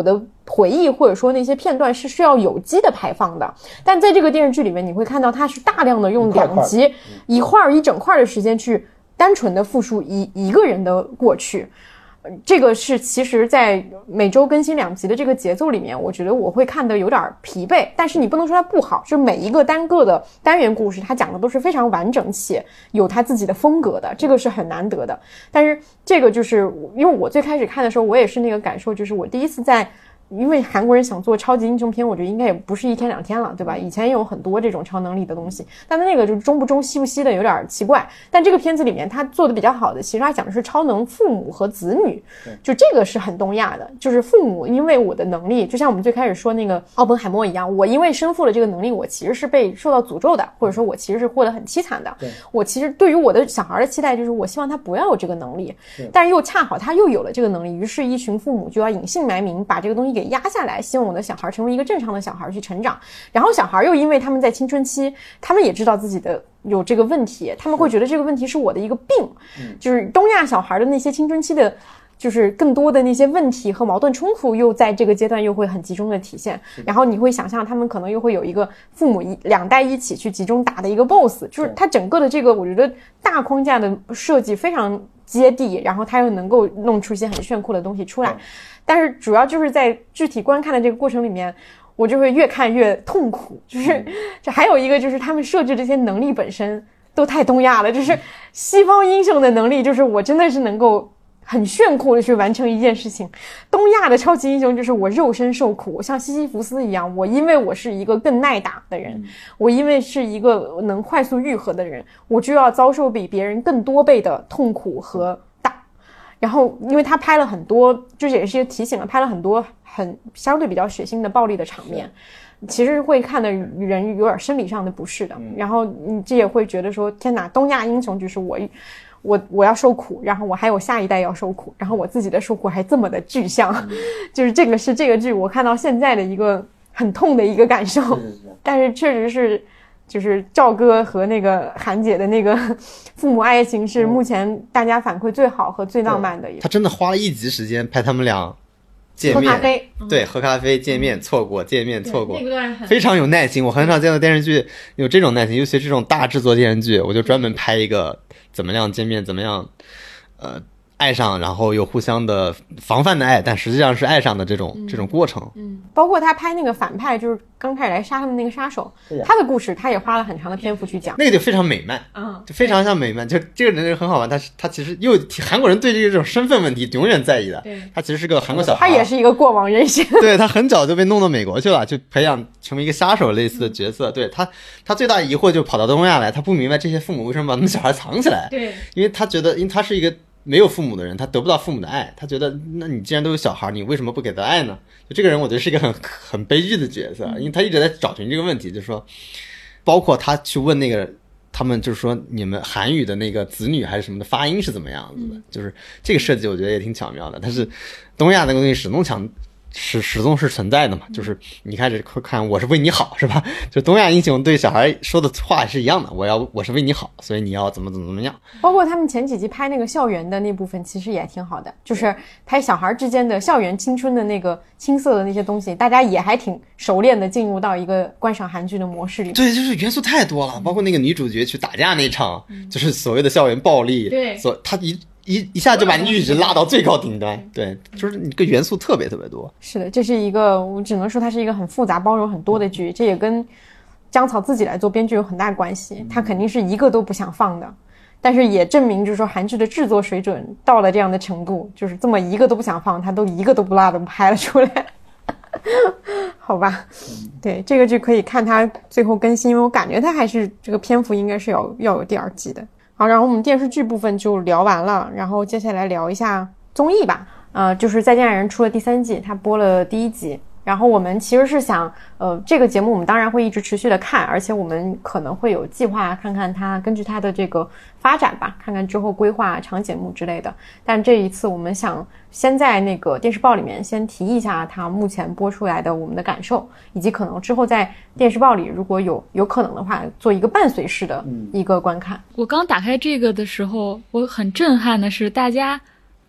回忆或者说那些片段是需要有机的排放的，但在这个电视剧里面你会看到它是大量的用两集一块儿一整块的时间去单纯的复述一一个人的过去。这个是其实在每周更新两集的这个节奏里面，我觉得我会看得有点疲惫，但是你不能说它不好，就是每一个单个的单元故事它讲的都是非常完整且有它自己的风格的，这个是很难得的。但是这个就是因为我最开始看的时候我也是那个感受，就是我第一次在因为韩国人想做超级英雄片，我觉得应该也不是一天两天了，对吧？以前也有很多这种超能力的东西，但那个就中不中西不西的有点奇怪。但这个片子里面他做的比较好的，其实他讲的是超能父母和子女，就这个是很东亚的，就是父母因为我的能力，就像我们最开始说那个奥本海默一样，我因为身负了这个能力，我其实是被受到诅咒的，或者说我其实是活得很凄惨的。我其实对于我的小孩的期待就是我希望他不要有这个能力，但是又恰好他又有了这个能力，于是一群父母就要隐姓埋名把这个东西给压下来，希望我的小孩成为一个正常的小孩去成长。然后小孩又因为他们在青春期，他们也知道自己的有这个问题，他们会觉得这个问题是我的一个病，就是东亚小孩的那些青春期的就是更多的那些问题和矛盾冲突又在这个阶段又会很集中的体现。然后你会想象他们可能又会有一个父母一两代一起去集中打的一个 boss， 就是他整个的这个我觉得大框架的设计非常接地，然后他又能够弄出一些很炫酷的东西出来。但是主要就是在具体观看的这个过程里面，我就会越看越痛苦，就是这还有一个就是他们设置这些能力本身都太东亚了，就是西方英雄的能力就是我真的是能够很炫酷的去完成一件事情，东亚的超级英雄就是我肉身受苦，像西西弗斯一样，我因为我是一个更耐打的人，我因为是一个能快速愈合的人，我就要遭受比别人更多倍的痛苦和打。然后因为他拍了很多，就是也是提醒了，拍了很多很相对比较血腥的暴力的场面，其实会看的人有点生理上的不适的。然后你这也会觉得说天哪，东亚英雄就是我我我要受苦，然后我还有下一代要受苦，然后我自己的受苦还这么的具象，嗯、就是这个是这个剧我看到现在的一个很痛的一个感受。是是是，但是确实是就是赵哥和那个韩姐的那个父母爱情是目前大家反馈最好和最浪漫的。
他真的花了一集时间拍他们俩见面，
喝咖啡，
对，喝咖啡见面错过，见面错过，非常有耐心。我很少见到电视剧有这种耐心，尤其是这种大制作电视剧，我就专门拍一个怎么样见面，怎么样呃爱上，然后又互相的防范的爱，但实际上是爱上的这种、嗯、这种过程。
嗯，包括他拍那个反派，就是刚开始来杀他们那个杀手，他的故事他也花了很长的篇幅去讲，
那个就非常美漫，嗯，就非常像美漫。就这个人就很好玩，他他其实又韩国人对这种身份问题永远在意的，他其实是个韩国小孩，
他也是一个过往人生，
对，他很早就被弄到美国去了，就培养成为一个杀手类似的角色。嗯、对他，他最大疑惑就跑到东亚来，他不明白这些父母为什么把他们小孩藏起来，
对，
因为他觉得，因为他是一个没有父母的人，他得不到父母的爱，他觉得那你既然都有小孩，你为什么不给他爱呢？就这个人我觉得是一个很很悲剧的角色，因为他一直在找寻这个问题，就是说包括他去问那个他们，就是说你们韩语的那个子女还是什么的发音是怎么样子的、嗯、就是这个设计我觉得也挺巧妙的。但是东亚那个东西始终强始始终是存在的嘛，就是你开始会看我是为你好，是吧？就东亚英雄对小孩说的话是一样的，我要我是为你好，所以你要怎么怎么怎么样。
包括他们前几集拍那个校园的那部分其实也挺好的，就是拍小孩之间的校园青春的那个青涩的那些东西，大家也还挺熟练的进入到一个观赏韩剧的模式里。
对，就是元素太多了、嗯、包括那个女主角去打架那场、嗯、就是所谓的校园暴力，
对，
所他一一一下就把阈值拉到最高顶端，对，就是你个元素特别特别多。
是的，这是一个我只能说它是一个很复杂包容很多的剧，这也跟姜草自己来做编剧有很大关系，他肯定是一个都不想放的，但是也证明就是说韩剧的制作水准到了这样的程度，就是这么一个都不想放，他都一个都不落的拍了出来。好吧，对，这个剧可以看它最后更新，因为我感觉它还是这个篇幅应该是要要有第二季的。好，然后我们电视剧部分就聊完了，然后接下来聊一下综艺吧。呃，就是再见爱人出了第三季，它播了第一集，然后我们其实是想呃这个节目我们当然会一直持续的看，而且我们可能会有计划看看它根据它的这个发展吧，看看之后规划长节目之类的。但这一次我们想先在那个电视报里面先提一下它目前播出来的我们的感受，以及可能之后在电视报里如果有有可能的话做一个伴随式的一个观看。
我刚打开这个的时候我很震撼的是大家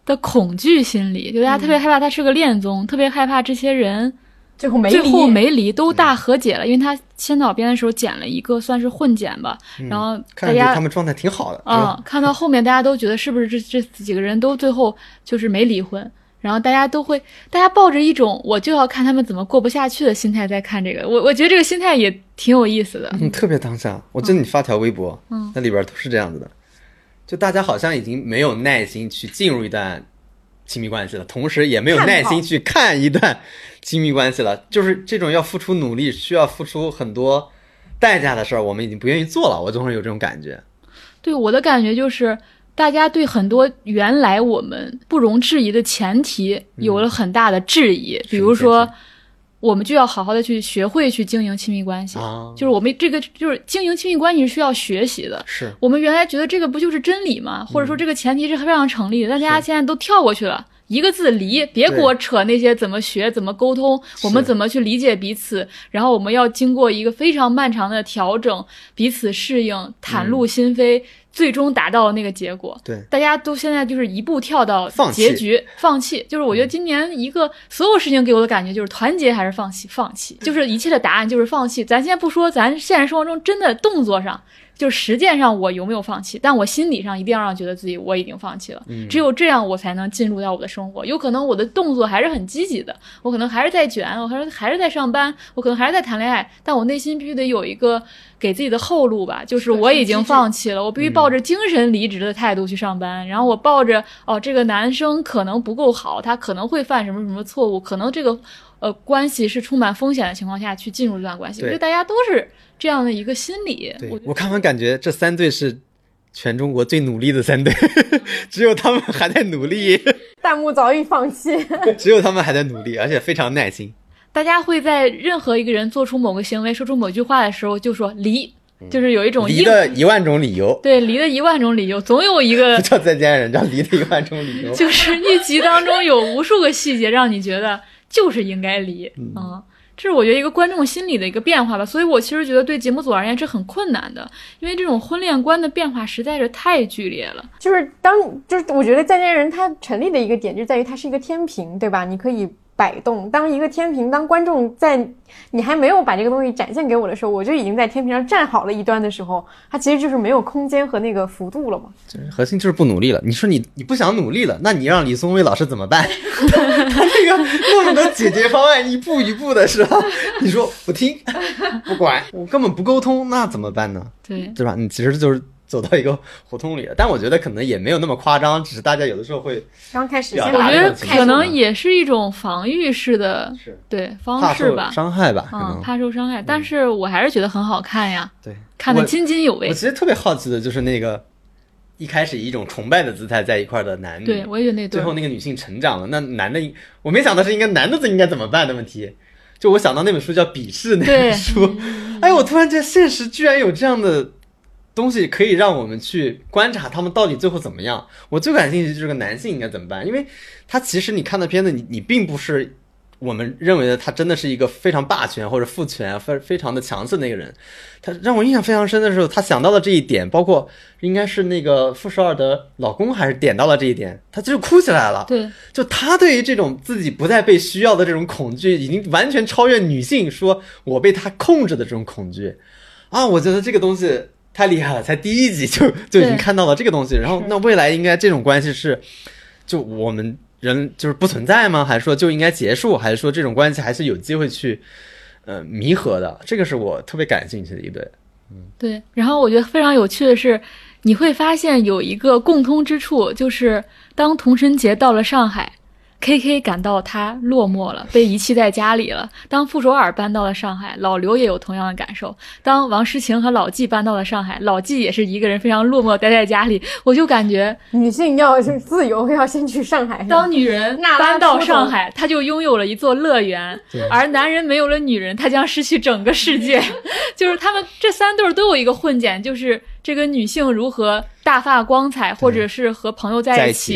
的恐惧心理，就大家特别害怕他是个恋综，嗯、特别害怕这些人
最后没离，
最后没离都大和解了，因为他先导编的时候剪了一个算是混剪吧，
嗯、
然后大
家
家
他们状态挺好的，
嗯，看到后面大家都觉得是不是这这几个人都最后就是没离婚，然后大家都会，大家抱着一种我就要看他们怎么过不下去的心态在看这个，我我觉得这个心态也挺有意思的，
嗯，特别当下。我记得你发条微博，
嗯，
那里边都是这样子的，就大家好像已经没有耐心去进入一段亲密关系了，同时也没有耐心去看一段亲密关系了，就是这种要付出努力、需要付出很多代价的事儿，我们已经不愿意做了。我总是有这种感觉。
对，我的感觉就是。大家对很多原来我们不容置疑的前提有了很大的质疑，嗯、比如说，我们就要好好的去学会去经营亲密关系，啊、就是我们这个就是经营亲密关系是需要学习的。
是
我们原来觉得这个不就是真理吗？或者说这个前提是非常成立的，大家现在都跳过去了。一个字离，别给我扯那些怎么学、怎么沟通，我们怎么去理解彼此，然后我们要经过一个非常漫长的调整，彼此适应，袒露心扉。嗯，最终达到了那个结果。
对，
大家都现在就是一步跳到结局，放弃。放弃就是我觉得今年一个所有事情给我的感觉就是团结还是放弃，放弃就是一切的答案就是放弃。咱现在不说咱现实生活中真的动作上，就是实践上我有没有放弃，但我心理上一定要让觉得自己我已经放弃了。嗯，只有这样我才能进入到我的生活。有可能我的动作还是很积极的，我可能还是在卷，我还是还是在上班，我可能还是在谈恋爱，但我内心必须得有一个给自己的后路吧，就是我已经放弃了，我必须抱着精神离职的态度去上班，嗯、然后我抱着哦，这个男生可能不够好，他可能会犯什么什么错误，可能这个呃关系是充满风险的情况下去进入这段关系，我觉得大家都是这样的一个心理。
对，
我,
我看完感觉这三队是全中国最努力的三队，只有他们还在努力，
弹幕早已放弃，
只有他们还在努力，而且非常耐心。
大家会在任何一个人做出某个行为说出某句话的时候就说离，就是有一种
离的一万种理由，
对，离的一万种理由，总有一个
不叫再见人，叫离的一万种理由，
就是一集当中有无数个细节让你觉得就是应该离。嗯，嗯，这是我觉得一个观众心理的一个变化吧，所以我其实觉得对节目组而言是很困难的，因为这种婚恋观的变化实在是太剧烈了。
就是当就是我觉得再见人它成立的一个点就在于它是一个天平，对吧？你可以摆动，当一个天平，当观众在你还没有把这个东西展现给我的时候，我就已经在天平上站好了一端的时候，它其实就是没有空间和那个幅度了嘛。
核心就是不努力了。你说你你不想努力了，那你让李松蔚老师怎么办？他那个那么多解决方案，一步一步的是吧？你说不听不管，我根本不沟通，那怎么办呢？
对，
对吧？你其实就是走到一个胡同里了，但我觉得可能也没有那么夸张，只是大家有的时候会
刚开始，
我觉得可能也是一种防御式的对方式吧，
怕受伤害吧，
嗯，怕受伤害。但是我还是觉得很好看呀，
对，
看得津津有味。
我其实特别好奇的就是那个一开始以一种崇拜的姿态在一块的男女，
对我也觉得那对，
最后那个女性成长了，那男的我没想到是应该男的应该怎么办的问题。就我想到那本书叫《鄙视》那本书，哎，我突然间现实居然有这样的东西可以让我们去观察他们到底最后怎么样。我最感兴趣就是个男性应该怎么办，因为他其实你看的片子，你你并不是我们认为的他真的是一个非常霸权或者父权非非常的强势的那个人。他让我印象非常深的时候，他想到了这一点，包括应该是那个傅首尔的老公还是点到了这一点，他就哭起来了。
对，
就他对于这种自己不再被需要的这种恐惧，已经完全超越女性说我被他控制的这种恐惧啊！我觉得这个东西太厉害了，才第一集就就已经看到了这个东西。然后那未来应该这种关系是就我们人就是不存在吗？还是说就应该结束？还是说这种关系还是有机会去呃弥合的？这个是我特别感兴趣的一对。嗯，对。
然后我觉得非常有趣的是，你会发现有一个共通之处，就是当童晨杰到了上海，K K 感到他落寞了，被遗弃在家里了。当傅首尔搬到了上海，老刘也有同样的感受。当王诗晴和老纪搬到了上海，老纪也是一个人非常落寞待在家里。我就感觉
女性要是自由，要先去上海。
当女人搬到上海，她就拥有了一座乐园，而男人没有了女人，他将失去整个世界。就是他们这三对都有一个混剪，就是这个女性如何大发光彩，或者是和朋友在一起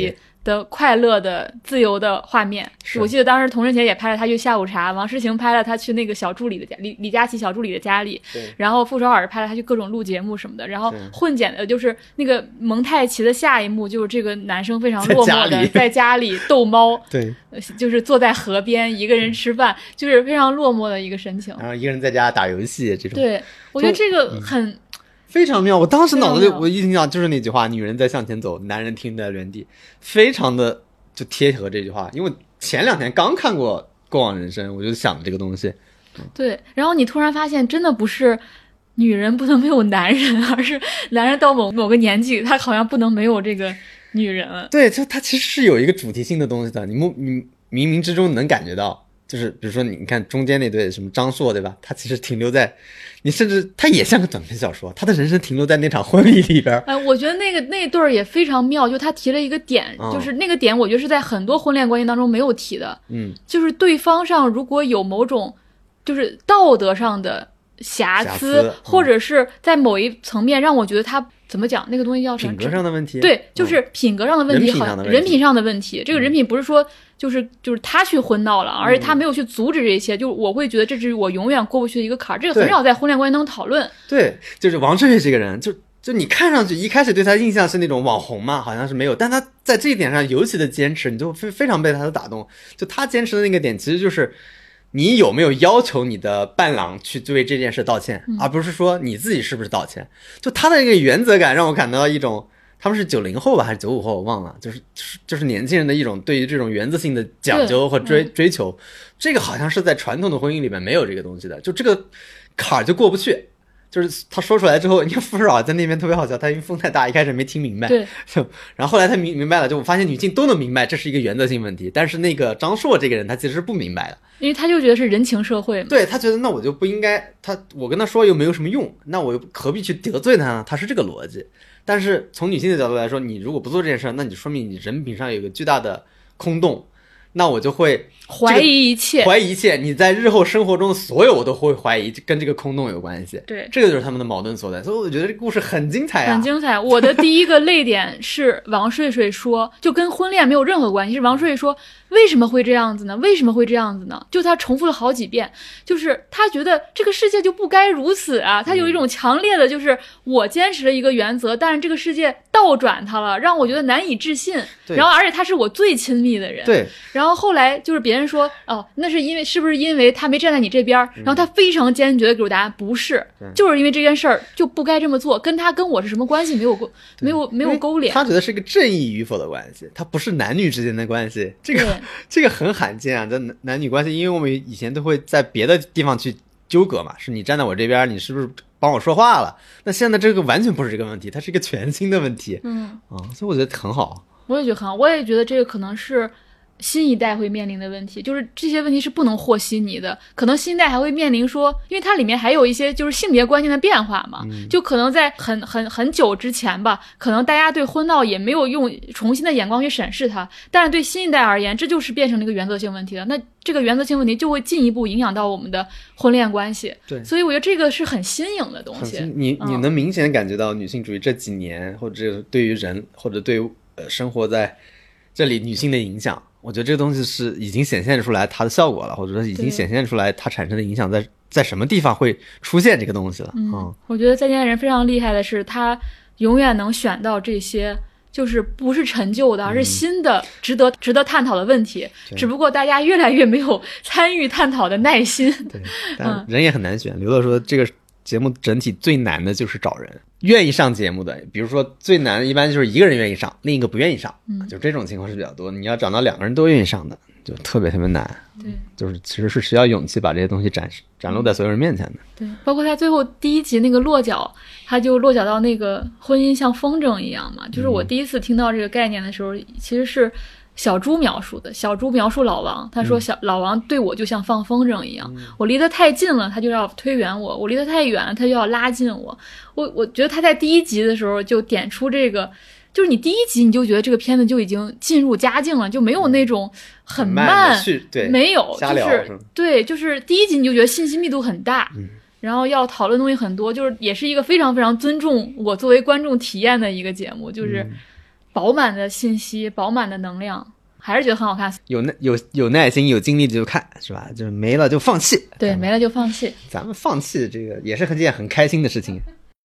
的快乐的自由的画面。我记得当时童晨杰也拍了他去下午茶，王诗晴拍了他去那个小助理的家，李李佳琦小助理的家里，然后傅首尔拍了他去各种录节目什么的，然后混剪的就是那个蒙太奇的下一幕，就是这个男生非常落寞的在家里逗猫，
对，
就是坐在河边一个人吃饭，就是非常落寞的一个神情，
然后一个人在家打游戏这种。
对，我觉得这个很。嗯
非常妙，我当时脑子里我一听到就是那句话，女人在向前走，男人停在原地，非常的就贴合这句话。因为前两天刚看过《过往人生》，我就想这个东西。
对，然后你突然发现，真的不是女人不能没有男人，而是男人到某某个年纪，他好像不能没有这个女人。
对，就他其实是有一个主题性的东西的，你你冥冥之中能感觉到。就是比如说你看中间那对什么张硕对吧，他其实停留在你甚至他也像个短篇小说，他的人生停留在那场婚礼里边。
哎，我觉得那个那对儿也非常妙，就他提了一个点、嗯、就是那个点我觉得是在很多婚恋关系当中没有提的，
嗯，
就是对方上如果有某种就是道德上的瑕疵, 瑕疵、嗯、或者是在某一层面让我觉得他怎么讲那个东西叫什么
品格上的问题，
对，就是品格上的问题，好、嗯、人品上的问题。这个人品不是说就是就是他去昏闹了，而且他没有去阻止这些，就我会觉得这是我永远过不去的一个坎儿。这个很少在婚恋关系当中讨论。
对，就是王志伟这个人，就就你看上去一开始对他印象是那种网红嘛，好像是没有，但他在这一点上尤其的坚持，你就非非常被他的打动。就他坚持的那个点，其实就是你有没有要求你的伴郎去为这件事道歉、嗯、而不是说你自己是不是道歉。就他的那个原则感让我感到一种，他们是九零后吧还是九五后我忘了，就是就是年轻人的一种对于这种原则性的讲究和追、嗯、追求。这个好像是在传统的婚姻里面没有这个东西的，就这个坎儿就过不去。就是他说出来之后，你看傅首尔在那边特别好笑，他因为风太大一开始没听明白，
对，
就然后后来他明明白了，就我发现女性都能明白这是一个原则性问题，但是那个张硕这个人他其实是不明白的，
因为他就觉得是人情社会嘛，
对，他觉得那我就不应该，他我跟他说又没有什么用，那我又何必去得罪他呢？他是这个逻辑。但是从女性的角度来说，你如果不做这件事，那你说明你人品上有一个巨大的空洞，那我就会
怀疑一切，
怀疑一切，你在日后生活中所有我都会怀疑，跟这个空洞有关系。
对，
这个就是他们的矛盾所在。所以我觉得这个故事很精彩啊，
很精彩。我的第一个泪点是王睡睡说，就跟婚恋没有任何关系，是王睡睡说为什么会这样子呢？为什么会这样子呢？就他重复了好几遍，就是他觉得这个世界就不该如此啊。他有一种强烈的，就是我坚持了一个原则，但是这个世界倒转它了，让我觉得难以置信。然后而且他是我最亲密的人。
对。
然后后来就是别人说，哦，那是因为是不是因为他没站在你这边？然后他非常坚决的给我答案，不是，就是因为这件事儿就不该这么做，跟他跟我是什么关系没有没有没有勾连。
他觉得是一个正义与否的关系，他不是男女之间的关系。这个这个很罕见啊，这男女关系，因为我们以前都会在别的地方去纠葛嘛，是你站在我这边，你是不是帮我说话了？那现在这个完全不是这个问题，它是一个全新的问题。
嗯
啊，所以我觉得很好。
我也觉得很好，我也觉得这个可能是新一代会面临的问题，就是这些问题是不能和稀泥的。可能新一代还会面临说，因为它里面还有一些就是性别观念的变化嘛，嗯、就可能在很很很久之前吧，可能大家对婚闹也没有用重新的眼光去审视它，但是对新一代而言，这就是变成了一个原则性问题了。那这个原则性问题就会进一步影响到我们的婚恋关系。
对，
所以我觉得这个是很新颖的东西。
你你能明显感觉到女性主义这几年，或者对于人，或者对于呃生活在这里女性的影响。我觉得这个东西是已经显现出来它的效果了，或者说已经显现出来它产生的影响在在什么地方会出现这个东西了。嗯，嗯
我觉得再见爱人非常厉害的是，他永远能选到这些就是不是陈旧的，而是新的、嗯、值得值得探讨的问题。只不过大家越来越没有参与探讨的耐心。
对，但人也很难选。刘乐说这个节目整体最难的就是找人愿意上节目的，比如说最难的一般就是一个人愿意上，另一个不愿意上，嗯，就这种情况是比较多。你要找到两个人都愿意上的，就特别特别难。
对，
就是其实是需要勇气把这些东西展示展露在所有人面前的。
对，包括他最后第一集那个落脚，他就落脚到那个婚姻像风筝一样嘛。就是我第一次听到这个概念的时候，嗯、其实是小猪描述的。小猪描述老王，他说小、嗯、老王对我就像放风筝一样，嗯、我离得太近了，他就要推远我；我离得太远了，他就要拉近我。我我觉得他在第一集的时候就点出这个，就是你第一集你就觉得这个片子就已经进入佳境了，就没有那种很慢，
很慢对
没有，就是对，就是第一集你就觉得信息密度很大。
嗯，
然后要讨论东西很多，就是也是一个非常非常尊重我作为观众体验的一个节目，就是。嗯饱满的信息，饱满的能量，还是觉得很好看。
有耐有有耐心有精力就看是吧？就是没了就放弃。
对，没了就放弃。
咱们放弃这个也是很件很开心的事情。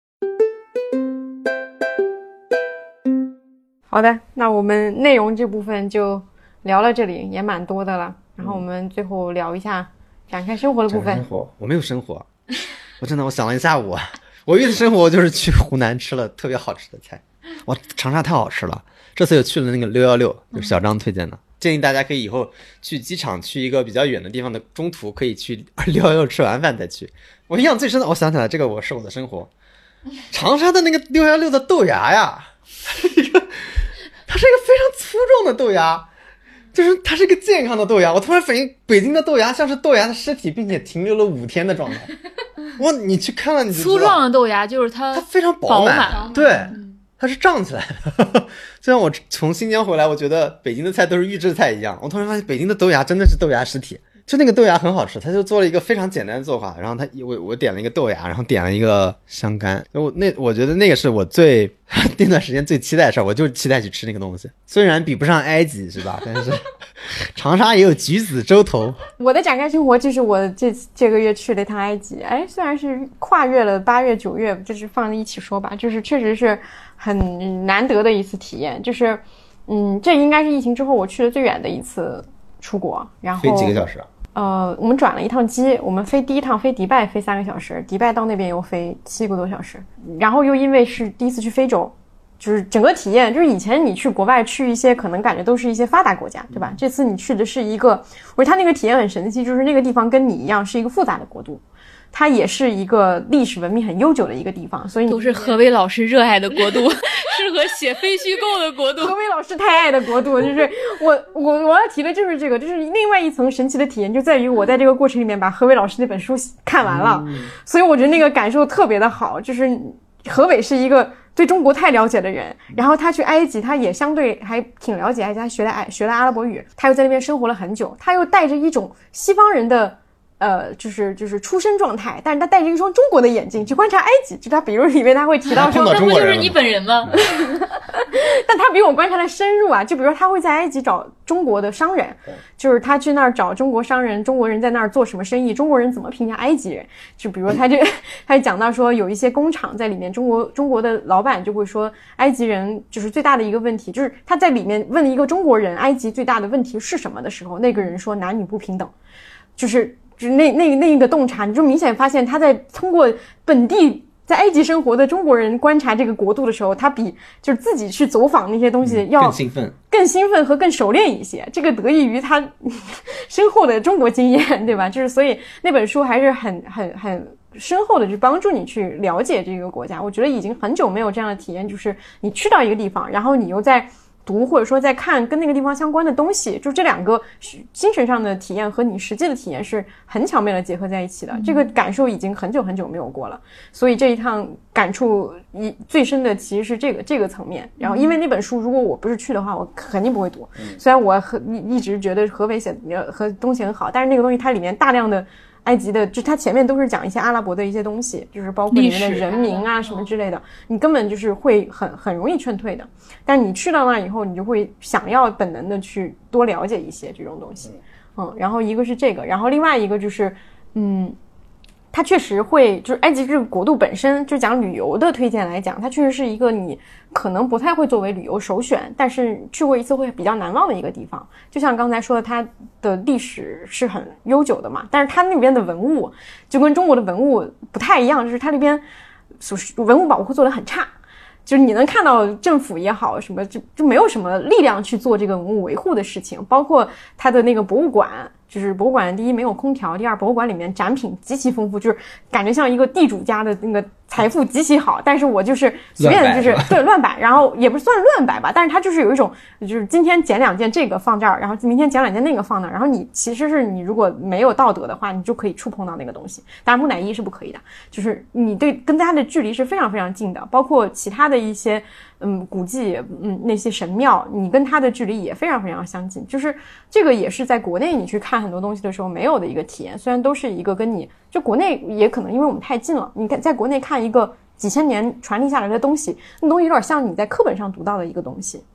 好的，那我们内容这部分就聊到这里，也蛮多的了。然后我们最后聊一下展开生活的部分。
生活我没有生活，我真的我想了一下午，我唯一的生活就是去湖南吃了特别好吃的菜。哇，长沙太好吃了！这次又去了那个六一六，就是小张推荐的，建议大家可以以后去机场去一个比较远的地方的中途可以去六一六吃完饭再去。我印象最深的，我想起来这个我是我的生活，长沙的那个六一六的豆芽呀，它是一个非常粗壮的豆芽。就是它是一个健康的豆芽，我突然反应北京的豆芽像是豆芽的尸体，并且停留了五天的状态。哇，你去看了你就知道，
粗壮的豆芽就是它，
它非常饱满，
饱满
对，嗯、它是胀起来的。就像我从新疆回来，我觉得北京的菜都是预制菜一样，我突然发现北京的豆芽真的是豆芽尸体。就那个豆芽很好吃，他就做了一个非常简单的做法，然后他我我点了一个豆芽，然后点了一个香干，我那我觉得那个是我最那段时间最期待的事儿，我就期待去吃那个东西。虽然比不上埃及是吧，但是长沙也有橘子洲头。
我的展开生活就是我这这个月去了一趟埃及，哎，虽然是跨越了八月九月，就是放在一起说吧，就是确实是很难得的一次体验，就是嗯，这应该是疫情之后我去的最远的一次出国，然后
飞几个小时啊？
呃，我们转了一趟机，我们飞第一趟飞迪拜飞三个小时，迪拜到那边又飞七个多小时，然后又因为是第一次去非洲，就是整个体验，就是以前你去国外去一些可能感觉都是一些发达国家，对吧？这次你去的是一个，我觉得它那个体验很神奇，就是那个地方跟你一样是一个复杂的国度。它也是一个历史文明很悠久的一个地方，所以
都是何伟老师热爱的国度，适合写非虚构的国度。
何伟老师太爱的国度，就是我我我要提的就是这个，就是另外一层神奇的体验，就在于我在这个过程里面把何伟老师那本书看完了，嗯、所以我觉得那个感受特别的好。就是何伟是一个对中国太了解的人，然后他去埃及，他也相对还挺了解埃及，他学了爱学了阿拉伯语，他又在那边生活了很久，他又带着一种西方人的。呃，就是就是出生状态，但是他戴着一双中国的眼镜去观察埃及，就他比如里面他会提到说，
这不就是你本人吗？
但他比我观察的深入啊，就比如说他会在埃及找中国的商人，就是他去那儿找中国商人，中国人在那儿做什么生意，中国人怎么评价埃及人，就比如他就他就讲到说有一些工厂在里面，中国中国的老板就会说埃及人就是最大的一个问题，就是他在里面问一个中国人埃及最大的问题是什么的时候，那个人说男女不平等，就是就是那那那个洞察，你就明显发现他在通过本地在埃及生活的中国人观察这个国度的时候，他比就是自己去走访那些东西要
更兴奋、
更兴奋和更熟练一些。这个得益于他深厚的中国经验，对吧？就是所以那本书还是很很很深厚的，就帮助你去了解这个国家。我觉得已经很久没有这样的体验，就是你去到一个地方，然后你又在读或者说在看跟那个地方相关的东西，就这两个精神上的体验和你实际的体验是很巧妙的结合在一起的，嗯、这个感受已经很久很久没有过了。所以这一趟感触一最深的其实是这个这个层面。然后因为那本书如果我不是去的话，我肯定不会读。嗯、虽然我一一直觉得何伟写的和东西很好，但是那个东西它里面大量的埃及的，就它前面都是讲一些阿拉伯的一些东西，就是包括里面的人名啊什么之类的，你根本就是会很很容易劝退的。但你去到那以后，你就会想要本能的去多了解一些这种东西。嗯，然后一个是这个，然后另外一个就是，嗯，它确实会，就是埃及这个国度本身，就讲旅游的推荐来讲，它确实是一个你可能不太会作为旅游首选，但是去过一次会比较难忘的一个地方。就像刚才说的，它的历史是很悠久的嘛，但是它那边的文物就跟中国的文物不太一样，就是它那边文物保护做得很差。就是你能看到政府也好什么就就没有什么力量去做这个文物维护的事情，包括它的那个博物馆，就是博物馆第一没有空调，第二博物馆里面展品极其丰富，就是感觉像一个地主家的那个财富极其好，但是我就是随便就是对乱摆，然后也不算乱摆吧，但是它就是有一种就是今天捡两件这个放这儿，然后明天捡两件那个放那儿，然后你其实是你如果没有道德的话，你就可以触碰到那个东西，当然木乃伊是不可以的，就是你对跟它的距离是非常非常近的，包括其他的一些嗯古迹嗯那些神庙，你跟它的距离也非常非常相近，就是这个也是在国内你去看很多东西的时候没有的一个体验，虽然都是一个跟你就国内也可能因为我们太近了，你看在国内看一个几千年传递下来的东西，那东西有点像你在课本上读到的一个东西，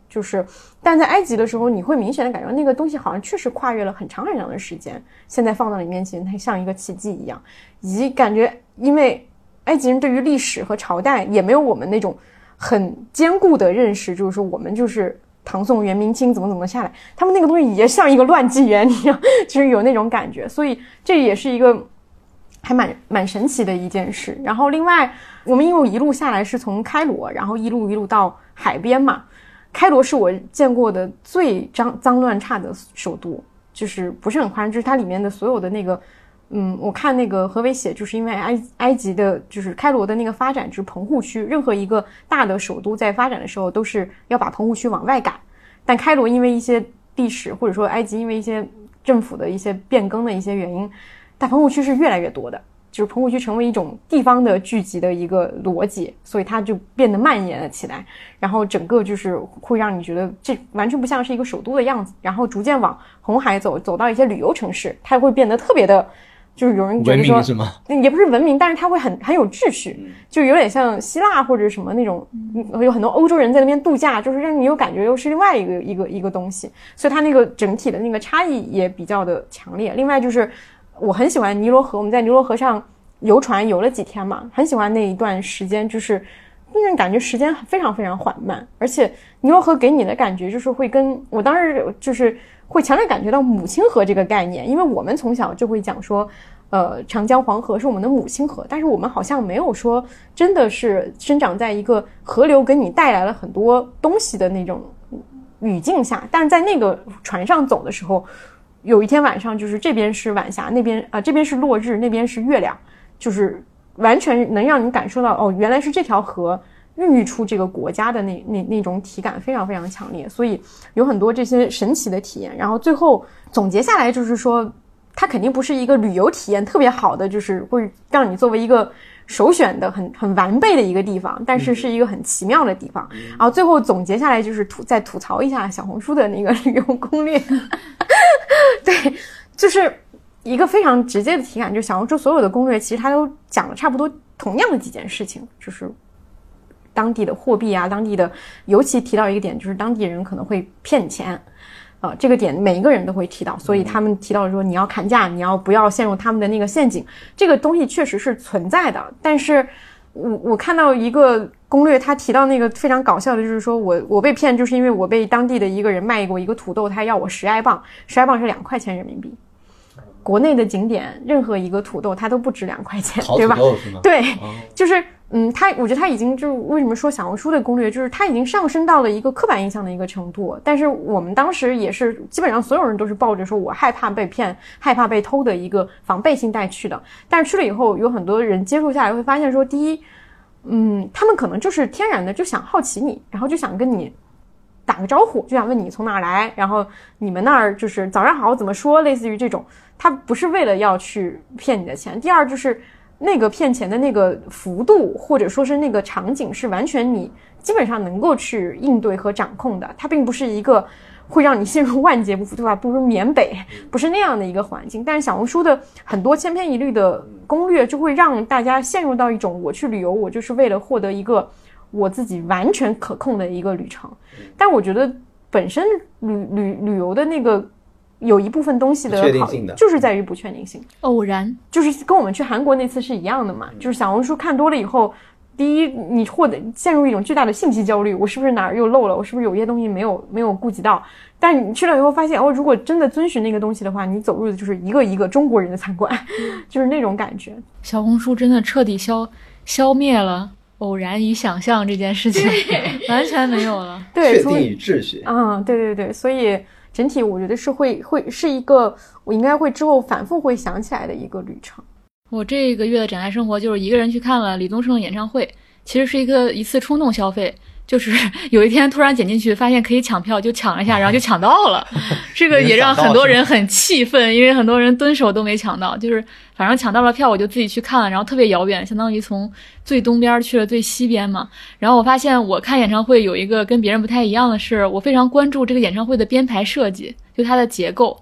就是但在埃及的时候，你会明显的感觉那个东西好像确实跨越了很长很长的时间，现在放到你面前，它像一个奇迹一样，以及感觉因为埃及人对于历史和朝代也没有我们那种很坚固的认识，就是说我们就是唐宋元明清怎么怎么下来，他们那个东西也像一个乱纪元一样，就是有那种感觉，所以这也是一个还蛮蛮神奇的一件事。然后另外我们因为一路下来是从开罗，然后一路一路到海边嘛，开罗是我见过的最脏脏乱差的首都，就是不是很夸张，就是它里面的所有的那个嗯，我看那个何伟写，就是因为埃埃及的，就是开罗的那个发展就是棚户区，任何一个大的首都在发展的时候都是要把棚户区往外赶，但开罗因为一些历史或者说埃及因为一些政府的一些变更的一些原因，大棚户区是越来越多的，就是棚户区成为一种地方的聚集的一个逻辑，所以它就变得蔓延了起来，然后整个就是会让你觉得这完全不像是一个首都的样子，然后逐渐往红海走，走到一些旅游城市，它会变得特别的，就是有人觉得说
文明是吗？
也不是文明，但是它会很很有秩序，就有点像希腊或者什么那种，有很多欧洲人在那边度假，就是让你有感觉又是另外一个一个一个东西，所以它那个整体的那个差异也比较的强烈。另外就是我很喜欢尼罗河，我们在尼罗河上游船游了几天嘛，很喜欢那一段时间，就是那种感觉时间非常非常缓慢，而且尼罗河给你的感觉就是会跟我当时就是会强烈感觉到母亲河这个概念，因为我们从小就会讲说呃，长江黄河是我们的母亲河，但是我们好像没有说真的是生长在一个河流给你带来了很多东西的那种语境下，但是在那个船上走的时候，有一天晚上就是这边是晚霞，那边啊、呃、这边是落日，那边是月亮，就是完全能让你感受到哦，原来是这条河孕育出这个国家的那那那种体感非常非常强烈，所以有很多这些神奇的体验。然后最后总结下来就是说，它肯定不是一个旅游体验特别好的，就是会让你作为一个首选的很很完备的一个地方，但是是一个很奇妙的地方。然后最后总结下来就是吐再吐槽一下小红书的那个旅游攻略，对，就是一个非常直接的体感，就是小红书所有的攻略其实它都讲了差不多同样的几件事情，就是当地的货币啊，当地的，尤其提到一个点，就是当地人可能会骗钱。呃，这个点每一个人都会提到，所以他们提到说你要砍价，你要不要陷入他们的那个陷阱，这个东西确实是存在的。但是我我看到一个攻略，他提到那个非常搞笑的，就是说我我被骗，就是因为我被当地的一个人卖过一个土豆，他要我十埃镑，十埃镑是两块钱人民币。国内的景点任何一个土豆它都不值两块钱，对吧？对，哦、就是嗯，它我觉得它已经就是为什么说小红书的攻略，就是它已经上升到了一个刻板印象的一个程度。但是我们当时也是基本上所有人都是抱着说我害怕被骗、害怕被偷的一个防备心态去的。但是去了以后，有很多人接触下来会发现说，第一，嗯，他们可能就是天然的就想好奇你，然后就想跟你打个招呼，就想问你从哪儿来，然后你们那儿就是早上好怎么说，类似于这种，他不是为了要去骗你的钱。第二就是那个骗钱的那个幅度或者说是那个场景是完全你基本上能够去应对和掌控的，它并不是一个会让你陷入万劫不复，对吧？不是缅北，不是那样的一个环境。但是小红书的很多千篇一律的攻略就会让大家陷入到一种我去旅游我就是为了获得一个我自己完全可控的一个旅程。但我觉得本身旅旅旅游的那个有一部分东西的好就是在于不确定性，
偶然，
就是跟我们去韩国那次是一样的嘛。就是小红书看多了以后，第一你获得陷入一种巨大的信息焦虑，我是不是哪儿又漏了，我是不是有些东西没有没有顾及到。但你去了以后发现哦，如果真的遵循那个东西的话，你走入的就是一个一个中国人的餐馆，就是那种感觉。
小红书真的彻底消消灭了偶然与想象这件事情，完全没有了。
对，
确定与秩序。
嗯，对对对，所以整体我觉得是会会是一个我应该会之后反复会想起来的一个旅程。
我这个月的展开生活就是一个人去看了李宗盛的演唱会，其实是一个一次冲动消费，就是有一天突然点进去发现可以抢票，就抢了一下，然后就抢到了。这个也让很多人很气愤，因为很多人蹲守都没抢到，就是反正抢到了票我就自己去看了，然后特别遥远，相当于从最东边去了最西边嘛。然后我发现我看演唱会有一个跟别人不太一样的是，我非常关注这个演唱会的编排设计，就它的结构。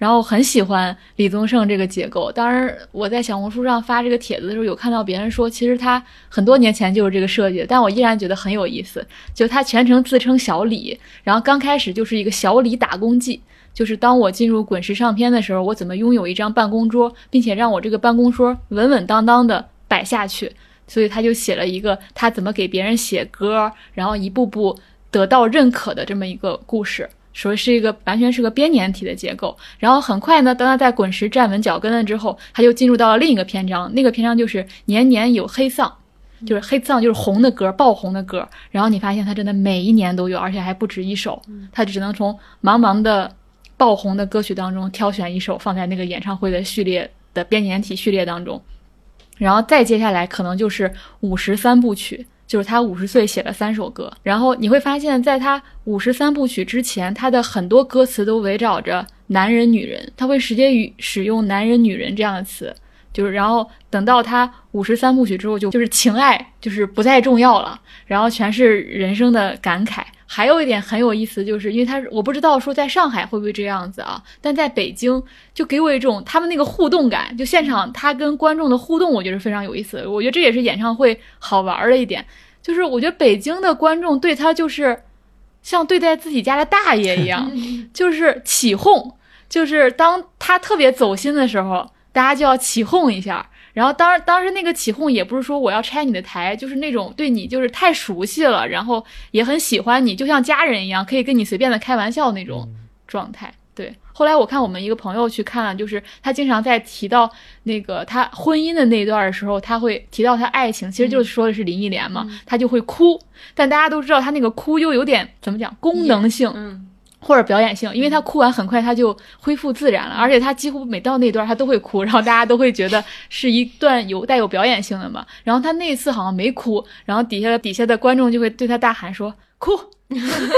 然后很喜欢李宗盛这个结构。当然我在小红书上发这个帖子的时候，有看到别人说其实他很多年前就是这个设计，但我依然觉得很有意思。就他全程自称小李，然后刚开始就是一个小李打工记，就是当我进入滚石唱片的时候，我怎么拥有一张办公桌，并且让我这个办公桌稳稳当当的摆下去。所以他就写了一个他怎么给别人写歌，然后一步步得到认可的这么一个故事，所以是一个完全是个编年体的结构。然后很快呢，当他在滚石站稳脚跟了之后，他就进入到了另一个篇章，那个篇章就是年年有黑丧，就是黑丧就是红的歌，爆红的歌。然后你发现他真的每一年都有，而且还不止一首，他只能从茫茫的爆红的歌曲当中挑选一首放在那个演唱会的序列的编年体序列当中。然后再接下来可能就是五十三部曲，就是他五十岁写了三首歌。然后你会发现在他五十三部曲之前，他的很多歌词都围绕着男人女人，他会直接语使用男人女人这样的词，就是然后等到他五十三部曲之后就就是情爱就是不再重要了，然后全是人生的感慨。还有一点很有意思，就是因为他我不知道说在上海会不会这样子啊，但在北京就给我一种他们那个互动感，就现场他跟观众的互动我觉得非常有意思。我觉得这也是演唱会好玩的一点，就是我觉得北京的观众对他就是像对待自己家的大爷一样就是起哄，就是当他特别走心的时候大家就要起哄一下。然后当当时那个起哄也不是说我要拆你的台，就是那种对你就是太熟悉了，然后也很喜欢你，就像家人一样，可以跟你随便的开玩笑那种状态。对，后来我看我们一个朋友去看了，就是他经常在提到那个他婚姻的那一段的时候，他会提到他爱情，其实就是说的是林忆莲嘛，嗯、他就会哭，但大家都知道他那个哭又有点怎么讲功能性。嗯，或者表演性，因为他哭完很快他就恢复自然了，而且他几乎每到那段他都会哭，然后大家都会觉得是一段有带有表演性的嘛。然后他那次好像没哭，然后底下底下的观众就会对他大喊说哭对，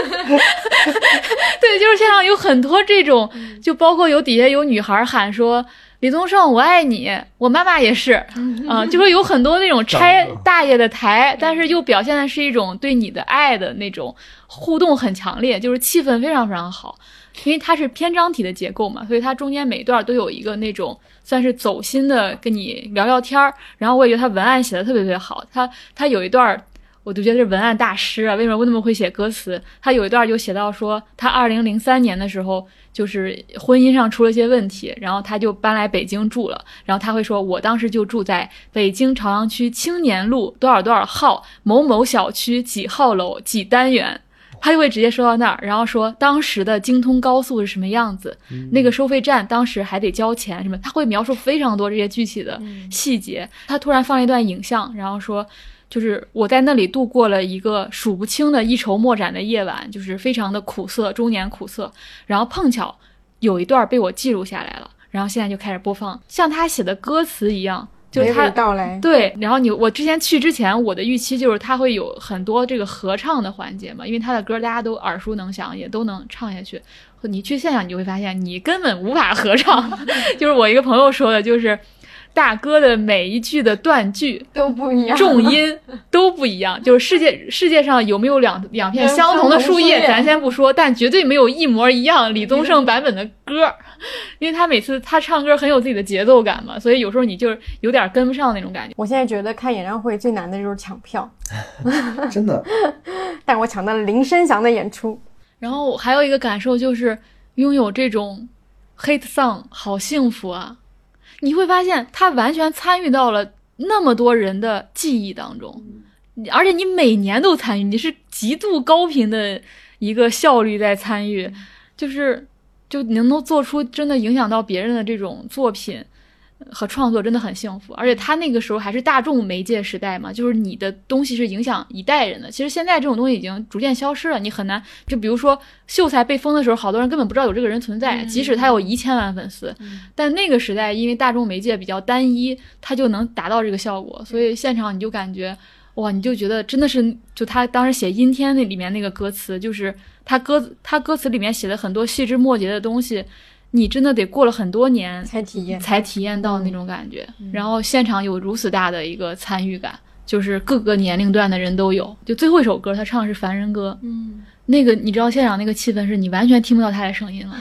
就是现场有很多这种，就包括有底下有女孩喊说李宗盛我爱你，我妈妈也是啊、呃，就说有很多那种拆大爷的台，但是又表现的是一种对你的爱的那种互动很强烈，就是气氛非常非常好。因为它是篇章体的结构嘛，所以它中间每段都有一个那种算是走心的跟你聊聊天儿。然后我也觉得他文案写的特别特别好，他他有一段我就觉得是文案大师啊，为什么那么会写歌词？他有一段就写到说，他二零零三年的时候，就是婚姻上出了一些问题，然后他就搬来北京住了。然后他会说，我当时就住在北京朝阳区青年路多少多少号某某小区几号楼几单元。他就会直接说到那儿，然后说当时的京通高速是什么样子，嗯、那个收费站当时还得交钱什么，他会描述非常多这些具体的细节。嗯、他突然放了一段影像，然后说。就是我在那里度过了一个数不清的一筹莫展的夜晚，就是非常的苦涩，中年苦涩。然后碰巧有一段被我记录下来了，然后现在就开始播放，像他写的歌词一样，就是他
到来。对，
然后你我之前去之前，我的预期就是他会有很多这个合唱的环节嘛，因为他的歌大家都耳熟能详，也都能唱下去。你去现场你就会发现，你根本无法合唱。就是我一个朋友说的，就是。大哥的每一句的断句
都不一样，
重音都不一样。就是世界世界上有没有两两片相同的树叶，咱先不说，但绝对没有一模一样李宗盛版本的歌，因为他每次他唱歌很有自己的节奏感嘛，所以有时候你就有点跟不上那种感觉。
我现在觉得看演唱会最难的就是抢票，
真的。
但我抢到了林生祥的演出。
然后还有一个感受就是拥有这种 hit song 好幸福啊。你会发现他完全参与到了那么多人的记忆当中，而且你每年都参与，你是极度高频的一个效率在参与，就是就能够做出真的影响到别人的这种作品和创作，真的很幸福。而且他那个时候还是大众媒介时代嘛，就是你的东西是影响一代人的。其实现在这种东西已经逐渐消失了，你很难，就比如说秀才被封的时候，好多人根本不知道有这个人存在，即使他有一千万粉丝，嗯、但那个时代因为大众媒介比较单一，他就能达到这个效果，所以现场你就感觉哇，你就觉得真的是，就他当时写阴天那里面那个歌词，就是他歌他歌词里面写的很多细枝末节的东西，你真的得过了很多年
才体验
才体验到那种感觉，嗯、然后现场有如此大的一个参与感，就是各个年龄段的人都有。就最后一首歌他唱的是凡人歌，嗯，那个你知道现场那个气氛是你完全听不到他的声音了，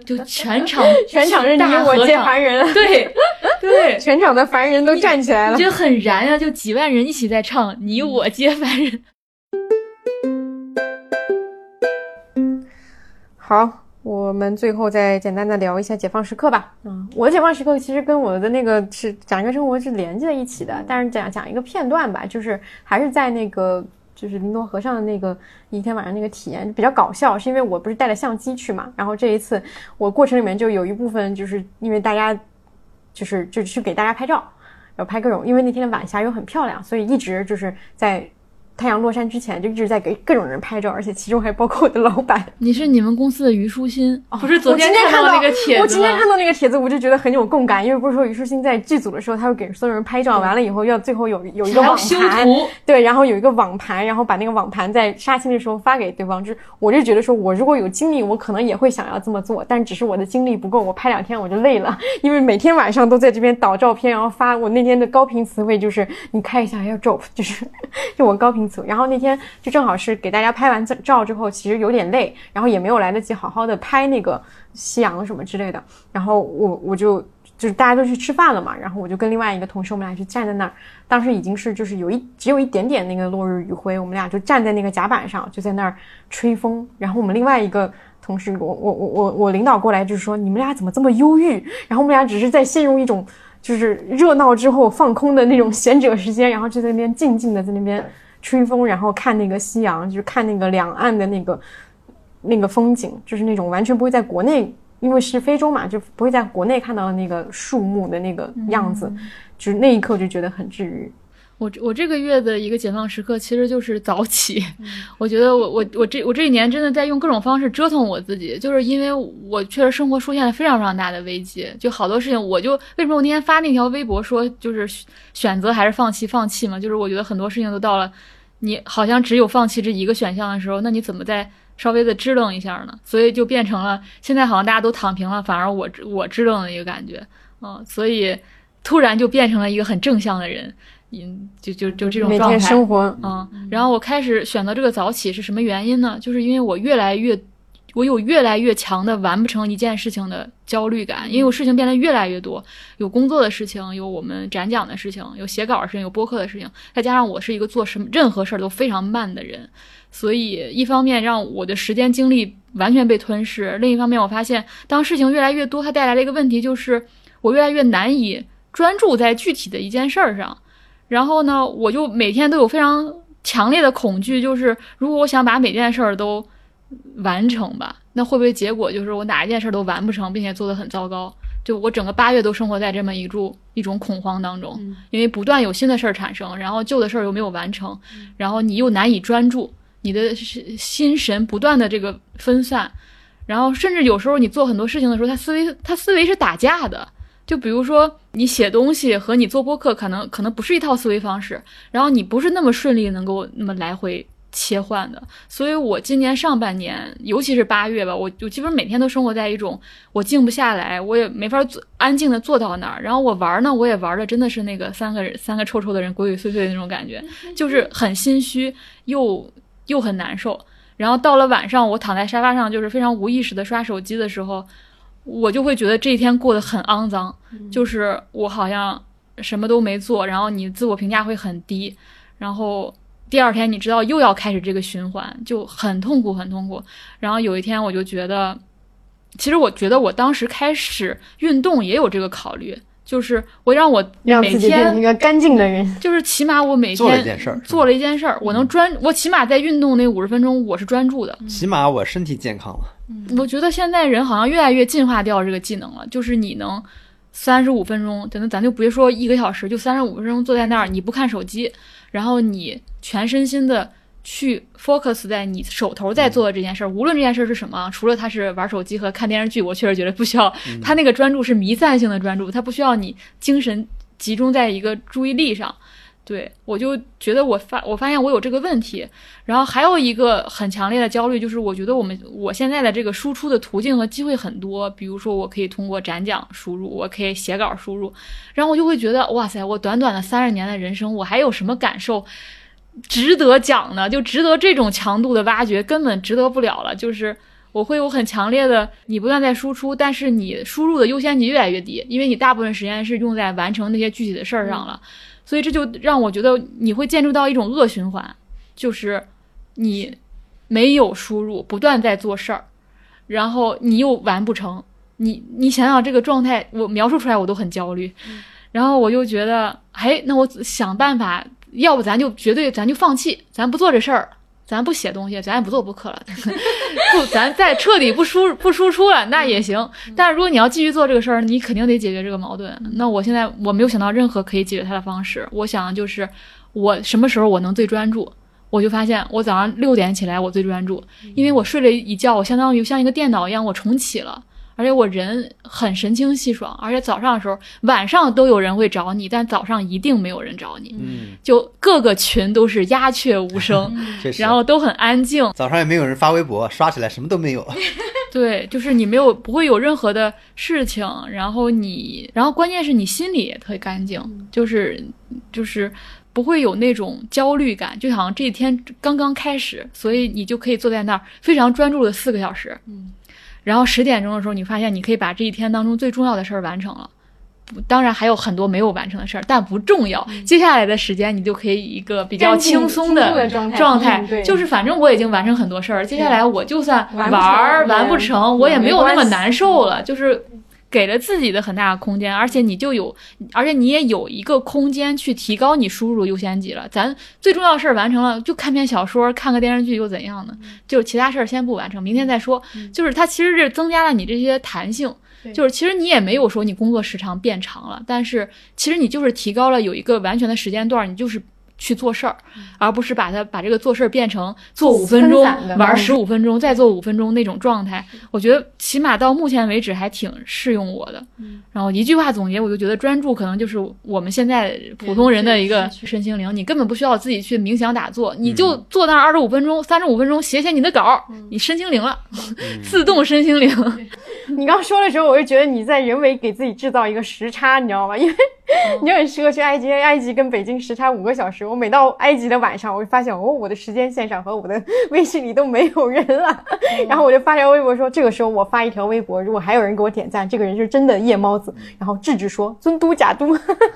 就全场
全场是你我皆凡人，
对对，
全场的凡人都站起来了，
我觉得很燃呀、啊，就几万人一起在唱你我皆凡人。
好，我们最后再简单的聊一下解放时刻吧。嗯，我的解放时刻其实跟我的那个是展开生活是连接在一起的，但是讲讲一个片段吧，就是还是在那个就是林多河上的那个一天晚上那个体验比较搞笑，是因为我不是带了相机去嘛，然后这一次我过程里面就有一部分就是因为大家就是就去给大家拍照，然后拍各种，因为那天的晚霞又很漂亮，所以一直就是在太阳落山之前就一直在给各种人拍照，而且其中还包括我的老板。
你是你们公司的虞书欣、哦、不是昨
天
看到那个帖子吗？
我今天看到那个帖子我就觉得很有共感，因为不是说虞书欣在剧组的时候他会给所有人拍照，完了以后要最后有有一个网盘，对，然后有一个网盘，然后把那个网盘在杀青的时候发给对方。就是我就觉得说我如果有精力我可能也会想要这么做，但只是我的精力不够，我拍两天我就累了，因为每天晚上都在这边导照片，然后发。我那天的高频词汇就是你看一下要 drop， 就是就我高频词汇。然后那天就正好是给大家拍完照之后其实有点累，然后也没有来得及好好的拍那个夕阳什么之类的，然后我我就就是大家都去吃饭了嘛，然后我就跟另外一个同事我们俩就站在那儿，当时已经是就是有一只有一点点那个落日余晖，我们俩就站在那个甲板上就在那儿吹风，然后我们另外一个同事我我我我我领导过来就是说你们俩怎么这么忧郁，然后我们俩只是在陷入一种就是热闹之后放空的那种闲者时间，然后就在那边静静的在那边吹风，然后看那个夕阳，就是看那个两岸的那个那个风景，就是那种完全不会在国内，因为是非洲嘛，就不会在国内看到的那个树木的那个样子、嗯、就是那一刻就觉得很治愈。
我我这个月的一个解放时刻其实就是早起、嗯、我觉得我我我这我这一年真的在用各种方式折腾我自己，就是因为我确实生活出现了非常非常大的危机，就好多事情我就为什么我那天发那条微博说就是选择还是放弃放弃嘛，就是我觉得很多事情都到了你好像只有放弃这一个选项的时候，那你怎么再稍微的支棱一下呢？所以就变成了现在好像大家都躺平了，反而我我支棱的一个感觉，嗯，所以突然就变成了一个很正向的人。嗯，就就就这种状态，
每天生活，
嗯，然后我开始选择这个早起是什么原因呢？就是因为我越来越，我有越来越强的完不成一件事情的焦虑感，因为我事情变得越来越多，有工作的事情，有我们展讲的事情，有写稿的事情，有播客的事情，再加上我是一个做什么任何事儿都非常慢的人，所以一方面让我的时间精力完全被吞噬，另一方面我发现当事情越来越多，它带来了一个问题，就是我越来越难以专注在具体的一件事儿上。然后呢，我就每天都有非常强烈的恐惧，就是如果我想把每件事儿都完成吧，那会不会结果就是我哪一件事儿都完不成，并且做得很糟糕？就我整个八月都生活在这么一种一种恐慌当中、嗯、因为不断有新的事儿产生，然后旧的事儿又没有完成、嗯、然后你又难以专注，你的心神不断的这个分散，然后甚至有时候你做很多事情的时候，他思维他思维是打架的。就比如说你写东西和你做播客可能可能不是一套思维方式，然后你不是那么顺利能够那么来回切换的，所以我今年上半年尤其是八月吧，我我基本上每天都生活在一种我静不下来，我也没法做安静的坐到那儿，然后我玩呢我也玩的真的是那个三个人三个臭臭的人鬼鬼祟祟的那种感觉，就是很心虚又又很难受，然后到了晚上我躺在沙发上就是非常无意识的刷手机的时候，我就会觉得这一天过得很肮脏、嗯、就是我好像什么都没做，然后你自我评价会很低，然后第二天你知道又要开始这个循环，就很痛苦很痛苦。然后有一天我就觉得，其实我觉得我当时开始运动也有这个考虑，就是我让我每天
让自己变成一个干净的人，
就是起码我每天
做了一件事儿，
做了一件事儿，我能专，我起码在运动那五十分钟我是专注的，
起码我身体健康了。
我觉得现在人好像越来越进化掉这个技能了，就是你能三十五分钟，咱咱就别说一个小时，就三十五分钟坐在那儿，你不看手机，然后你全身心的去 focus 在你手头在做的这件事儿、嗯、无论这件事是什么，除了他是玩手机和看电视剧，我确实觉得不需要、嗯、他那个专注是弥散性的专注，他不需要你精神集中在一个注意力上。对，我就觉得我发我发现我有这个问题，然后还有一个很强烈的焦虑，就是我觉得我们我现在的这个输出的途径和机会很多，比如说我可以通过展讲输入，我可以写稿输入，然后我就会觉得哇塞，我短短的三十年的人生，我还有什么感受值得讲呢？就值得这种强度的挖掘，根本值得不了了。就是我会有很强烈的，你不断在输出，但是你输入的优先级越来越低，因为你大部分时间是用在完成那些具体的事儿上了，所以这就让我觉得你会建筑到一种恶循环，就是你没有输入，不断在做事儿，然后你又完不成，你你想想这个状态，我描述出来我都很焦虑，嗯、然后我就觉得，哎，那我想办法，要不咱就绝对咱就放弃，咱不做这事儿。咱不写东西，咱也不做播客了，不，咱再彻底不输不输出了，那也行。但是如果你要继续做这个事儿，你肯定得解决这个矛盾。那我现在我没有想到任何可以解决它的方式。我想的就是我什么时候我能最专注，我就发现我早上六点起来我最专注，因为我睡了一觉，我相当于像一个电脑一样我重启了。而且我人很神清气爽，而且早上的时候晚上都有人会找你，但早上一定没有人找你，嗯，就各个群都是鸦雀无声然后都很安静，
早上也没有人发微博，刷起来什么都没有
对，就是你没有不会有任何的事情，然后你然后关键是你心里也特别干净，就是就是不会有那种焦虑感，就好像这一天刚刚开始，所以你就可以坐在那儿非常专注的四个小时，嗯，然后十点钟的时候你发现你可以把这一天当中最重要的事儿完成了，当然还有很多没有完成的事儿，但不重要、嗯、接下来的时间你就可以以一个比较轻松的状态、嗯、就是反正我已经完成很多事儿，接下来我就算玩完, 完不成我也没有那么难受了，就是给了自己的很大的空间，而且你就有而且你也有一个空间去提高你输入优先级了，咱最重要的事儿完成了，就看篇小说看个电视剧又怎样呢、嗯、就其他事儿先不完成，明天再说、嗯、就是它其实是增加了你这些弹性，就是其实你也没有说你工作时长变长了，但是其实你就是提高了有一个完全的时间段，你就是去做事儿、嗯、而不是把它把这个做事儿变成做五分钟玩十五分钟再做五分钟那种状态、嗯、我觉得起码到目前为止还挺适用我的、嗯、然后一句话总结，我就觉得专注可能就是我们现在普通人的一个身心灵，你根本不需要自己去冥想打坐、嗯、你就坐那二十五分钟三十五分钟写写你的稿、嗯、你身心灵了、嗯、自动身心灵
你刚说的时候我就觉得你在人为给自己制造一个时差，你知道吗？因为你很适合去埃及，埃及跟北京时差五个小时，我每到埃及的晚上我会发现哦，我的时间线上和我的微信里都没有人了、嗯、然后我就发条微博说这个时候我发一条微博，如果还有人给我点赞，这个人就是真的夜猫子，然后制止说尊嘟假嘟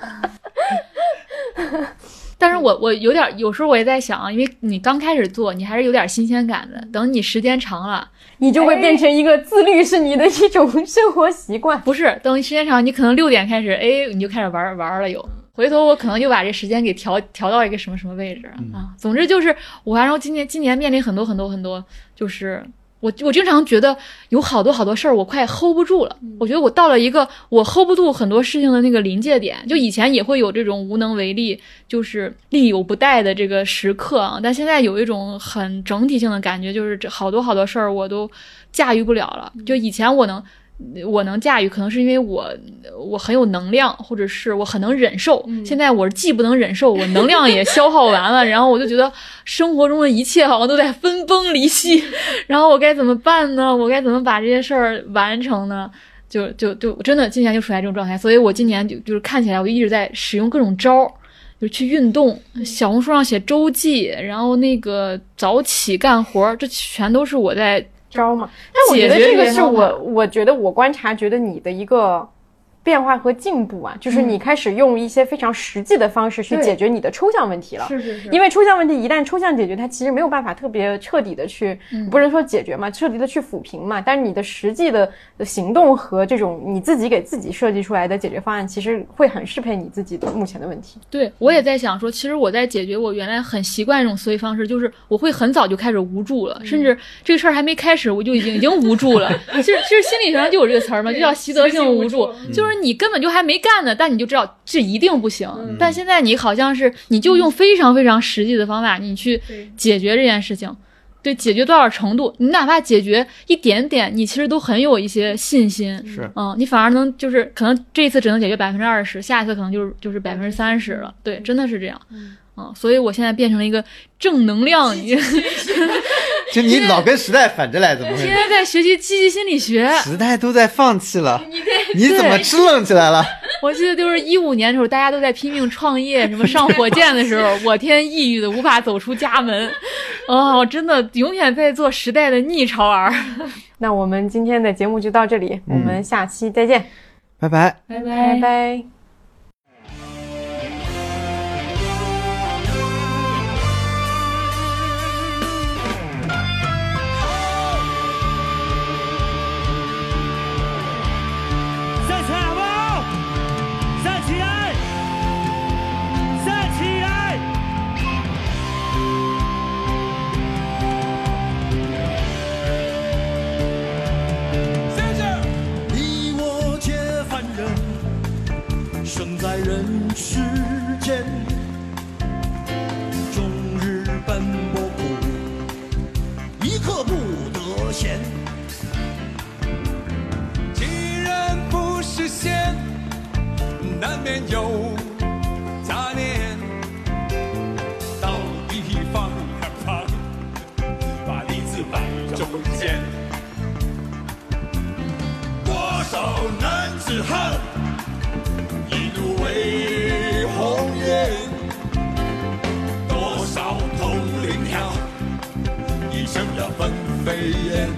但是我我有点有时候我也在想，因为你刚开始做你还是有点新鲜感的，等你时间长了
你就会变成一个自律是你的一种生活习惯，
不是等时间长你可能六点开始哎你就开始玩玩了，有回头我可能又把这时间给调调到一个什么什么位置、嗯、啊。总之就是我反正今年今年面临很多很多很多，就是我我经常觉得有好多好多事儿我快 hold 不住了、嗯、我觉得我到了一个我 hold 不住很多事情的那个临界点，就以前也会有这种无能为力就是力有不逮的这个时刻啊，但现在有一种很整体性的感觉，就是这好多好多事儿我都驾驭不了了，就以前我能我能驾驭可能是因为我我很有能量，或者是我很能忍受、嗯、现在我既不能忍受，我能量也消耗完了然后我就觉得生活中的一切好像都在分崩离析然后我该怎么办呢？我该怎么把这些事儿完成呢？就就就真的今年就处在这种状态，所以我今年就就是看起来我就一直在使用各种招，就去运动，小红书上写周记，然后那个早起干活，这全都是我在
招嘛。但我觉得这个是我我觉得我观察觉得你的一个变化和进步啊，就是你开始用一些非常实际的方式去解决你的抽象问题了。
是是是。
因为抽象问题一旦抽象解决，它其实没有办法特别彻底的去、嗯、不是说解决嘛，彻底的去抚平嘛，但是你的实际的行动和这种你自己给自己设计出来的解决方案其实会很适配你自己的目前的问题。
对，我也在想说其实我在解决我原来很习惯一种思维方式，就是我会很早就开始无助了、嗯、甚至这个事儿还没开始我就已经已经无助了其实其实心理学上就有这个词儿嘛，就叫习得性无助、嗯、就是你根本就还没干呢，但你就知道这一定不行、嗯、但现在你好像是你就用非常非常实际的方法你去解决这件事情，对，解决多少程度，你哪怕解决一点点你其实都很有一些信心，
是
嗯，你反而能就是可能这一次只能解决百分之二十，下一次可能就是就是百分之三十了，对，真的是这样。嗯嗯，所以我现在变成了一个正能量
就你老跟时代反着来，怎么会？
现在在学习积极心理学，
时代都在放弃了，你怎么支棱起来了？
我记得就是一五年的时候，大家都在拼命创业，什么上火箭的时候，我天，抑郁的无法走出家门，啊、哦，真的永远在做时代的逆潮儿。
那我们今天的节目就到这里，我们下期再见，
拜拜。
拜
拜拜。
生在人世间，终日奔波苦，一刻不得闲。
既然不实现，难免有杂念。到底放两旁，把利字摆中间。多少男子汉，一怒为红颜，多少统领条，一生要分飞燕。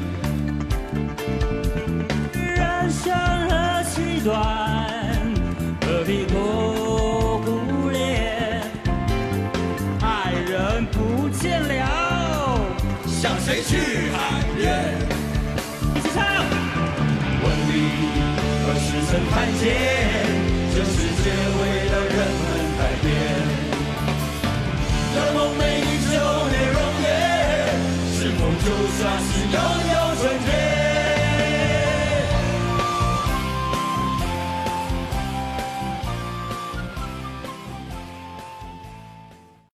人生何其短，何必多顾恋？爱人不见了，
向谁去喊冤？
一起唱。
问你何时曾看见？